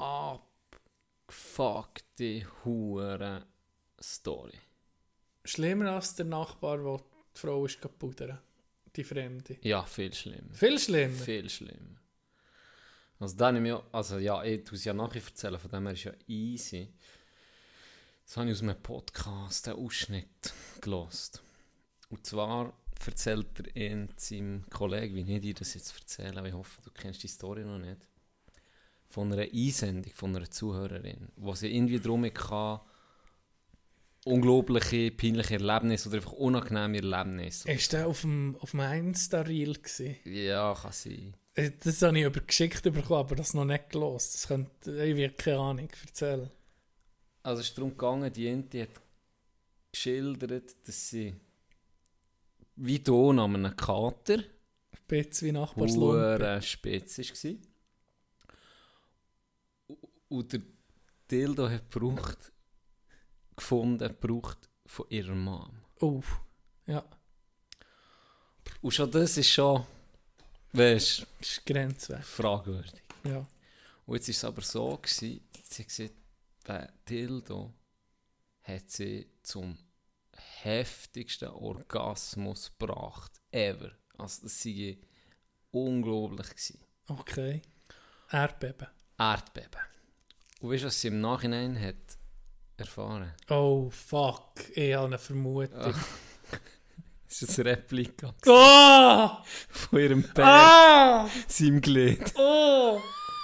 abgefuckte hure Story. Schlimmer als der Nachbar, wo die Frau ist pudern. Die Fremde. Ja, viel schlimmer. Viel schlimmer? Viel schlimmer. Also dann ich mir, also ja, ich tue es ja nachher erzählen, von dem her ist ja easy. Das habe ich aus einem Podcast, einen Ausschnitt, gehört. Und zwar erzählt er ihn seinem Kollegen, wie ich dir das jetzt erzähle, ich hoffe, du kennst die Story noch nicht, von einer Einsendung von einer Zuhörerin, wo sie irgendwie darum hatte, unglaubliche, peinliche Erlebnisse oder einfach unangenehme Erlebnisse. Ist der auf dem Insta-Reel gewesen? Ja, kann sein. Das habe ich geschickt bekommen, aber das noch nicht gelesen. Das könnte, ich habe keine Ahnung, erzählen. Also es ist darum gegangen, die Ente hat geschildert, dass sie wie hier an einem Kater Spitz wie Nachbarslumpe. spitz war. Und der Dildo hat gefunden von ihrer Mom. Ja. Und schon das ist schon, weißt, Das ist grenzwertig. fragwürdig. Ja. Und jetzt war es aber so, gewesen, sie hat gesagt, der Dildo hat sie zum heftigsten Orgasmus gebracht, ever. Also das war unglaublich gewesen. Okay. Erdbeben. Und weißt du, was sie im Nachhinein hat erfahren? Oh, fuck. Ich habe eine Vermutung. Das ist eine Replika Oh! von ihrem Bär, seinem Glied. Oh!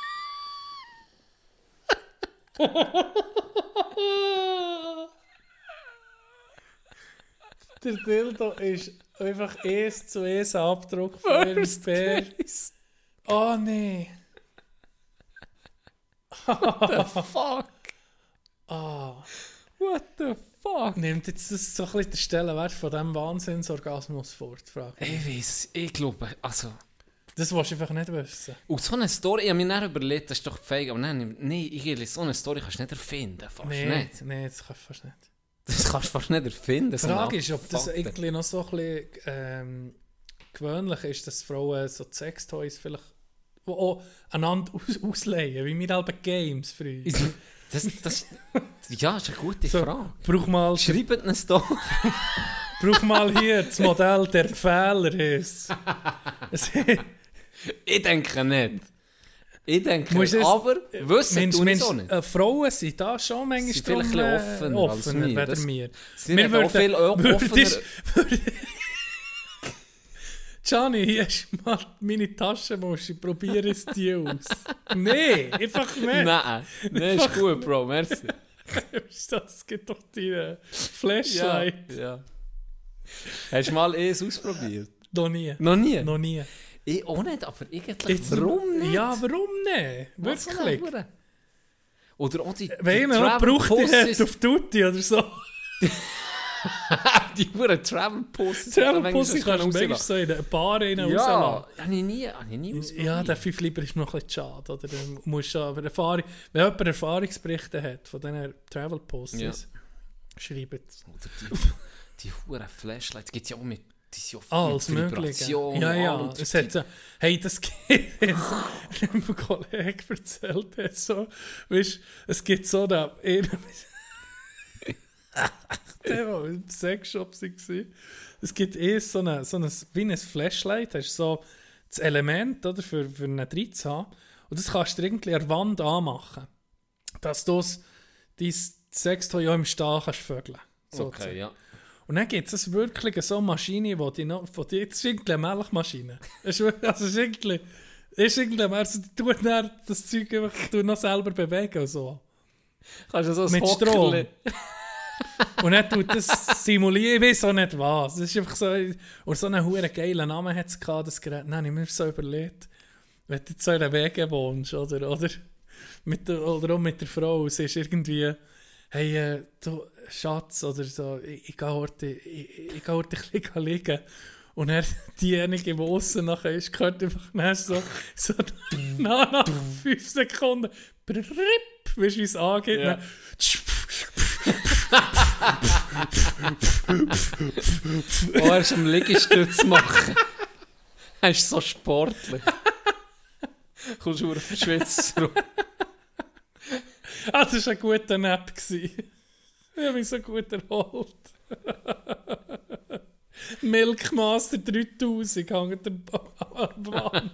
Der Dildo ist einfach 1:1 Abdruck von ihrem Bär. Oh nee. Fuck. What the fuck? Nimmt jetzt das so ein bisschen den Stellenwert von diesem Wahnsinnsorgasmus vor, die Frage. Ich weiss, ich glaube, also... Das willst du einfach nicht wissen. Und so eine Story, ich habe mir nicht überlegt, das ist doch feig, aber nein, ich so eine Story kannst du nicht erfinden, fast nicht. Nein, das kannst du fast nicht. Das kannst du fast nicht erfinden. Die Frage ist, ob das irgendwie noch so ein bisschen gewöhnlich ist, dass Frauen so Sextoys vielleicht auch einander ausleihen, wie wir alle Games früher. Ja, ist eine gute Frage. Brauch mal... Schreibt eine Story. Brauch mal hier das Modell der Fehler ist. Ich denke nicht. Ich denke Musst nicht, es- aber wissen tun ich so nicht. Frauen sind da schon manchmal Sie sind vielleicht ein bisschen offener als wir. weder Das- wir. Sie reden auch viel offener. Gianni, hier ist mal meine Taschenmuschi, probiere es die aus. Nein, einfach nicht. Nein, ist gut, Bro, merci. Das gibt doch deine Flashlight. Ja. Hast du mal es ausprobiert? Noch nie. Noch nie? Noch nie. Ich auch nicht, aber eigentlich, Jetzt- warum nicht? Ja, warum nicht? Was Wirklich. denn? Oder auch die Wenn man noch Travel braucht, die hat Pussies, auf Tutti oder so. die Huren Travel Pussies. Travel Pussy kannst du manchmal so in eine Bar rein Ja, rauslassen. habe ich nie ausprobiert. Ja, der 5 Lieber ist noch ein bisschen schade. Oder? Dann musst du aber wenn jemand Erfahrungsberichte hat von diesen Travel Pussies, schreibt es. Oder die Huren Flashlights gibt es ja auch mit die Alles mit Mögliche. Vibration Ja, ja. und Es hat so, hey, das geht jetzt. Ich habe einem Kollegen erzählt, hat so, weißt, es gibt so da. Der war im Sexshop war. Es gibt so ein wie ein Flashlight, das ist so das Element, oder, für einen drin zu haben. Und das kannst du irgendwie an der Wand anmachen. Dass du dein Sextoy auch im Stehen kannst vögeln. Okay, ja. Und dann gibt es wirklich so eine Maschine, das ist irgendwie eine Milchmaschine. Es ist irgendwie also die tut dann das Zeug einfach noch selber bewegen und so. Kannst du so ein Mit Strom. Hockerli- Und dann tut das simulieren, ich weiß auch nicht was. Es ist einfach so, und so einen huere geilen Namen hat es gehabt, das Gerät. Nein, ich habe mir so überlegt, wenn du jetzt so in einer Wege wohnst, oder auch mit der Frau, sie ist irgendwie, hey, du Schatz, oder so, ich gehe heute ein bisschen liegen. Und er, diejenige, die aussen nachher ist, hört einfach so nach 5 Sekunden, weißt du, wie es angeht, Ja. Oh, er ist am Liegestütz machen. Er ist so sportlich. Kommst du verschwitzt zurück. Ah, das war ein guter Nap. Ich habe mich so gut erholt. Milkmaster 3000 hängt am Wand.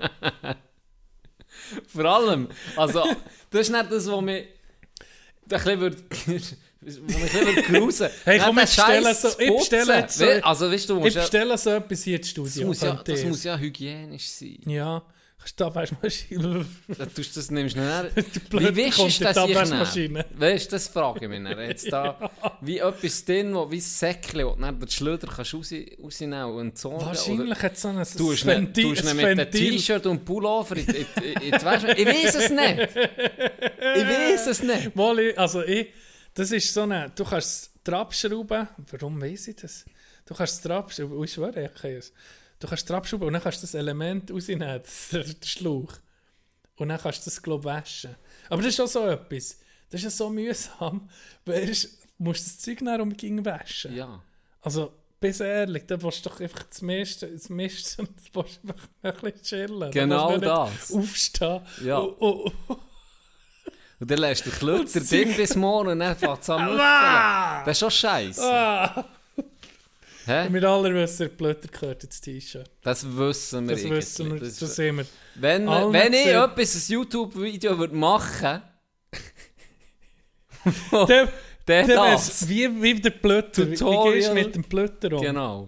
Vor allem, also, das ist nicht das, was mich ein bisschen grusen. Hey, komm, Nicht ich der bestelle Scheiss so- ich zu bestelle putzen. jetzt so- Also, weißt du, Ich musst ja, bestelle so etwas hier ins das Studio. das muss ja hygienisch sein. Ja, Stabwaschmaschine. Das nimmst du nicht. Blöd, Wie wischst kommt du die das Tabwaschmaschine. Weißt du, das frage ich mich dann. Jetzt da, wie etwas drin, wie ein Säckchen, wo du dann den Schlöder kannst rausnehmen und entsorgen. Wahrscheinlich hat es so ein Du hast ihn mit dem T-Shirt und Pullover in die Wäsche. Ich weiß es nicht. Ich weiß es nicht. Das ist so eine, du kannst es abschrauben. Warum weiss ich das? Du kannst es abschrauben. Ich schwöre, ich kann es. Du kannst es abschrauben und dann kannst du das Element rausnehmen, der Schlauch. Und dann kannst du das, glaube ich, waschen. Aber das ist auch so etwas. Das ist ja so mühsam. Weil du musst das Zeug dann umgehen waschen. Ja. Also, bis ehrlich, da willst du doch einfach das Meiste und du willst einfach ein bisschen chillen. Genau da willst das. du nicht aufstehen. Ja. Und Und dann lässt du den Klötzer drin bis morgen und dann fängt es an zu müffeln. Das ist schon scheiße. Hä? mit aller Wissen, der Blöder gehört ins T-Shirt. Das wissen wir Das wissen wir, irgendwie. das sehen wir. Wenn Allen ich gesehen. etwas, ein YouTube-Video würde machen Der dann das. weiss, wie der Blöder. Wie Tutorial. gehst du mit dem Blöder um? Genau.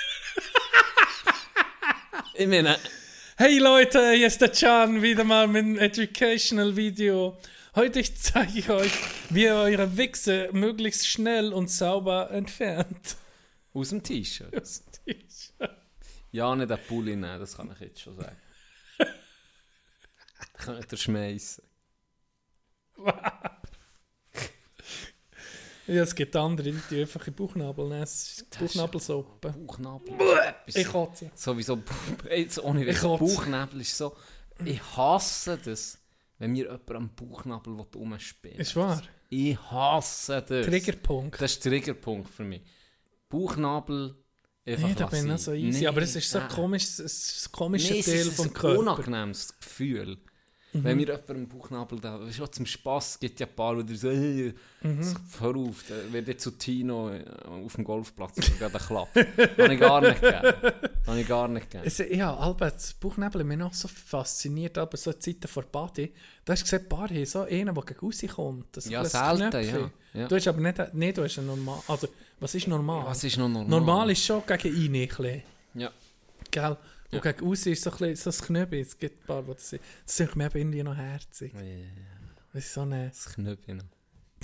Ich meine, Hey Leute, hier ist der Can wieder mal mit einem Educational Video. Heute zeige ich euch, wie ihr eure Wichse möglichst schnell und sauber entfernt. aus dem T-Shirt. Das T-Shirt. Ja, nicht den Pulli nehmen, das kann ich jetzt schon sagen. Ich kann nicht schmeißen. Ja, es gibt andere, die tun einfach in den Bauchnabel nehmen. Es ist Bauchnabelsuppe. Bauchnabel. Ich kotze. Sowieso, jetzt ohne Witz, Bauchnabel ist so... Ich hasse das, wenn mir jemand am Bauchnabel rumspielt. Ist wahr? Ich hasse das. Triggerpunkt. Das ist Triggerpunkt für mich. Bauchnabel einfach Nee, da bin ich noch so easy. Nee, aber es ist so ein komischer Teil vom ein Körper. unangenehmes Gefühl. Wenn mir jemand am Bauchnabel da... Weißt du, zum Spass gibt ja ein paar, die so... Hey, hör auf, da wird jetzt zu Tino auf dem Golfplatz gerade klappt. Habe ich gar nicht gegeben. Ja, Albert, das Bauchnabel hat mich noch so fasziniert, aber so Zeiten vor Body. Du hast gesehen, ein paar haben so einen, der gegen rauskommt. Das Ja, ist ein selten, Knöpfchen. ja. Du hast aber nicht... Nee, du hast einen normal... Also, was ist normal? Was ist noch normal? Normal ist schon gegen ihn ein bisschen. Ja. Gell? Und gegen aussen ist so ein bisschen so das Knöpfchen. Es gibt ein paar, die das sind. Das ist mir irgendwie noch herzig. Das ist so eine... Das Knöpfchen noch.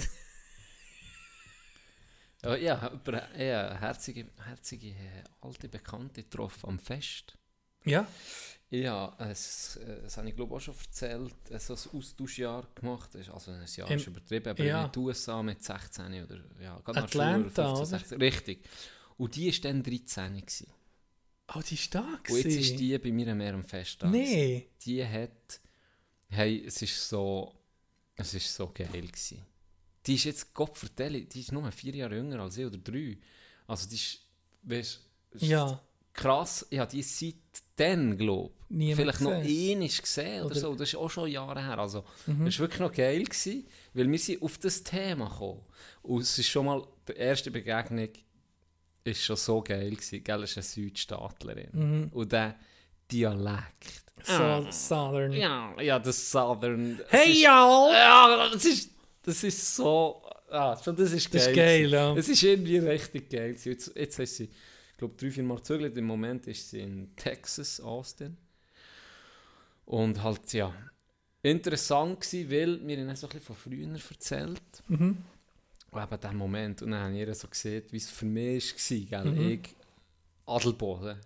Aber ja, herzige alte Bekannte getroffen am Fest. Ja? Ja, das habe ich glaube auch schon erzählt, so ein Austauschjahr gemacht. Also ein Jahr ist übertrieben, aber in den USA mit 16 oder ja, gerade nach Schule, Atlanta, 15, 16. Richtig. Und die war dann 13 gewesen. Oh, die ist da gewesen? Und jetzt ist die bei mir mehr am Fest da. Nee. Die hat... Hey, es ist so geil gewesen. Die ist jetzt, Gott vertelle, die ist nur 4 Jahre jünger als ich, oder 3. Also die ist, weißt, Ja. krass, ich habe die seitdem, glaube ich, vielleicht noch gesehen. einmal gesehen oder so. Das ist auch schon Jahre her. Also, das Mhm. war wirklich noch geil gewesen, weil wir sind auf das Thema gekommen. Und es ist schon mal, die erste Begegnung ist schon so geil gewesen. Gell, ist eine Südstaatlerin. Mhm. Und der Dialekt. So Southern. Ja, das Southern. Hey, y'all! Ja, das ist so... schon das ist geil. Das ist geil, ja. Es ist irgendwie richtig geil. Jetzt ist sie, ich glaube, 3-4 Mal gezögert. Im Moment ist sie in Texas, Austin. Und halt, ja, interessant gewesen, weil mir dann so ein bisschen von früher erzählt. Mhm. Und eben diesen Moment. Und dann habe ich ihr so gesehen, wie es für mich war. Gell? Ich, Adelboden.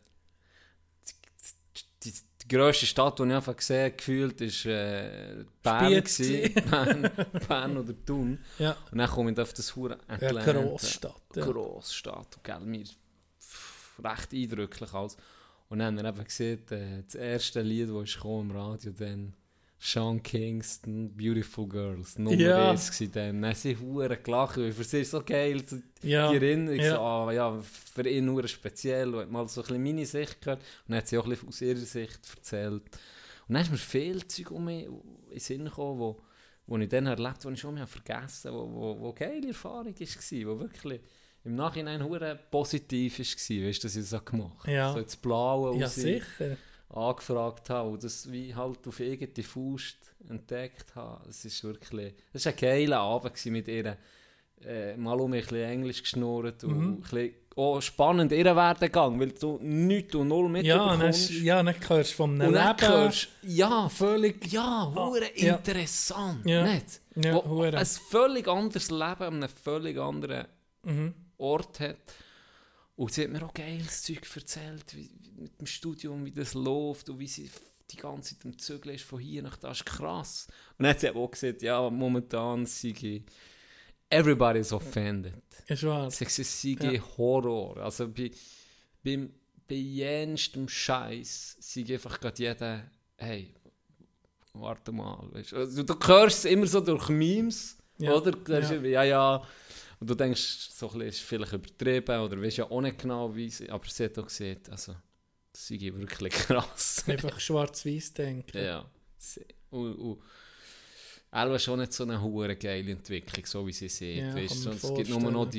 Die grösste Stadt, die ich einfach gesehen gefühlt, war Bern. Bern oder Thun. Ja. Und dann komme ich auf das Hure Atlanta. Grossstadt. Ja. Grossstadt. Gell, mir recht eindrücklich alles. Und dann haben wir eben gesehen, das erste Lied, das kam im Radio, dann Sean Kingston, Beautiful Girls, Nummer 1 gewesen dann. Dann sind Hure gelacht, weil für sie ist so geil, so die Erinnerung, so, für ihn nur speziell, und hat mal so ein bisschen meine Sicht gehört, und dann hat sie auch ein bisschen aus ihrer Sicht erzählt. Und dann ist mir viel Zeug um mich in den Sinn gekommen, wo ich dann erlebt, wo ich schon mal vergessen habe, wo geile Erfahrung war, wo wirklich im Nachhinein hure positiv war, weißt du, dass ich das gemacht habe. Ja. So ins Blaue Ja, raus sicher. angefragt habe und das wie halt auf eigene Faust entdeckt habe. Es ist wirklich, das war ein geiler Abend gewesen mit ihr. Mal um ein bisschen Englisch geschnurrt und ein bisschen auch spannend ihren Werdegang, weil du nichts und null mitbekommst. Dann hörst du von einem und dann Leben. hörst du, Völlig... hure interessant, Ja. nicht? Ja, Wo hure. ein völlig anderes Leben an einem völlig anderen Ort hat. Und sie hat mir auch geiles Zeug erzählt, wie mit dem Studium, wie das läuft und wie sie die ganze Zeit am Zügeln ist von hier nach da. Das ist krass. Und dann hat sie auch gesagt, ja, momentan sei everybody is offended. Ist wahr. Sie sei Horror. Also bei jenstem Scheiß sei einfach gerade jeder, hey, warte mal. Weißt? Also, du hörst es immer so durch Memes, oder? Ja. Und du denkst, so ein bisschen ist vielleicht übertrieben oder weißt ja auch nicht genau, wie sie, aber sie hat auch gesehen, also, das sei wirklich krass. Einfach schwarz-weiß denken. Ja. Und er schon nicht so eine hure geile Entwicklung, so wie sie sieht. Ja, weißt, es gibt nur noch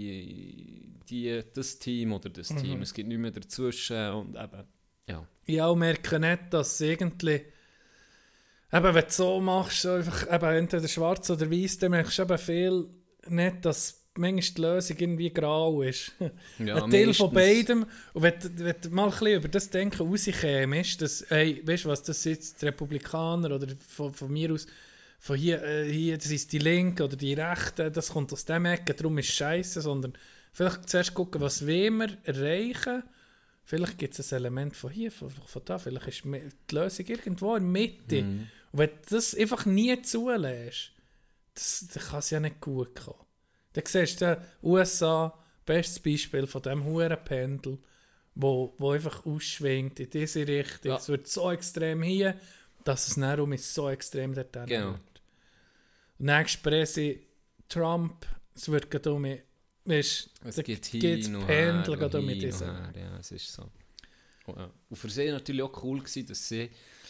das Team oder das Team. Es gibt nichts mehr dazwischen und eben, ja. Ja, und merke nicht, dass irgendwie... Eben, wenn du so machst, so einfach, eben, entweder schwarz oder weiß, dann merkst du eben viel nicht, dass manchmal die Lösung irgendwie grau ist. Ja, ein Teil von beidem. Und wenn du mal ein bisschen über das Denken rauskämst, dass, hey, weißt du was, das sind jetzt die Republikaner oder von mir aus, von hier, das ist die Linke oder die Rechte, das kommt aus dem Ecke, darum ist es scheisse, sondern vielleicht zuerst gucken, was wollen wir erreichen. Vielleicht gibt es ein Element von hier, von da, vielleicht ist die Lösung irgendwo in der Mitte. Und wenn du das einfach nie zulässt, das kann es ja nicht gut kommen. Dann siehst du den USA, bestes Beispiel von diesem Hurenpendel, wo einfach ausschwingt in diese Richtung. Ja. Es wird so extrem hier, dass es dann so extrem dort Genau. wird. Nächstes Präsident Trump, es wird gerade weißt, Es da geht geht's hin und Pendel her, gerade und mit hin diesem. und her. Ja, es ist so. Oh, ja. Und für sie war natürlich auch cool gewesen, dass sie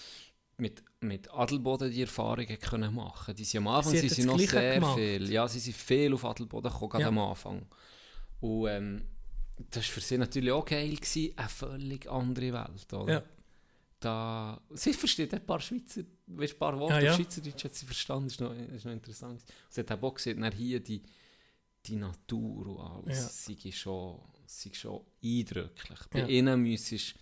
mit Adelboden die Erfahrungen können machen. Die sind am Anfang Sie hat sind sie das noch Gleiche sehr gemacht. viel. Ja, sie sind viel auf Adelboden gekommen, gerade Ja. am Anfang. Und das war für sie natürlich auch geil gewesen, eine völlig andere Welt, oder? Ja. Sie versteht ein paar Schweizer, weißt, ein paar Worte Ah, ja. auf Schweizerdeutsch hat sie verstanden, das ist noch interessant. Sie hat auch gesehen, dann hier die Natur und alles, sei schon eindrücklich. Bei Ja. ihnen müsstest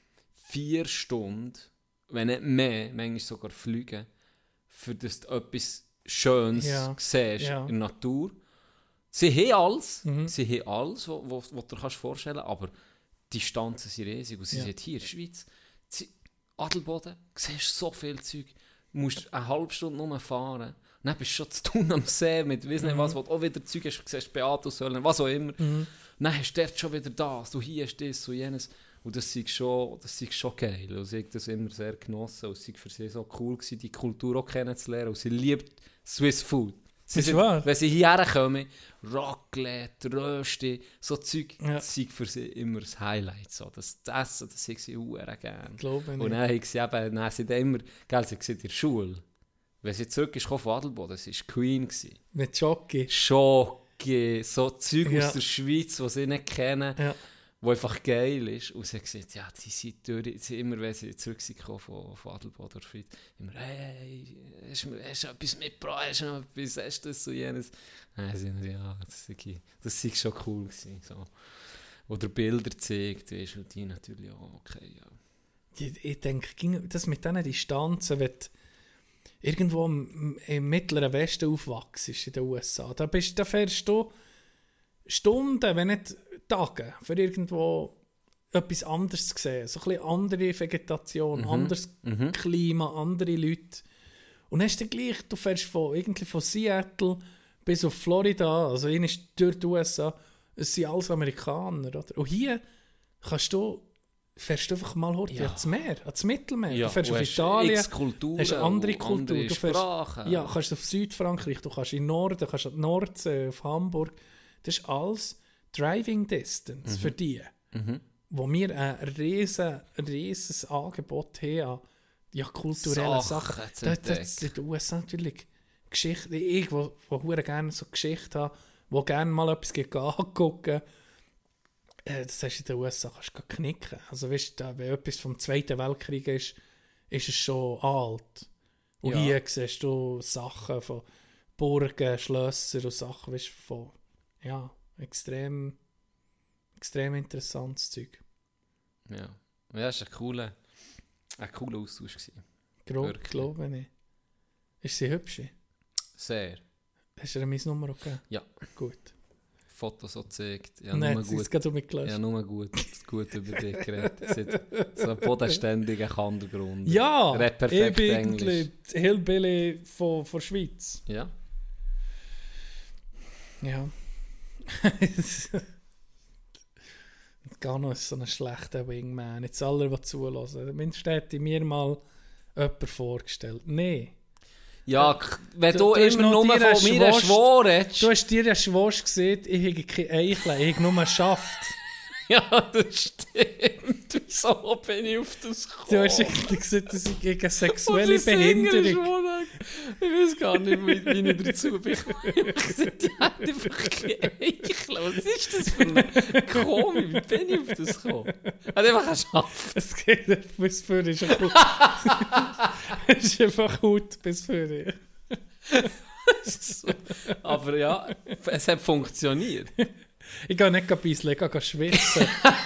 4 Stunden, wenn nicht mehr, manchmal sogar fliegen, für das du etwas Schönes siehst Ja. in der Natur. Sie haben alles, Mhm. was du dir vorstellen kannst, aber die Distanzen sind riesig. Und sie Ja. sind hier in der Schweiz, Adelboden, siehst so viel Zeug, musst eine halbe Stunde nur fahren. Dann bist du schon zu tun am See mit weiss nicht was, wo du auch wieder Zeug hast, du siehst Beatussäulen, was auch immer. Mhm. Dann hast du dort schon wieder das, du hier hast das und jenes. Und das ist schon geil. Und sie hat das immer sehr genossen. Und es war für sie so cool gewesen, die Kultur auch kennenzulernen. Und sie liebt Swiss Food. Das ist wahr. Wenn sie hierher kommen, Raclette, Rösti, so Zeug, Ja. das ist für sie immer das Highlight. So. Das Essen, das haben sie sehr gerne. Glaube ich Und nicht. dann haben sie eben, dann sind immer, gell, sie waren in der Schule. Wenn sie zurück ist von Adelboden, sie war Queen gewesen. Mit Jockey. Schocke, so Zeug Ja. aus der Schweiz, die sie nicht kennen, Ja. wo einfach geil ist. Und sie hat gesagt, ja, die sind durch, sie immer, wenn sie zurück sind von Adelboden oder Schweiz, immer, hey, hast du etwas mitgebracht, hast du noch etwas, hast du das und jenes? Dann sie, ja, das war schon cool gewesen, so. Oder Bilder zeigt, weißt du, und die natürlich auch, okay, ja. Ich denke, das mit diesen Distanzen, wenn du irgendwo im mittleren Westen aufwachst in den USA, da fährst du Stunden, wenn nicht Tage, für irgendwo etwas anderes zu sehen. So ein bisschen andere Vegetation, anderes Klima, andere Leute. Und dann hast du gleich, du fährst von Seattle bis auf Florida, also ist durch die USA, es sind alles Amerikaner. Oder? Und hier fährst du einfach mal ans Meer, ans Mittelmeer. Ja, du fährst und auf hast Italien, x Kulturen hast eine andere und Kultur. andere Du fährst, Sprachen. ja, kannst auf Südfrankreich, du kannst in den Norden, kannst an die Nordsee, auf Hamburg. Das ist alles Driving Distance für die, wo wir ein riesiges Angebot haben an kulturellen Sachen. Das sind die USA natürlich Geschichte. Ich, wo gerne so Geschichte habe, wo gerne mal etwas angucken, das hast du in den USA, kannst du knicken. Also weißt du, wenn etwas vom Zweiten Weltkrieg ist es schon alt. Und hier siehst du Sachen von Burgen, Schlösser und Sachen, weißt du, von, extrem interessantes Zeug. Ja, es war ein cooler Austausch gewesen. Grob, glaube ich. Ist sie hübsch? Sehr. Hast du ihr meine Nummer gegeben? Ja. Gut. Fotos so gezeigt. Ja, Nein, nur sie ist gut. gerade um mich gelöscht. Ja, nur gut über dich geredet. Sie hat so einen bodenständigen Kandergrund. Ja, Redet ich perfekt bin Englisch. irgendwie Hillbilly von der Schweiz. Ja. Ja. Gar noch so ein schlechter Wingman. Jetzt alle, die zulassen. Mindestens hätte ich mir mal jemanden vorgestellt. Nein. Ja, wenn Du du hast immer noch nur dir von mir Schwurst- schworst. Du hast dir ja Schwosch gesehen, ich habe keine Eichel, ich habe nur einen Schaft. Ja, das stimmt. Wieso bin ich auf das gekommen? Du hast irgendwie gesagt, dass ich gegen Und sexuelle der Sänger ist Behinderung. schon- Ich weiß gar nicht, wie ich dazu bin. Ich habe gesagt, die hat einfach keine Eichel. Was ist das für ein Komik? Wie bin ich auf das gekommen? Hat einfach einen Schaft. Es geht nicht bis für dich. Es ist einfach gut bis für dich. Aber ja, es hat funktioniert. Ich gehe nicht ein bisschen, ich gehe schwitzen.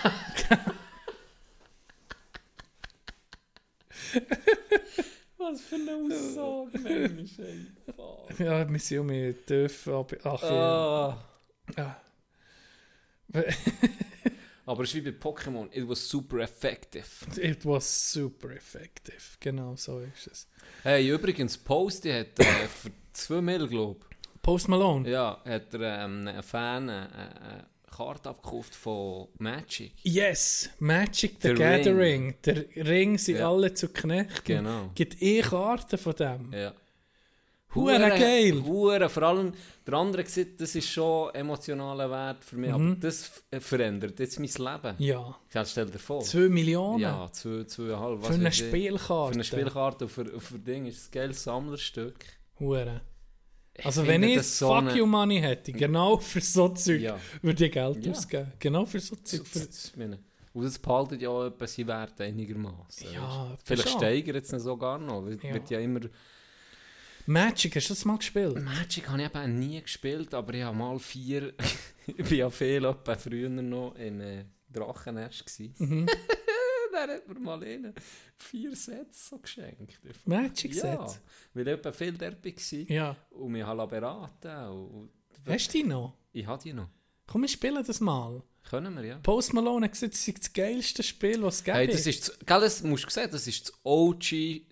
Was für eine Aussage, Mensch. Ja, wir sind um mich tief. Ach ja. Ah. Ja. Aber es ist wie bei Pokémon, it was super effective. It was super effective. Genau, so ist es. Hey, übrigens, Posty hat für 2 Mil, glaube ich, Post Malone? ja, hat er einen Fan eine Karte abgekauft von Magic. Yes, Magic the Der Gathering. Der Ring sind Ja. alle zu Knechten. Genau. Gibt Karte von dem. Ja. Hure geil. Hure, vor allem der andere sieht, das ist schon emotionaler Wert für mich, aber das verändert jetzt mein Leben. Ja. Stell dir vor. 2 Millionen? Ja, 2,5. was Für eine weiß ich. Spielkarte? Für eine Spielkarte und für Ding ist es ein geiles Sammlerstück. Hure. Ich Also finde wenn ich das so Fuck eine- You Money hätte, genau für so Zeug, Ja. würde ich Geld Ja. ausgeben. Genau für so Zeug. Für Und das behaltet ja auch etwas seinen Wert einigermaßen. Ja, weisst. Vielleicht schon. steigert es ihn sogar noch. Ja. Wird ja immer... Magic, hast du das mal gespielt? Magic habe ich eben nie gespielt, aber ich habe mal 4... ich bin ja viel etwa früher noch in Drachennest gsi. Dann hat mir mal 4 Sets so geschenkt. Magic Ja, Set? weil ich etwa viel dort war Ja. und mich halt beraten. Und Hast du die noch? ich habe die noch. Komm, wir spielen das mal. Können wir, ja. Post Malone hat gesagt, das ist das geilste Spiel, was es gibt. Hey, das ist, gell, das musst du sehen, das ist das OG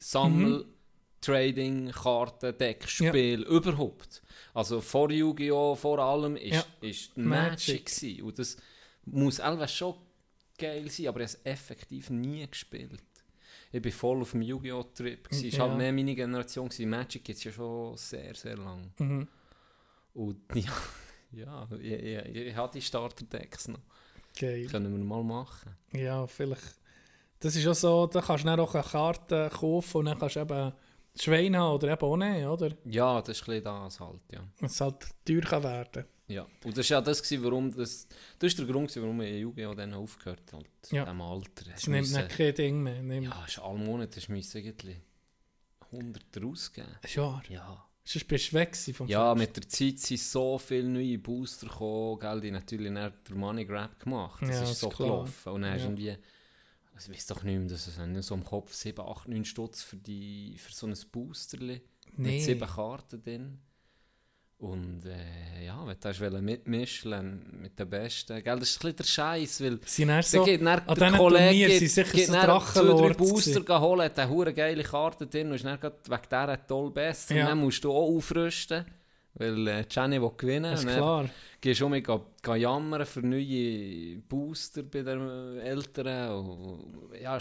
Trading-Karten-Deck-Spiel überhaupt. Also vor Yu-Gi-Oh! Vor allem ist Magic gewesen. Und das muss auch schon geil sein, aber ich habe es effektiv nie gespielt. Ich war voll auf dem Yu-Gi-Oh! Trip. Es war halt mehr meine Generation. Magic gibt es ja schon sehr, sehr lang. Und ja, ich habe die Starter-Decks noch. geil. Können wir mal machen. Ja, vielleicht. Das ist auch so, da kannst du dann auch eine Karte kaufen und dann kannst du eben Schwein haben oder eben auch nicht, oder? Ja, das ist ein bisschen das halt, ja. Es halt teuer kann werden. Ja, und das war ja das, warum das ist der Grund, warum ich Yu-Gi-Oh! Dann aufgehört habe. Ja. In diesem Alter. Es nimmt nicht kein Ding mehr. Ja, ist alle Monate hast du irgendwie 100 rausgeben. Ist wahr. Ja. Sonst bist du weg gewesen vom Ja, Fest. mit der Zeit sind so viele neue Booster gekommen, gell, die natürlich dann der Money Grab gemacht. Das Ja, ist ist so klar. gelaufen. Und dann hast du Ja. irgendwie, ich weiß doch nicht mehr, das ist nur so im Kopf, 7, 8, 9 Stutz für so ein Boosterli. Nee. Mit 7 Karten drin. Und ja, wenn du hast mitmischen mit den Besten, gell, das ist ein bisschen der Scheiß, weil Sie dann dann so, geht dann an der diesen Kollege Turnieren sind sicher geht so dann 2, 3 Drachenlords Booster gewesen. holen, hat eine hure geile Karte drin und ist dann grad wegen dieser toll besser. Ja. Und dann musst du auch aufrüsten, weil Gianni will gewinnen. Das ist Und dann klar. gehst du mit jammern für neue Booster bei den Eltern. Und, ja,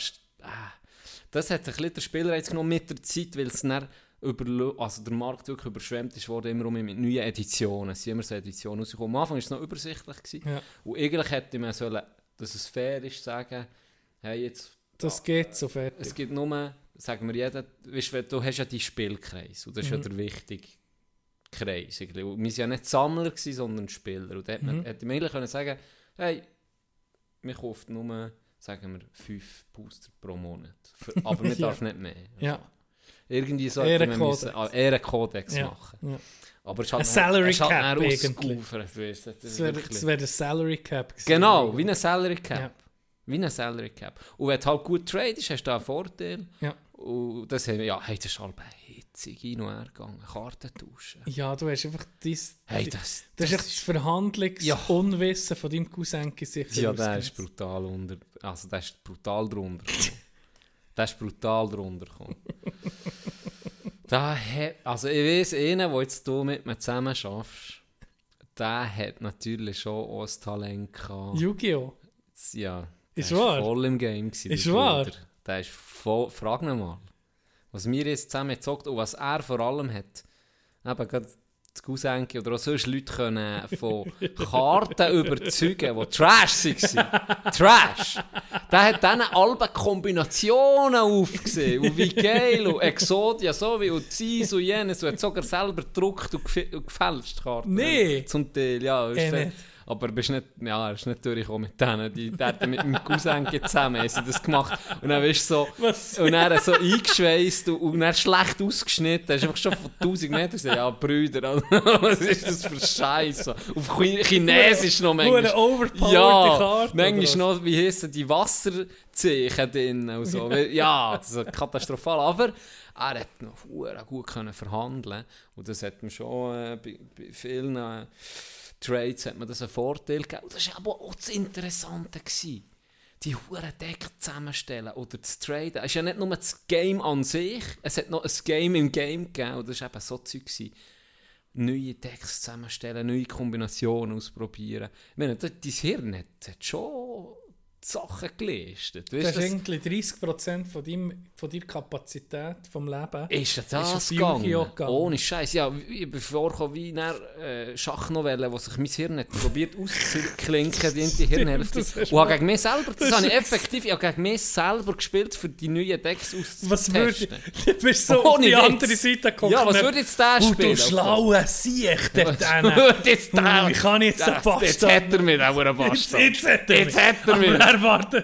das hat ein bisschen der Spielreiz genommen mit der Zeit, weil es dann also der Markt wirklich überschwemmt ist worden, immer mit neuen Editionen. Es sind immer so Editionen rausgekommen. Am Anfang war es noch übersichtlich gewesen. Ja. Und eigentlich hätte man sollen, dass es fair ist, sagen, hey, jetzt, Das geht so fertig. es gibt nur, sagen wir jeder, weißt, du hast ja die Spielkreis und das ist ja der wichtige Kreis. Irgendwie. Und wir waren ja nicht Sammler gewesen, sondern Spieler. Und da hätte man eigentlich können sagen, hey, wir kaufen nur, sagen wir, 5 Booster pro Monat. Aber man Ja. darf nicht mehr. Ja. Irgendwie sollte man Ehrenkodex Ja. machen. Ja. Aber es Ein halt Salary es halt Cap dann eigentlich. ausgeufert, weisst du, Das wäre der Salary Cap gewesen. Genau, wie ein Salary Cap. Ja. Wie ein Salary Cap. Und wenn du halt gut tradest, hast du da einen Vorteil. Ja. Und das, hey, das ist halt hitzig hin und her gegangen. Karten tauschen. Ja, du hast einfach Hey, das ist echt das Verhandlungsunwissen von deinem Cousin sicher. Ja, der ist brutal der ist brutal drunter gekommen. Der ist brutal drunter gekommen. Also ich weiss, einer, der jetzt du mit mir zusammen schaffst, der hat natürlich schon auch ein Talent gehabt. Yu-Gi-Oh! Ja, Ist der wahr? voll im Game gewesen. Ist der wahr? Bruder. Der ist voll, frag ihn mal. Was wir jetzt zusammen gezockt und was er vor allem hat, eben gerade das Cousenki oder auch sonst Leute können von Karten überzeugen, die Trash waren. Trash! Der hat dann alle Kombinationen aufgesehen und wie geil und Exodia so wie und dies und jenes und hat sogar selber gedruckt und gefälscht Karten. Nee! Zum Teil, ja. Ist Nicht. aber er ist nicht durchgekommen mit denen. Die hatten mit meinem Cousin zusammen haben sie das gemacht. Und dann bist du so, Was? und dann so eingeschweißt und dann schlecht ausgeschnitten. Hast einfach schon von 1000 Metern gesagt, ja, Brüder, was ist das für Scheiße? Auf Chinesisch noch manchmal. Hure overpowered Ja, Karte. manchmal noch, wie heissen die Wasserzeichen drin und so. Ja, das ist katastrophal. Aber er hat noch verdammt gut können verhandeln. Und das hat man schon bei vielen Trades hat man das einen Vorteil gegeben. Und das war aber auch das Interessante gewesen. Die huren Deck zusammenstellen oder das Traden. Es ist ja nicht nur das Game an sich, es hat noch ein Game im Game gegeben. Und das war eben so Zeug gewesen. Neue Decks zusammenstellen, neue Kombinationen ausprobieren. Ich meine, dein Hirn hat schon Sachen gelistet. Das ist irgendwie 30% von deiner Kapazität vom Leben. Ist das auf gegangen? Yu-Gi-Oh! Gegangen. Ohne Scheiß. Ja, ich bin vorgekommen wie in einer Schachnovelle, wo sich mein Hirn hat probiert auszuklinken, die Hirnhälfte. Und habe gegen mich selber, das habe ich effektiv, ich habe gegen mich selber gespielt, für die neuen Decks auszutesten. Was würde, du bist so auf die andere Seite gekommen. Ja, was würde jetzt der spielen? Du schlauer Sieg dort Was würde jetzt der? Wie kann ich jetzt den Bastard? Jetzt hat er mich, auch einen Bastard. Jetzt hat er mich. Erwarten.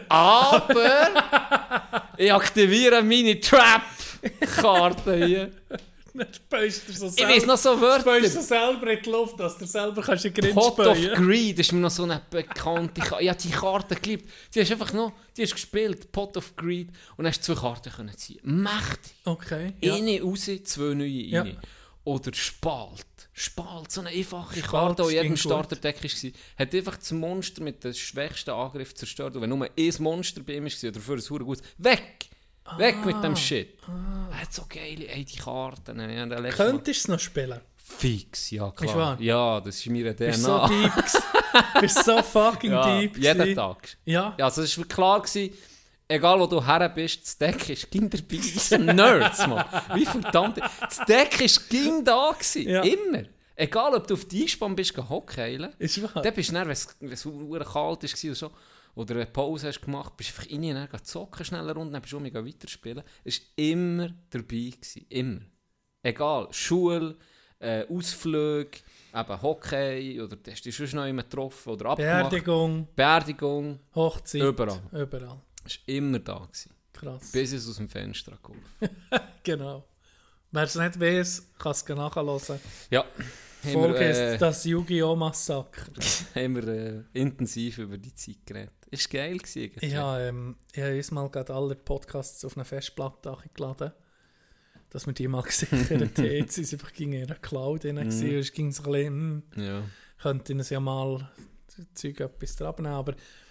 Aber ich aktiviere meine Trap-Karte hier. Ich weiß noch so Wörter. Du selber in die Luft, dass du selber kannst in den Grind Pot of speuen. Greed ist mir noch so eine bekannte Karte. Ich habe die Karte geliebt. Die hast einfach noch, die hast gespielt, Pot of Greed. Und dann hast du 2 Karten können ziehen. Mächtig. Okay. Eine raus, 2 neue rein. Ja. Oder Spalt. Spalt, so eine einfache Spalt Karte, die in jedem ging Starterdeck war. Hat einfach das Monster mit dem schwächsten Angriff zerstört. Und wenn nur ein Monster bei ihm war, oder für ein Hure gut, weg! Weg mit dem Shit. Er hat so geile die Karten. Könntest du es noch spielen? Fix, ja klar. Ist wahr? Ja, das ist meine DNA. Bist so deep. Bist so fucking ja, deep. jeden Tag. Ja. Also es war klar gewesen, egal wo du her bist, das Deck ist ging dabei. Das sind Nerds, Mann. Wie verdammt. Das Deck ist ging da gewesen. Ja. Immer. Egal, ob du auf die Einspann bist, hockeilen. Ist wahr. Dann bist du dann, wenn es kalt war oder so, oder eine Pause hast gemacht, bist du einfach rein und dann zocken schneller runter, dann bist du weiterspielen. Es war immer dabei gewesen. Immer. Egal. Schule, Ausflüge, eben Hockey, oder hast du dich schon noch immer getroffen oder abgemacht. Beerdigung. Hochzeit. Überall. Es war immer da gewesen. Krass. Bis es aus dem Fenster geholfen. Genau. Wer es nicht weiss, kann es nachhören. Ja. Die Folge ist das Yu-Gi-Oh! Massaker. Haben wir intensiv über die Zeit geredet. Ist geil gewesen. Ich habe einmal gerade alle Podcasts auf eine Festplatte geladen, dass wir die mal gesichert haben. Jetzt sind sie einfach in einer Cloud drin. Es ging so ein bisschen, könnte ihnen ja mal Zeug etwas dran nehmen, aber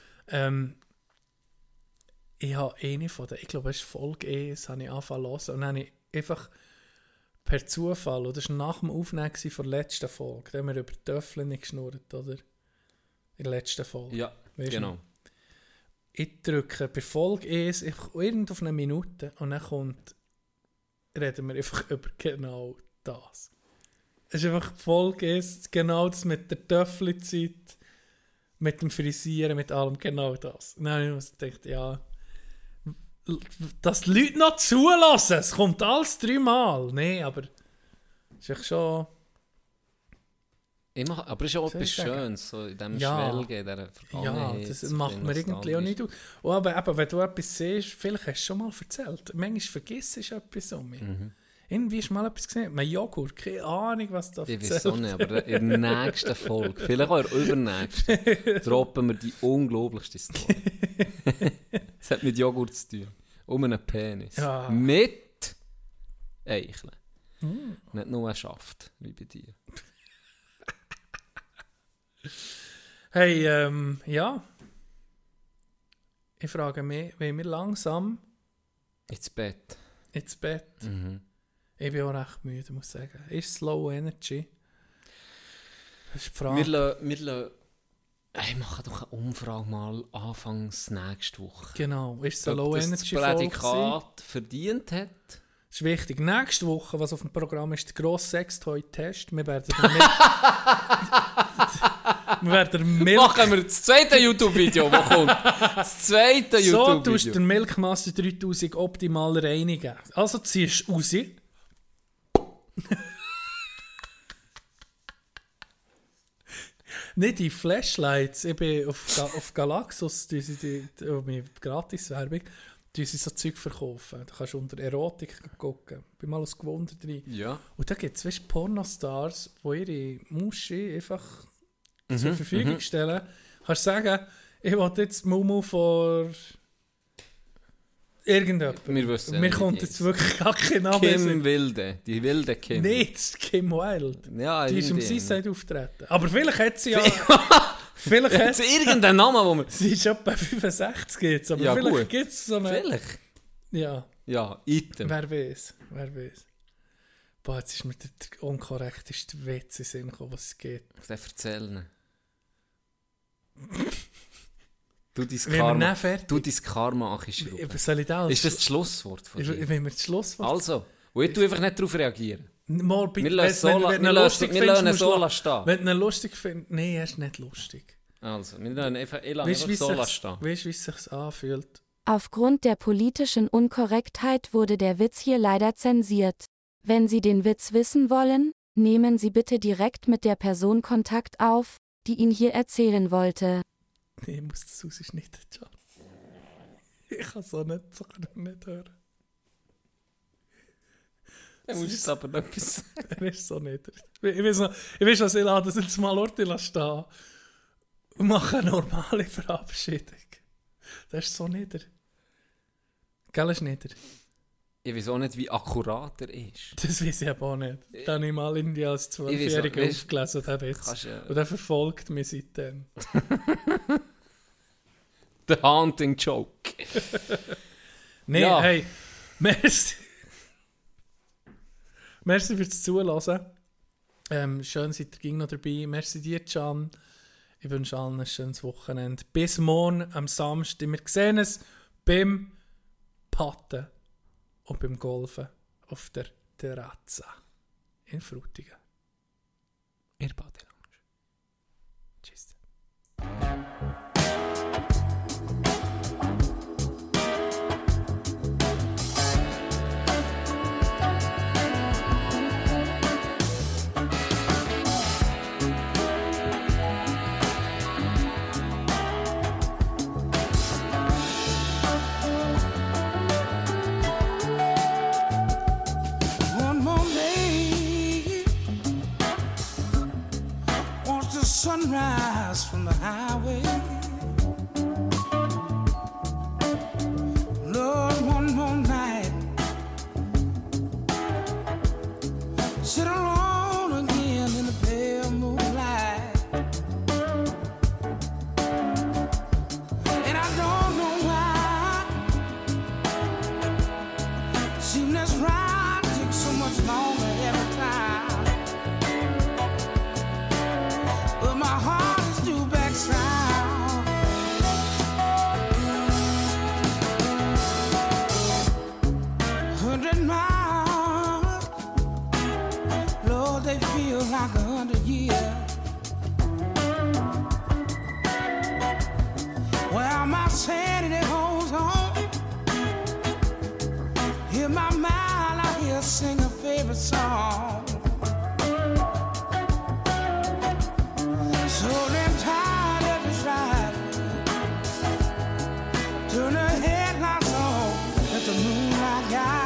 ich habe eine von den, ich glaube es ist Folge 1, habe ich angefangen zu hören und dann habe ich einfach per Zufall, oder das war nach dem Aufnehmen von der letzten Folge, da haben wir über die Töffel geschnurrt, oder? In der letzten Folge. Ja, weißt genau. Du? Ich drücke bei Folge 1 irgend auf eine Minute und dann reden wir einfach über genau das. Es ist einfach Folge 1, genau das mit der Töffel-Zeit, mit dem Frisieren, mit allem, genau das. Und dann habe ich gedacht, ja, dass die Leute noch zulassen, es kommt alles 3-mal. Nein, aber es ist schon... Aber es ist auch etwas Schönes, so in diesem Schwelgen, in dieser Vergangenheit. Ja, das macht mir irgendwie auch nicht aus. Und aber wenn du etwas siehst, vielleicht hast du schon mal erzählt, manchmal vergisst du etwas um mich. Irgendwie hast du mal etwas gesehen, mein Joghurt, keine Ahnung, was da erzählt. Ich weiß auch nicht, aber in der nächsten Folge, vielleicht auch in der übernächsten, droppen wir die unglaublichste Story. Es hat mit Joghurt zu tun. Einen Penis. Ja. Mit Eicheln. Nicht nur ein Schaft, wie bei dir. Hey, ja. Ich frage mich, wollen wir langsam ins Bett? Ich bin auch recht müde, muss ich sagen. Ist es Low Energy? Das ist die Frage. Ich mache doch eine Umfrage mal anfangs nächste Woche. Genau, ist es eine Ob Low das Energy das Folge? Prädikat verdient hat? Das ist wichtig. Nächste Woche, was auf dem Programm ist, der grosse Sextoy-Test. Wir werden Machen wir das zweite YouTube-Video, das kommt. Das zweite YouTube-Video. So tust du den Milkmaster 3000 optimal reinigen. Also ziehst du raus. Nicht die Flashlights. Ich bin auf Galaxus, die Gratis-Werbung, die so Zeug verkaufen. Da kannst du unter Erotik gucken. Ich bin mal aus Gewunder drin. Ja. Und da gibt es Pornostars, die ihre Muschi einfach zur Verfügung stellen. Kannst du sagen, ich will jetzt Mumu vor Irgendjemand. Wir wissen Mir nicht kommt jetzt. jetzt wirklich gar kein Name. Kim Wilde. Die wilde Kim. Nein, das ist Kim Wilde. Ja, Die ist im irgendwie. Seaside auftreten. Aber vielleicht hat sie ja... vielleicht hat Jetzt irgendein Name, wo man... sie ist etwa 65 jetzt, aber Ja, vielleicht gut. gibt es so eine... Vielleicht. Ja, Ja, Item. wer weiß. Boah, jetzt ist mir der unkorrekteste Witz in den Sinn gekommen, was es geht. Dann erzählen. Du dein Wenn wir Karma. nicht fertig... Du dein Karma anschrauben. Soll ich das... Ist das das Schlusswort von dir? Wenn wir das Schlusswort... Also, und ich tue einfach nicht darauf reagieren. Mal bitte, Wir lassen wenn so du ihn wir lustig lassen findest, ihn musst so du- stehen. Wenn du ihn lustig findest... Nein, er ist nicht lustig. Also, wir lassen einfach, ich lasse Weißt du, einfach so wie stehen. es sich anfühlt? Aufgrund der politischen Unkorrektheit wurde der Witz hier leider zensiert. Wenn Sie den Witz wissen wollen, nehmen Sie bitte direkt mit der Person Kontakt auf, die ihn hier erzählen wollte. Nee, ich muss das ausschneiden, John. Ich kann so nicht hören. Dann musst du jetzt aber noch etwas... Er ist so niedrig. Ich weiß, was ich lade, das jetzt mal Orte stehen und mache eine normale Verabschiedung. Das ist so niedrig. Gell, ist niedrig. Ich weiß auch nicht, wie akkurat er ist. Das weiß ich aber auch nicht. Da habe ich mal irgendwie als Ich weiß 12-Jähriger auch, weißt- aufgelesen, den Witz. Kannst ja- Und der verfolgt mich seitdem. The Haunting Joke. Nein, Ja. hey, merci. Merci fürs Zuhören. Schön seid ihr ging noch dabei. Merci dir, Can. Ich wünsche allen ein schönes Wochenende. Bis morgen am Samstag. Wir sehen uns beim Patten und beim Golfen auf der Terrazza in Frutigen. Ihr Badelounge. Tschüss. One more day, watch the sunrise from the highway. Lord, one more night, sit alone again in the pale moonlight. And I don't know why, seem this ride takes so much longer every time. But my heart is due back south. 100 miles, Lord, they feel like 100 years. Well, my sanity holds on. Hear my mind, I hear sing a favorite song. So damn tired of this ride. Turn the headlights on, let the moonlight guide.